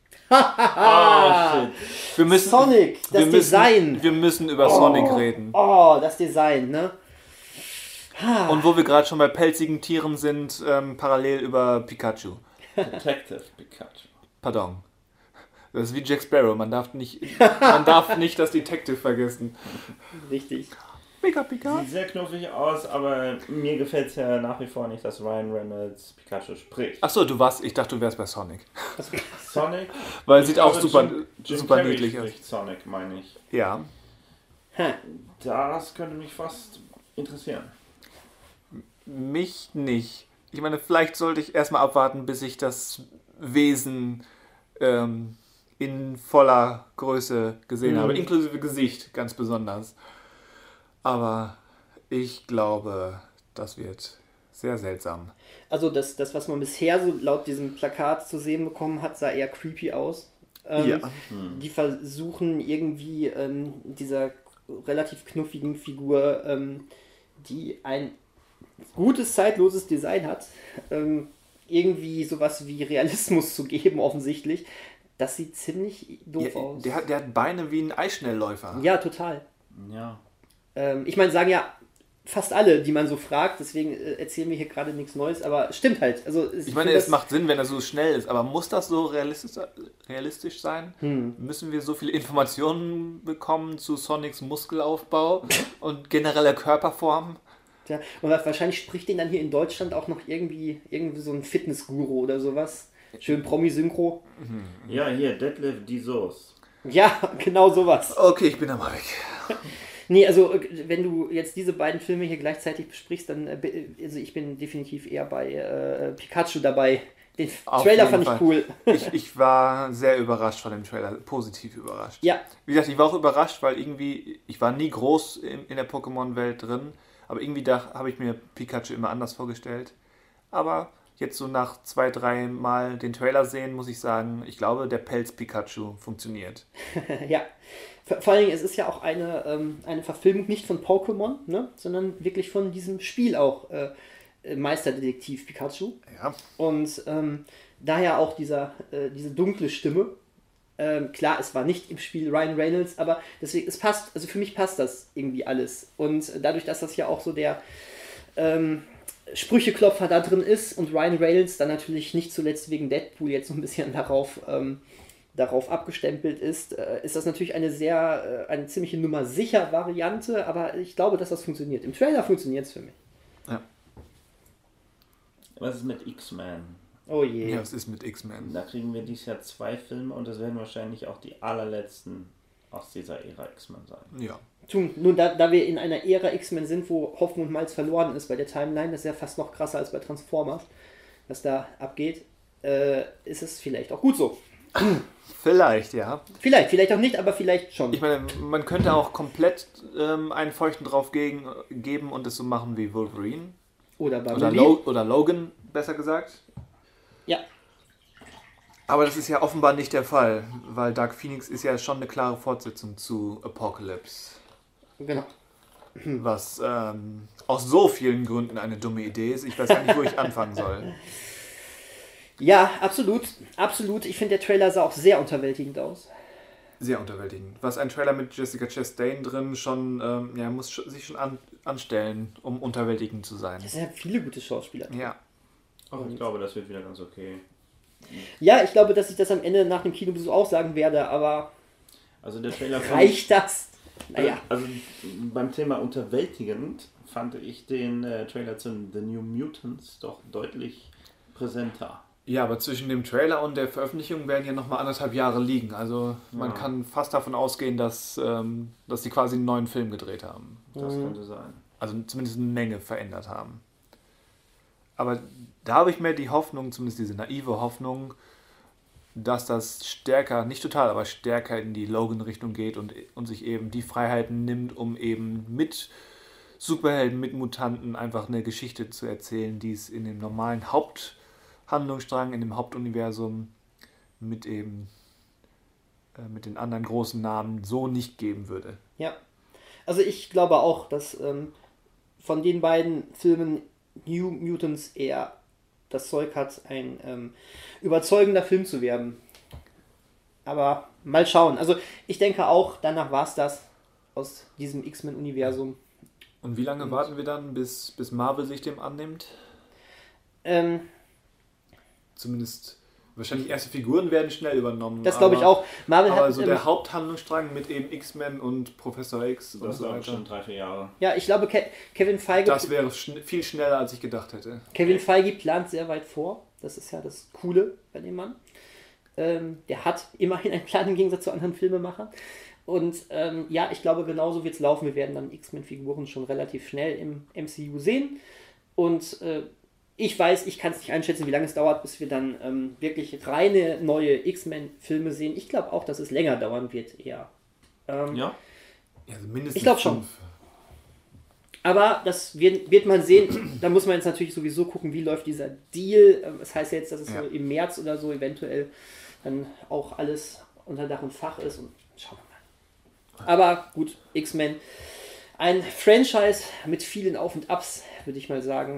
Ah, shit. Wir müssen, Sonic, das Design. Wir müssen über Sonic reden. Oh, das Design, ne? Und wo wir gerade schon bei pelzigen Tieren sind, parallel über Pikachu. Detective Pikachu. Pardon. Das ist wie Jack Sparrow. Man darf nicht das Detective vergessen. Richtig. Pika. Sieht sehr knuffig aus, aber mir gefällt es ja nach wie vor nicht, dass Ryan Reynolds Pikachu spricht. Achso, ich dachte, du wärst bei Sonic. Sonic? Weil es sieht auch Jim super Carrey niedlich aus. spricht Sonic, meine ich. Ja. Das könnte mich fast interessieren. Mich nicht. Ich meine, vielleicht sollte ich erstmal abwarten, bis ich das Wesen in voller Größe gesehen habe. Inklusive Gesicht, ganz besonders. Aber ich glaube, das wird sehr seltsam. Also das, was man bisher so laut diesem Plakat zu sehen bekommen hat, sah eher creepy aus. Ja. Die versuchen irgendwie dieser relativ knuffigen Figur, die ein gutes, zeitloses Design hat, irgendwie sowas wie Realismus zu geben, offensichtlich. Das sieht ziemlich doof aus. Der hat Beine wie ein Eisschnellläufer. Ja, total. Ja. Ich meine, sagen ja fast alle, die man so fragt, deswegen erzählen wir hier gerade nichts Neues, aber stimmt halt. Also, Ich meine, es macht Sinn, wenn er so schnell ist, aber muss das so realistisch sein? Müssen wir so viele Informationen bekommen zu Sonics Muskelaufbau und genereller Körperform? Ja, und wahrscheinlich spricht den dann hier in Deutschland auch noch irgendwie so ein Fitnessguru oder sowas. Schön Promi-Synchro. Ja, hier, Detlef die Soße. Ja, genau sowas. Okay, ich bin da mal weg. Nee, also wenn du jetzt diese beiden Filme hier gleichzeitig besprichst, dann also ich bin definitiv eher bei Pikachu dabei. Den Trailer fand ich cool. Ich war sehr überrascht von dem Trailer, positiv überrascht. Ja. Wie gesagt, ich war auch überrascht, weil irgendwie, ich war nie groß in der Pokémon-Welt drin, aber irgendwie da habe ich mir Pikachu immer anders vorgestellt. Aber jetzt so nach 2-3 Mal den Trailer sehen, muss ich sagen, ich glaube, der Pelz Pikachu funktioniert. Ja. Vor allen Dingen, es ist ja auch eine Verfilmung nicht von Pokémon, ne, sondern wirklich von diesem Spiel auch, Meisterdetektiv Pikachu. Ja. Und daher auch diese dunkle Stimme. Klar, es war nicht im Spiel Ryan Reynolds, aber deswegen, es passt, also für mich passt das irgendwie alles. Und dadurch, dass das ja auch so der Sprücheklopfer da drin ist und Ryan Reynolds dann natürlich nicht zuletzt wegen Deadpool jetzt so ein bisschen darauf abgestempelt ist, ist das natürlich eine ziemliche Nummer sicher Variante, aber ich glaube, dass das funktioniert. Im Trailer funktioniert es für mich. Ja. Was ist mit X-Men? Oh je. Ja, was ist mit X-Men? Da kriegen wir dieses Jahr 2 Filme und das werden wahrscheinlich auch die allerletzten aus dieser Ära X-Men sein. Ja. Nun, da wir in einer Ära X-Men sind, wo Hoffnung und Malz verloren ist bei der Timeline, das ist ja fast noch krasser als bei Transformers, was da abgeht, ist es vielleicht auch gut so. Vielleicht, ja. Vielleicht auch nicht, aber vielleicht schon. Ich meine, man könnte auch komplett einen Feuchten drauf geben und es so machen wie Wolverine. Oder Bumblebee. Oder Logan, besser gesagt. Ja. Aber das ist ja offenbar nicht der Fall, weil Dark Phoenix ist ja schon eine klare Fortsetzung zu Apocalypse. Genau. Was aus so vielen Gründen eine dumme Idee ist. Ich weiß gar nicht, wo ich anfangen soll. Ja, absolut. Absolut. Ich finde, der Trailer sah auch sehr unterwältigend aus. Sehr unterwältigend. Was ein Trailer mit Jessica Chastain drin schon, muss sich schon anstellen, um unterwältigend zu sein. Das sind ja viele gute Schauspieler. Ja. Aber ich glaube, das wird wieder ganz okay. Ja, ich glaube, dass ich das am Ende nach dem Kinobesuch auch sagen werde, aber Also der Trailer reicht das? Naja. Also beim Thema unterwältigend fand ich den Trailer zu The New Mutants doch deutlich präsenter. Ja, aber zwischen dem Trailer und der Veröffentlichung werden ja nochmal 1,5 Jahre liegen. Also man kann fast davon ausgehen, dass die quasi einen neuen Film gedreht haben. Das könnte sein. Also zumindest eine Menge verändert haben. Aber da habe ich mehr die Hoffnung, zumindest diese naive Hoffnung, dass das stärker, nicht total, aber stärker in die Logan-Richtung geht und sich eben die Freiheiten nimmt, um eben mit Superhelden, mit Mutanten einfach eine Geschichte zu erzählen, die es in dem normalen Haupthandlungsstrang, in dem Hauptuniversum mit den anderen großen Namen so nicht geben würde. Ja. Also ich glaube auch, dass von den beiden Filmen New Mutants eher das Zeug hat, ein überzeugender Film zu werden. Aber mal schauen. Also ich denke auch, danach war es das aus diesem X-Men-Universum. Und wie lange warten wir dann, bis Marvel sich dem annimmt? Zumindest wahrscheinlich erste Figuren werden schnell übernommen. Das glaube ich auch. Marvel aber hat so der Haupthandlungsstrang mit eben X-Men und Professor X. Das dauert schon 3-4 Jahre. Ja, ich glaube, Kevin Feige... Das wäre viel schneller, als ich gedacht hätte. Kevin Feige plant sehr weit vor. Das ist ja das Coole bei dem Mann. Der hat immerhin einen Plan im Gegensatz zu anderen Filmemachern. Und ich glaube, genauso wird es laufen. Wir werden dann X-Men-Figuren schon relativ schnell im MCU sehen. Und ich weiß, ich kann es nicht einschätzen, wie lange es dauert, bis wir dann wirklich reine neue X-Men-Filme sehen. Ich glaube auch, dass es länger dauern wird, eher. Ja, also mindestens ich glaube schon. Aber das wird man sehen. Da muss man jetzt natürlich sowieso gucken, wie läuft dieser Deal. Das heißt ja jetzt, dass es so im März oder so eventuell dann auch alles unter Dach und Fach ist. Und schauen wir mal. Aber gut, X-Men. Ein Franchise mit vielen Auf und Abs, würde ich mal sagen.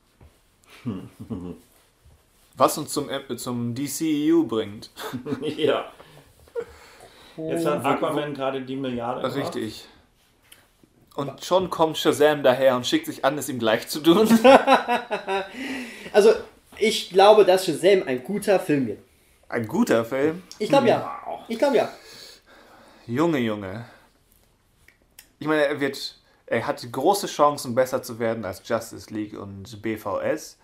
Was uns zum DCEU bringt. Ja. Jetzt hat Aquaman gerade die Milliarde gemacht. Richtig. Und schon kommt Shazam daher und schickt sich an, es ihm gleich zu tun. Also, ich glaube, dass Shazam ein guter Film wird. Ein guter Film? Ich glaube ja. Ich glaube ja. Junge. Ich meine, er hat große Chancen, besser zu werden als Justice League und BVS.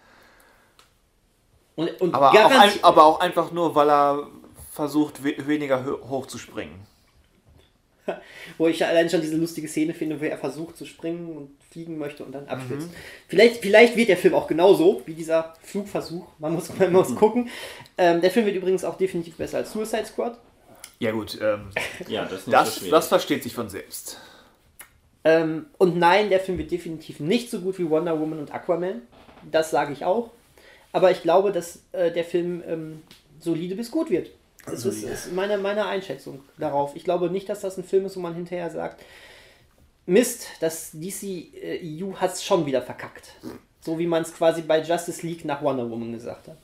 Und aber auch einfach nur, weil er versucht, weniger hoch zu springen. Wo ich allein schon diese lustige Szene finde, wo er versucht zu springen und fliegen möchte und dann abstürzt. Vielleicht wird der Film auch genauso wie dieser Flugversuch. Man muss gucken. Der Film wird übrigens auch definitiv besser als Suicide Squad. Ja gut, das versteht sich von selbst. Und nein, der Film wird definitiv nicht so gut wie Wonder Woman und Aquaman. Das sage ich auch. Aber ich glaube, dass der Film solide bis gut wird. Das ist meine Einschätzung darauf. Ich glaube nicht, dass das ein Film ist, wo man hinterher sagt, Mist, das DCEU hat es schon wieder verkackt. So wie man es quasi bei Justice League nach Wonder Woman gesagt hat.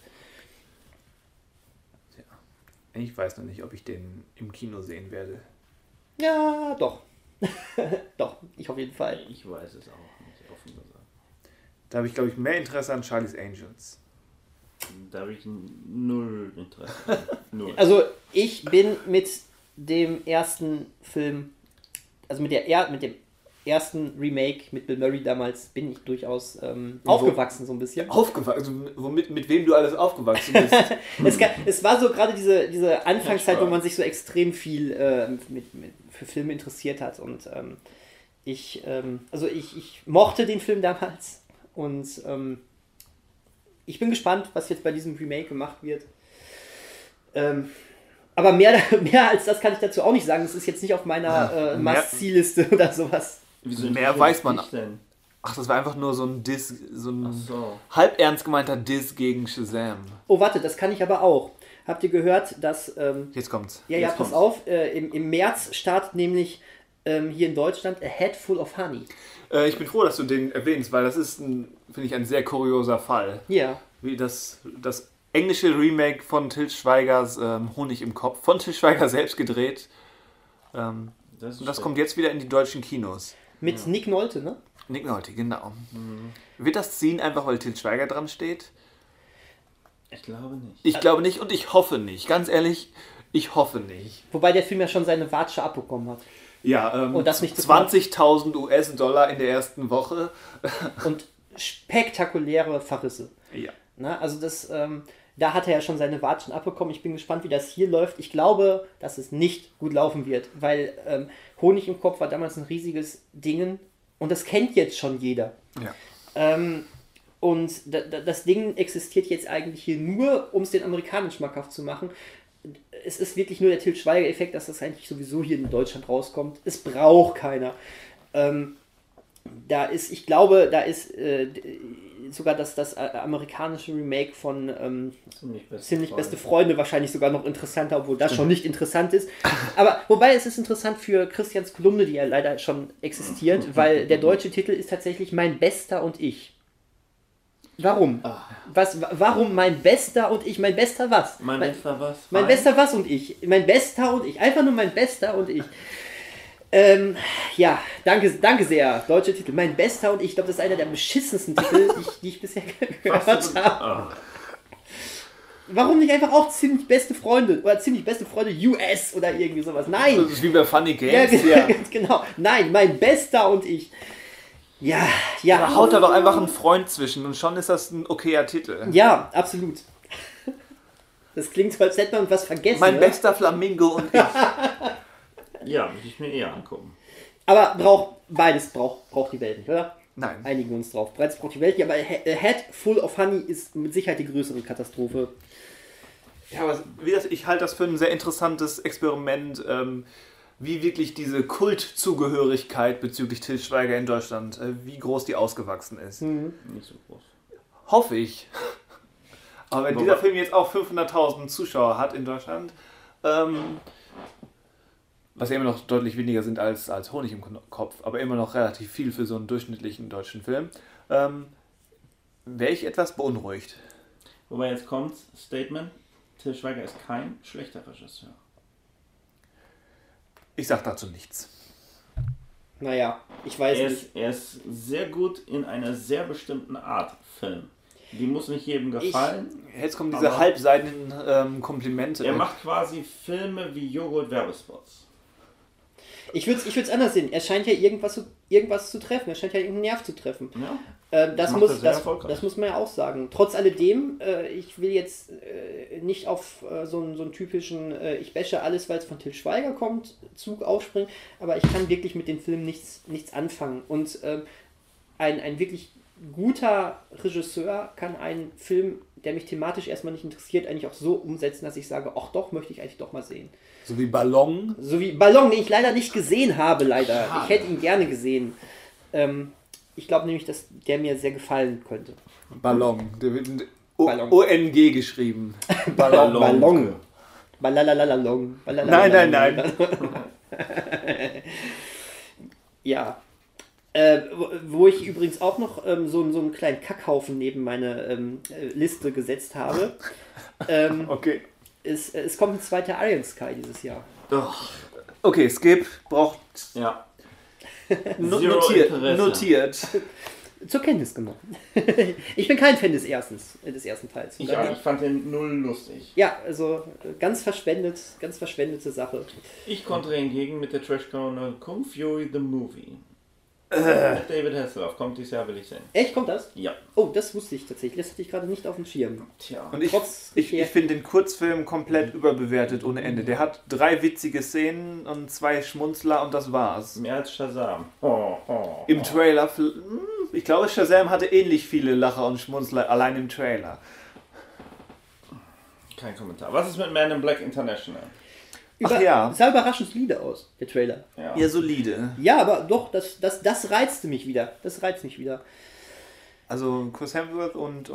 Ja. Ich weiß noch nicht, ob ich den im Kino sehen werde. Ja, doch. Doch, ich auf jeden Fall. Ich weiß es auch nicht, offen gesagt. Da habe ich, glaube ich, mehr Interesse an Charlie's Angels. Da habe ich null Interesse. Null. Also ich bin mit dem ersten Film, also mit dem ersten Remake mit Bill Murray damals, bin ich durchaus aufgewachsen so ein bisschen. Aufgewachsen? Mit wem du alles aufgewachsen bist? Es war so gerade diese Anfangszeit, wo man sich so extrem viel für Filme interessiert hat und ich mochte den Film damals und ich bin gespannt, was jetzt bei diesem Remake gemacht wird. Aber mehr als das kann ich dazu auch nicht sagen. Es ist jetzt nicht auf meiner Must-See-Liste oder sowas. Mehr weiß man. Denn? Ach, das war einfach nur so ein Diss, halb ernst gemeinter Diss gegen Shazam. Oh, warte, das kann ich aber auch. Habt ihr gehört, dass... Jetzt kommt's. Ja, pass auf. Im März startet nämlich hier in Deutschland A Head Full of Honey. Ich bin froh, dass du den erwähnst, weil das ist, finde ich, ein sehr kurioser Fall. Ja. Wie das englische Remake von Til Schweigers Honig im Kopf, von Til Schweiger selbst gedreht, Und das kommt jetzt wieder in die deutschen Kinos. Mit Nick Nolte, ne? Nick Nolte, genau. Wird das ziehen, einfach weil Til Schweiger dran steht? Ich glaube nicht. Ich glaube nicht und ich hoffe nicht. Ganz ehrlich, ich hoffe nicht. Wobei der Film ja schon seine Watsche abbekommen hat. Ja, und das nicht 20.000 US-Dollar in der ersten Woche. Und spektakuläre Verrisse. Ja. Na, also da hat er ja schon seine Watschen abbekommen. Ich bin gespannt, wie das hier läuft. Ich glaube, dass es nicht gut laufen wird, weil Honig im Kopf war damals ein riesiges Ding und das kennt jetzt schon jeder. Ja. Und das Ding existiert jetzt eigentlich hier nur, um es den Amerikanern schmackhaft zu machen. Es ist wirklich nur der Til Schweiger-Effekt, dass das eigentlich sowieso hier in Deutschland rauskommt. Es braucht keiner. Ich glaube, da ist sogar das amerikanische Remake von Ziemlich beste Freunde wahrscheinlich sogar noch interessanter, obwohl das schon nicht interessant ist. Aber wobei es ist interessant für Christians Kolumne, die ja leider schon existiert, weil der deutsche Titel ist tatsächlich Mein Bester und ich. Warum? Warum mein Bester und ich? Mein Bester was? Mein Bester was? Mein Bester was und ich? Mein Bester und ich. Einfach nur mein Bester und ich. Ja, danke sehr. Deutscher Titel. Mein Bester und ich. Ich glaube, das ist einer der beschissensten Titel, die ich bisher gehört habe. Warum nicht einfach auch Ziemlich beste Freunde oder Ziemlich beste Freunde US oder irgendwie sowas? Nein! Das ist wie bei Funny Games. Ja, genau. Nein, mein Bester und ich. Ja. Da haut da doch einfach ein Freund zwischen und schon ist das ein okayer Titel. Ja, absolut. Das klingt so, als hätte man was vergessen. Mein bester Flamingo und ich. Ja, würde ich mir eher angucken. Aber beides braucht die Welt nicht, oder? Nein. Einigen wir uns drauf. Beides braucht die Welt nicht, aber A Head Full of Honey ist mit Sicherheit die größere Katastrophe. Ja, aber ich halte das für ein sehr interessantes Experiment, wie wirklich diese Kultzugehörigkeit bezüglich Til Schweiger in Deutschland, wie groß die ausgewachsen ist. Nicht so groß. Hoffe ich. Aber wenn dieser Film jetzt auch 500.000 Zuschauer hat in Deutschland, was ja immer noch deutlich weniger sind als Honig im Kopf, aber immer noch relativ viel für so einen durchschnittlichen deutschen Film, wäre ich etwas beunruhigt. Wobei jetzt kommt Statement, Til Schweiger ist kein schlechter Regisseur. Ich sag dazu nichts. Naja, ich weiß nicht. Er ist sehr gut in einer sehr bestimmten Art Film. Die muss nicht jedem gefallen. Jetzt kommen diese halbseitigen Komplimente. Er macht quasi Filme wie Joghurt-Werbespots. Ich würde es anders sehen. Er scheint ja irgendwas zu treffen. Er scheint ja irgendeinen Nerv zu treffen. Ja. Das muss man ja auch sagen. Trotz alledem, ich will jetzt nicht auf so einen typischen ich bashe alles, weil es von Til Schweiger kommt, Zug aufspringen, aber ich kann wirklich mit dem Film nichts anfangen. Und ein wirklich guter Regisseur kann einen Film, der mich thematisch erstmal nicht interessiert, eigentlich auch so umsetzen, dass ich sage, ach doch, möchte ich eigentlich doch mal sehen. So wie Ballon? So wie Ballon, den ich leider nicht gesehen habe, leider. Schade. Ich hätte ihn gerne gesehen. Ich glaube nämlich, dass der mir sehr gefallen könnte. Ballon. Der wird Ballon. ONG geschrieben. Ballon. Ballalalalong. Nein. Ja. Wo ich übrigens auch noch so einen kleinen Kackhaufen neben meine Liste gesetzt habe. Okay. Es kommt ein zweiter Iron Sky dieses Jahr. Okay, Skip braucht Ja. notiert. Zur Kenntnis genommen. Ich bin kein Fan des ersten Teils. Ich fand den null lustig. Ja, also ganz verschwendete Sache. Ich konnte hingegen mit der Trash-Corner Kung Fury the Movie. Mit David Hasselhoff. Kommt dieses Jahr, will ich sehen. Echt, kommt das? Ja. Oh, das wusste ich tatsächlich. Das hatte ich gerade nicht auf dem Schirm. Tja. Und ich finde den Kurzfilm komplett überbewertet ohne Ende. Der hat 3 witzige Szenen und 2 Schmunzler und das war's. Mehr als Shazam. Im Trailer, ich glaube Shazam hatte ähnlich viele Lacher und Schmunzler allein im Trailer. Kein Kommentar. Was ist mit Man in Black International? Sah überraschend solide aus, der Trailer. Ja, solide. Ja, aber doch, das reizte mich wieder. Das reizt mich wieder. Also Chris Hemsworth und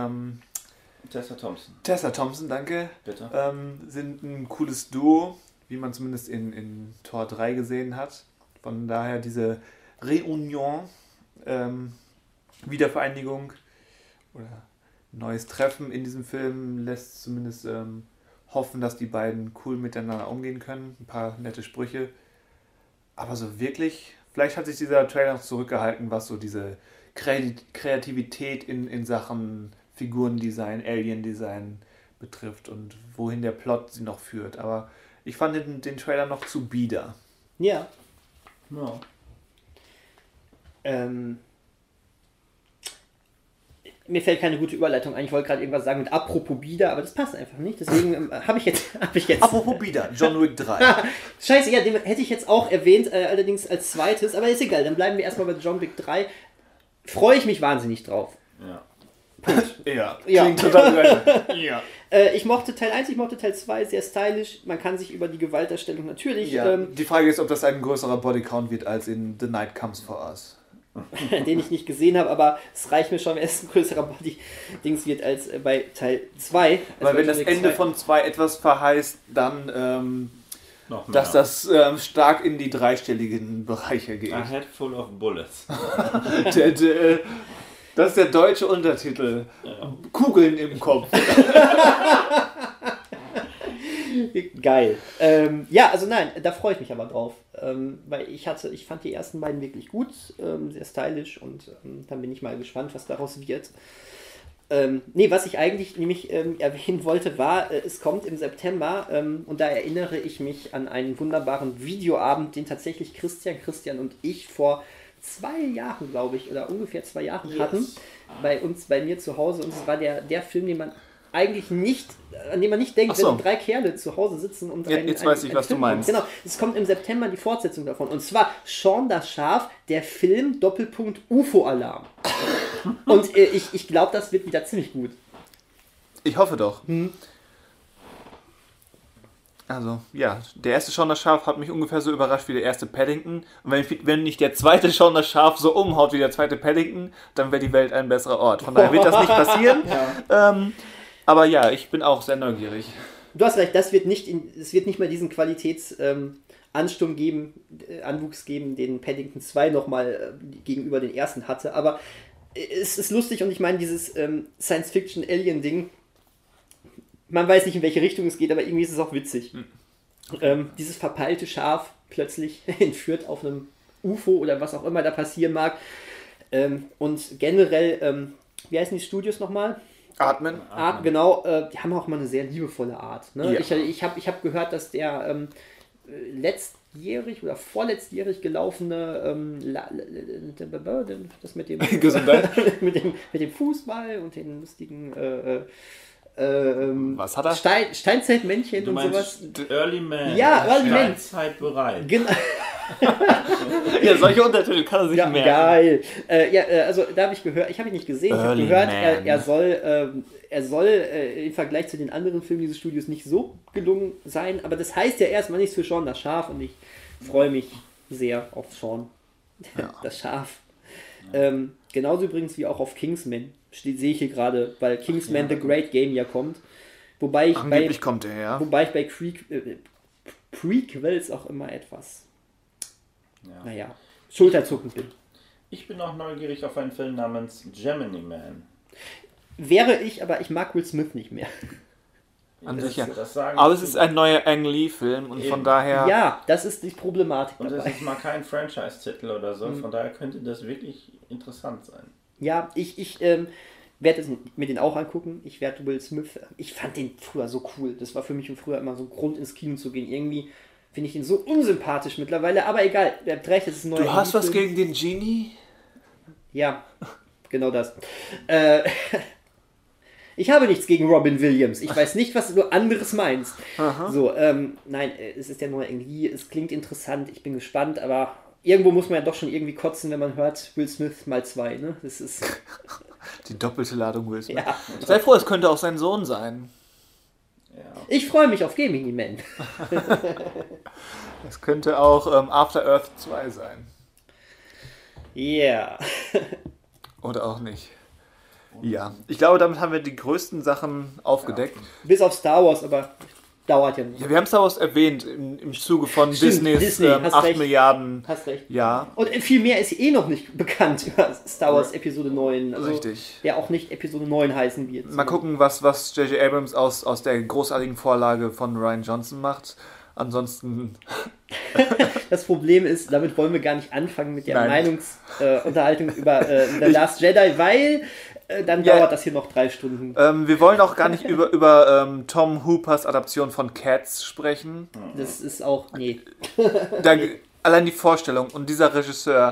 Tessa Thompson, danke. Bitte. Sind ein cooles Duo, wie man zumindest in Tor 3 gesehen hat. Von daher diese Reunion, Wiedervereinigung oder neues Treffen in diesem Film lässt zumindest hoffen, dass die beiden cool miteinander umgehen können. Ein paar nette Sprüche Aber so wirklich, vielleicht hat sich dieser Trailer noch zurückgehalten, was so diese Kreativität in Sachen Figurendesign, Alien-Design betrifft und wohin der Plot sie noch führt. Aber ich fand den Trailer noch zu bieder. Ja. Ja. Mir fällt keine gute Überleitung ein. Ich wollte gerade irgendwas sagen mit apropos bieder, aber das passt einfach nicht. Deswegen habe ich jetzt... Apropos bieder, John Wick 3. Scheiße, ja, den hätte ich jetzt auch erwähnt, allerdings als zweites. Aber ist egal, dann bleiben wir erstmal bei John Wick 3. Freue ich mich wahnsinnig drauf. Ja. Ja, Ja. klingt total geil. Ja. Ich mochte Teil 1, ich mochte Teil 2, sehr stylisch. Man kann sich über die Gewaltdarstellung natürlich... Ja. Die Frage ist, ob das ein größerer Bodycount wird als in The Night Comes For Us. den ich nicht gesehen habe, aber es reicht mir schon, wenn es ein größerer Body-Dings wird als bei Teil 2. Weil wenn das Ende von 2 etwas verheißt, dann, Noch mehr. dass das stark in die dreistelligen Bereiche geht. A head full of bullets. Das ist der deutsche Untertitel. Ja. Kugeln im Kopf. Geil. Ja, also nein, da freue ich mich aber drauf. Weil ich fand die ersten beiden wirklich gut, sehr stylisch und dann bin ich mal gespannt, was daraus wird. Was ich eigentlich nämlich erwähnen wollte, war, es kommt im September und da erinnere ich mich an einen wunderbaren Videoabend, den tatsächlich Christian und ich vor 2 Jahren, glaube ich, oder ungefähr 2 Jahren hatten, bei mir zu Hause, und es war der Film, den man eigentlich nicht, an dem man nicht denkt, so. wenn 3 Kerle zu Hause sitzen und jetzt weiß ich, was du meinst. Genau, es kommt im September die Fortsetzung davon, und zwar Shaun das Schaf, der Film Doppelpunkt UFO-Alarm. Und ich glaube, das wird wieder ziemlich gut. Ich hoffe doch. Also, ja, der erste Shaun das Schaf hat mich ungefähr so überrascht wie der erste Paddington. Und wenn nicht der zweite Shaun das Schaf so umhaut wie der zweite Paddington, dann wäre die Welt ein besserer Ort. Von daher wird das nicht passieren. Ja. Aber ja, ich bin auch sehr neugierig. Du hast recht, es wird nicht mehr diesen Qualitätsansturm Anwuchs geben, den Paddington 2 nochmal gegenüber den ersten hatte. Aber es ist lustig, und ich meine, dieses Science-Fiction-Alien-Ding, man weiß nicht, in welche Richtung es geht, aber irgendwie ist es auch witzig. Dieses verpeilte Schaf plötzlich entführt auf einem UFO oder was auch immer da passieren mag. Und generell, wie heißen die Studios nochmal? Atmen. Genau, die haben auch mal eine sehr liebevolle Art. Ne? Ja. Ich hab gehört, dass der letztjährig oder vorletztjährig gelaufene das mit dem Gesundheit. mit dem Fußball und den lustigen was hat er? Steinzeitmännchen Du und meinst sowas. Early Man. Ja, Early Man. Steinzeit bereit. Genau. Ja, solche Untertitel kann er sich merken. Geil. Also da habe ich gehört, ich habe ihn nicht gesehen, ich habe Early gehört, Man. er soll im Vergleich zu den anderen Filmen dieses Studios nicht so gelungen sein, aber das heißt ja erstmal nichts für Shaun das Schaf, und ich freue mich sehr auf Shaun das Schaf. Genauso übrigens wie auch auf Kingsman. Sehe ich hier gerade, weil Kingsman The Great Game ja kommt. Wobei ich Angeblich kommt er, ja. Wobei ich bei Prequels auch immer etwas, schulterzuckend bin. Ich bin auch neugierig auf einen Film namens Gemini Man. Wäre ich, aber ich mag Will Smith nicht mehr. An sich ja. Das sagen Aber es viele. ist ein neuer Ang Lee-Film und von daher... Ja, das ist die Problematik Und es dabei. ist mal kein Franchise-Titel oder so, von daher könnte das wirklich interessant sein. Ja, ich werde mir den auch angucken. Ich werde Will Smith... Ich fand den früher so cool. Das war für mich früher immer so ein Grund, ins Kino zu gehen. Irgendwie finde ich ihn so unsympathisch mittlerweile, aber egal. Der hat recht, das ist ein neuer Du hast was Indie-Film. gegen den Genie? Ja, genau das. Ich habe nichts gegen Robin Williams. Ich weiß nicht, was du anderes meinst. Aha. So, nein, es ist der neue Ang Lee. Es klingt interessant. Ich bin gespannt, aber irgendwo muss man ja doch schon irgendwie kotzen, wenn man hört Will Smith mal 2. Ne? Das ist... Die doppelte Ladung Will Smith. Ja. Sei froh, es könnte auch sein Sohn sein. Ja. Ich freue mich auf Gaming Man. Es könnte auch After Earth 2 sein. Yeah. Oder auch nicht. Ja, ich glaube, damit haben wir die größten Sachen aufgedeckt. Bis auf Star Wars, aber dauert ja noch. Ja, wir haben Star Wars erwähnt im Zuge von Stimmt, Disneys Disney, hast 8 recht. Milliarden. Hast recht. Ja, Und viel mehr ist noch nicht bekannt über Star Wars Episode 9. Also, richtig. der auch nicht Episode 9 heißen wird. Mal gucken, was J.J. Abrams aus der großartigen Vorlage von Rian Johnson macht. Ansonsten Das Problem ist, damit wollen wir gar nicht anfangen mit der Meinungsunterhaltung über The Last Jedi, weil dann dauert das hier noch 3 Stunden. Wir wollen auch gar nicht über Tom Hoopers Adaption von Cats sprechen. Das ist auch, nee. Allein die Vorstellung und dieser Regisseur,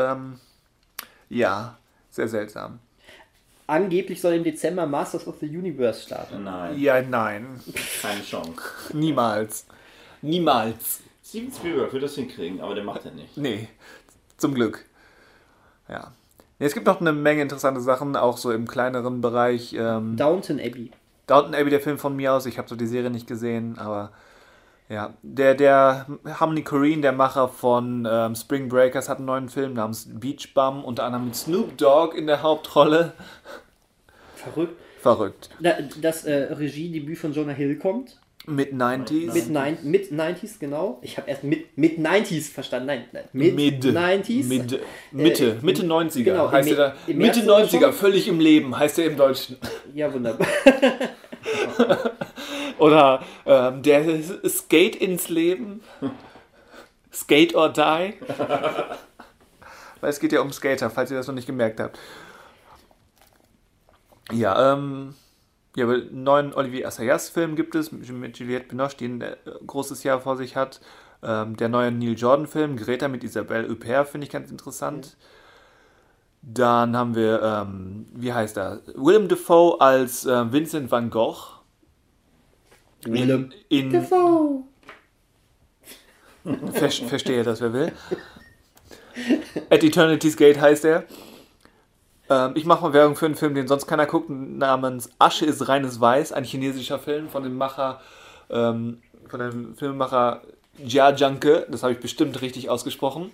sehr seltsam. Angeblich soll im Dezember Masters of the Universe starten. Nein. Ja, nein. Keine Chance. Niemals. Steven Spielberg wird das hinkriegen, aber der macht ja nicht. Nee, zum Glück. Ja. Es gibt noch eine Menge interessante Sachen, auch so im kleineren Bereich. Downton Abbey. Downton Abbey, der Film von mir aus. Ich habe so die Serie nicht gesehen, aber ja. Der Harmony Korine, der Macher von Spring Breakers, hat einen neuen Film namens Beach Bum, unter anderem mit Snoop Dogg in der Hauptrolle. Verrückt. Das Regiedebüt von Jonah Hill kommt. Mid-90s. Mid-90s, genau. Ich habe erst Mid-90s verstanden. Nein, Mid-90s. Mitte 90er. Genau, heißt der Mitte 90er, völlig im Leben, heißt der im Deutschen. Ja, wunderbar. Oder der Skate ins Leben. Skate or Die. Weil es geht ja um Skater, falls ihr das noch nicht gemerkt habt. Ja, aber einen neuen Olivier Assayas-Film gibt es mit Juliette Binoche, die ein großes Jahr vor sich hat. Der neue Neil Jordan-Film, Greta mit Isabelle Huppert, finde ich ganz interessant. Dann haben wir, wie heißt er? Willem Dafoe als Vincent van Gogh. Willem Dafoe. Verstehe das, wer will. At Eternity's Gate heißt er. Ich mache mal Werbung für einen Film, den sonst keiner guckt, namens Asche ist reines Weiß, ein chinesischer Film von dem Filmemacher Jia Zhangke, das habe ich bestimmt richtig ausgesprochen.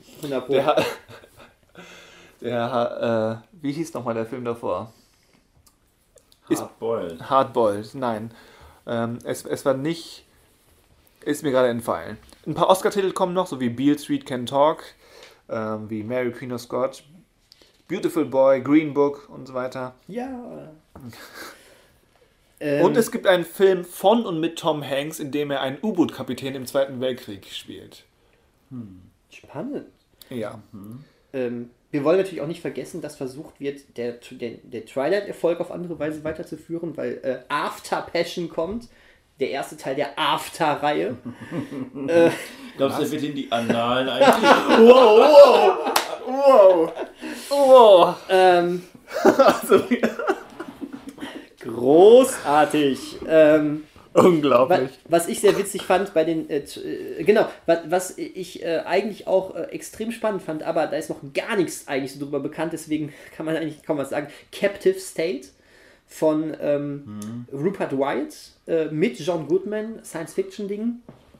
Wie hieß nochmal der Film davor? Hardboiled. Hardboiled, nein. Es war nicht, ist mir gerade entfallen. Ein paar Oscar-Titel kommen noch, so wie Beale Street Can Talk, wie Mary Queen of Scots, Beautiful Boy, Green Book und so weiter. Ja. Und es gibt einen Film von und mit Tom Hanks, in dem er einen U-Boot-Kapitän im Zweiten Weltkrieg spielt. Spannend. Ja. Wir wollen natürlich auch nicht vergessen, dass versucht wird, der Twilight-Erfolg auf andere Weise weiterzuführen, weil After Passion kommt. Der erste Teil der After-Reihe. Glaubst du, der wird in die Annalen eigentlich? Wow. Großartig. Unglaublich. Was ich sehr witzig fand bei den, was ich eigentlich auch extrem spannend fand, aber da ist noch gar nichts eigentlich so drüber bekannt, deswegen kann man eigentlich kaum was sagen. Captive State von Rupert Wyatt mit John Goodman, Science-Fiction-Ding.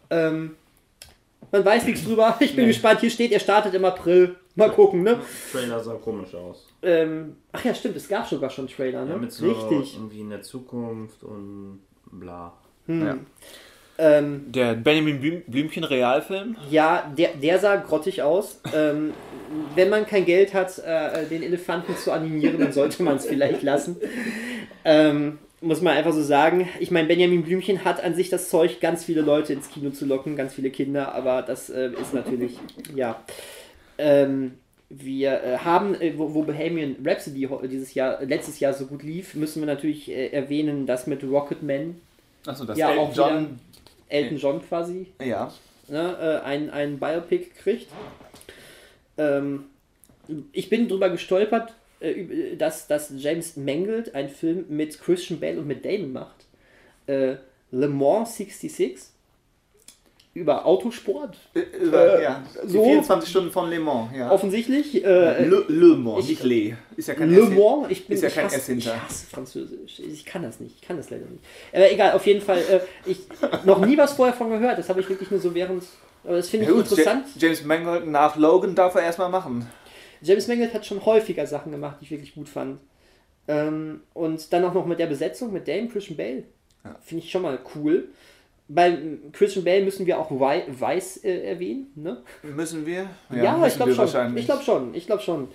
Man weiß nichts drüber, ich bin gespannt, hier steht, er startet im April. Mal gucken, ne? Trailer sah komisch aus. Ach ja, stimmt, es gab sogar schon Trailer, ne? Ja, mit so richtig. Irgendwie in der Zukunft und bla. Ja. Der Benjamin Blümchen Realfilm? Ja, der sah grottig aus. Wenn man kein Geld hat, den Elefanten zu animieren, dann sollte man es vielleicht lassen. Muss man einfach so sagen. Ich meine, Benjamin Blümchen hat an sich das Zeug, ganz viele Leute ins Kino zu locken, ganz viele Kinder, aber das ist natürlich, ja. Wir haben, wo Bohemian Rhapsody letztes Jahr so gut lief, müssen wir natürlich erwähnen, dass mit Rocketman. Achso, das ja Elton auch John. Elton John quasi. Ja. Ne, ein Biopic kriegt. Ich bin drüber gestolpert, dass James Mangold einen Film mit Christian Bale und mit Damon macht. Le Mans 66. Über Autosport. Ja. So. 24 Stunden von Le Mans, ja. Offensichtlich. Le Mans, nicht Le. Ist ja kein Le S. Mans. Ich hasse Französisch. Ich kann das nicht. Ich kann das leider nicht. Egal, auf jeden Fall. Ich noch nie was vorher von gehört. Das habe ich wirklich nur so während. Aber das finde ich interessant. James Mangold nach Logan darf er erstmal machen. James Mangold hat schon häufiger Sachen gemacht, die ich wirklich gut fand. Und dann auch noch mit der Besetzung, mit Dame Christian Bale. Ja. Finde ich schon mal cool. Bei Christian Bale müssen wir auch Weiß erwähnen, ne? Müssen wir? Ja, ich glaube schon. Ich glaube schon.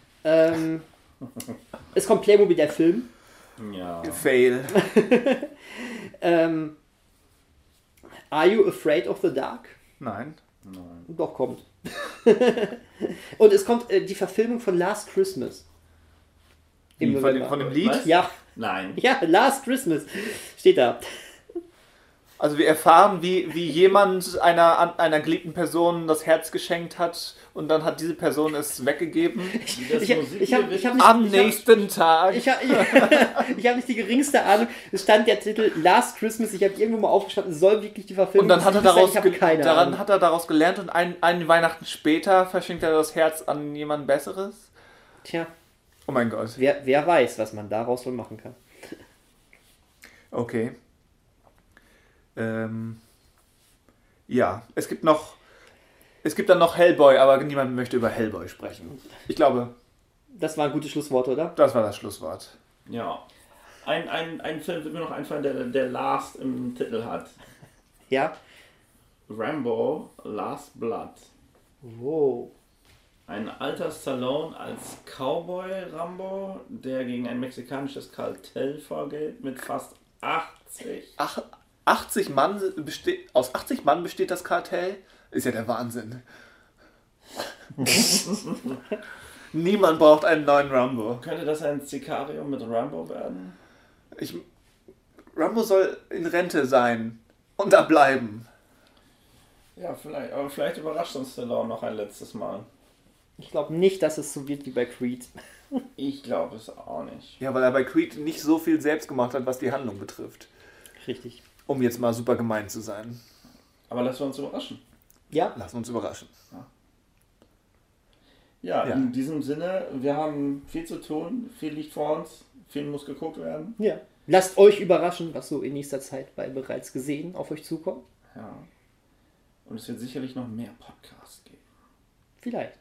Es kommt Playmobil, der Film. Ja. Fail. Are You Afraid of the Dark? Nein. Nein. Doch, kommt. Und es kommt die Verfilmung von Last Christmas. Im November. Von dem Lied? Was? Ja, Nein. ja, Last Christmas. Steht da. Also wir erfahren, wie jemand einer geliebten Person das Herz geschenkt hat und dann hat diese Person es weggegeben. Ich hab Am nächsten Tag. Ich hab nicht die geringste Ahnung. Es stand der Titel Last Christmas. Ich habe irgendwo mal aufgeschrieben, es soll wirklich die Verfilmung Und dann hat er sein. daraus gelernt und ein Weihnachten später verschenkt er das Herz an jemand Besseres. Tja, Oh mein Gott. wer weiß, was man daraus wohl machen kann. Okay. Ja, es gibt dann noch Hellboy, aber niemand möchte über Hellboy sprechen. Ich glaube, Das war ein gutes Schlusswort, oder? das war das Schlusswort. Ja. Ein Film wird mir noch einfallen, der Last im Titel hat. Ja. Rambo, Last Blood. Wow. Ein alter Stallone als Cowboy Rambo, der gegen ein mexikanisches Kartell vorgeht mit fast 80. Ach, 80 Mann aus 80 Mann besteht das Kartell? Ist ja der Wahnsinn. Niemand braucht einen neuen Rambo. Könnte das ein Sicario mit Rambo werden? Rambo soll in Rente sein und da bleiben. Ja, vielleicht. Aber vielleicht überrascht uns Stallone noch ein letztes Mal. Ich glaube nicht, dass es so wird wie bei Creed. Ich glaube es auch nicht. Ja, weil er bei Creed nicht so viel selbst gemacht hat, was die Handlung betrifft. Richtig. Um jetzt mal super gemein zu sein. Aber lassen wir uns überraschen. Ja. Lassen uns überraschen. Ja, Ja. in diesem Sinne, wir haben viel zu tun, viel liegt vor uns, viel muss geguckt werden. Ja. Lasst euch überraschen, was so in nächster Zeit bei bereits gesehen auf euch zukommt. Ja. Und es wird sicherlich noch mehr Podcasts geben. Vielleicht.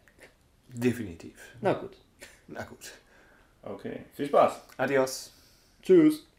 Definitiv. Na gut. Na gut. Okay, viel Spaß. Adios. Tschüss.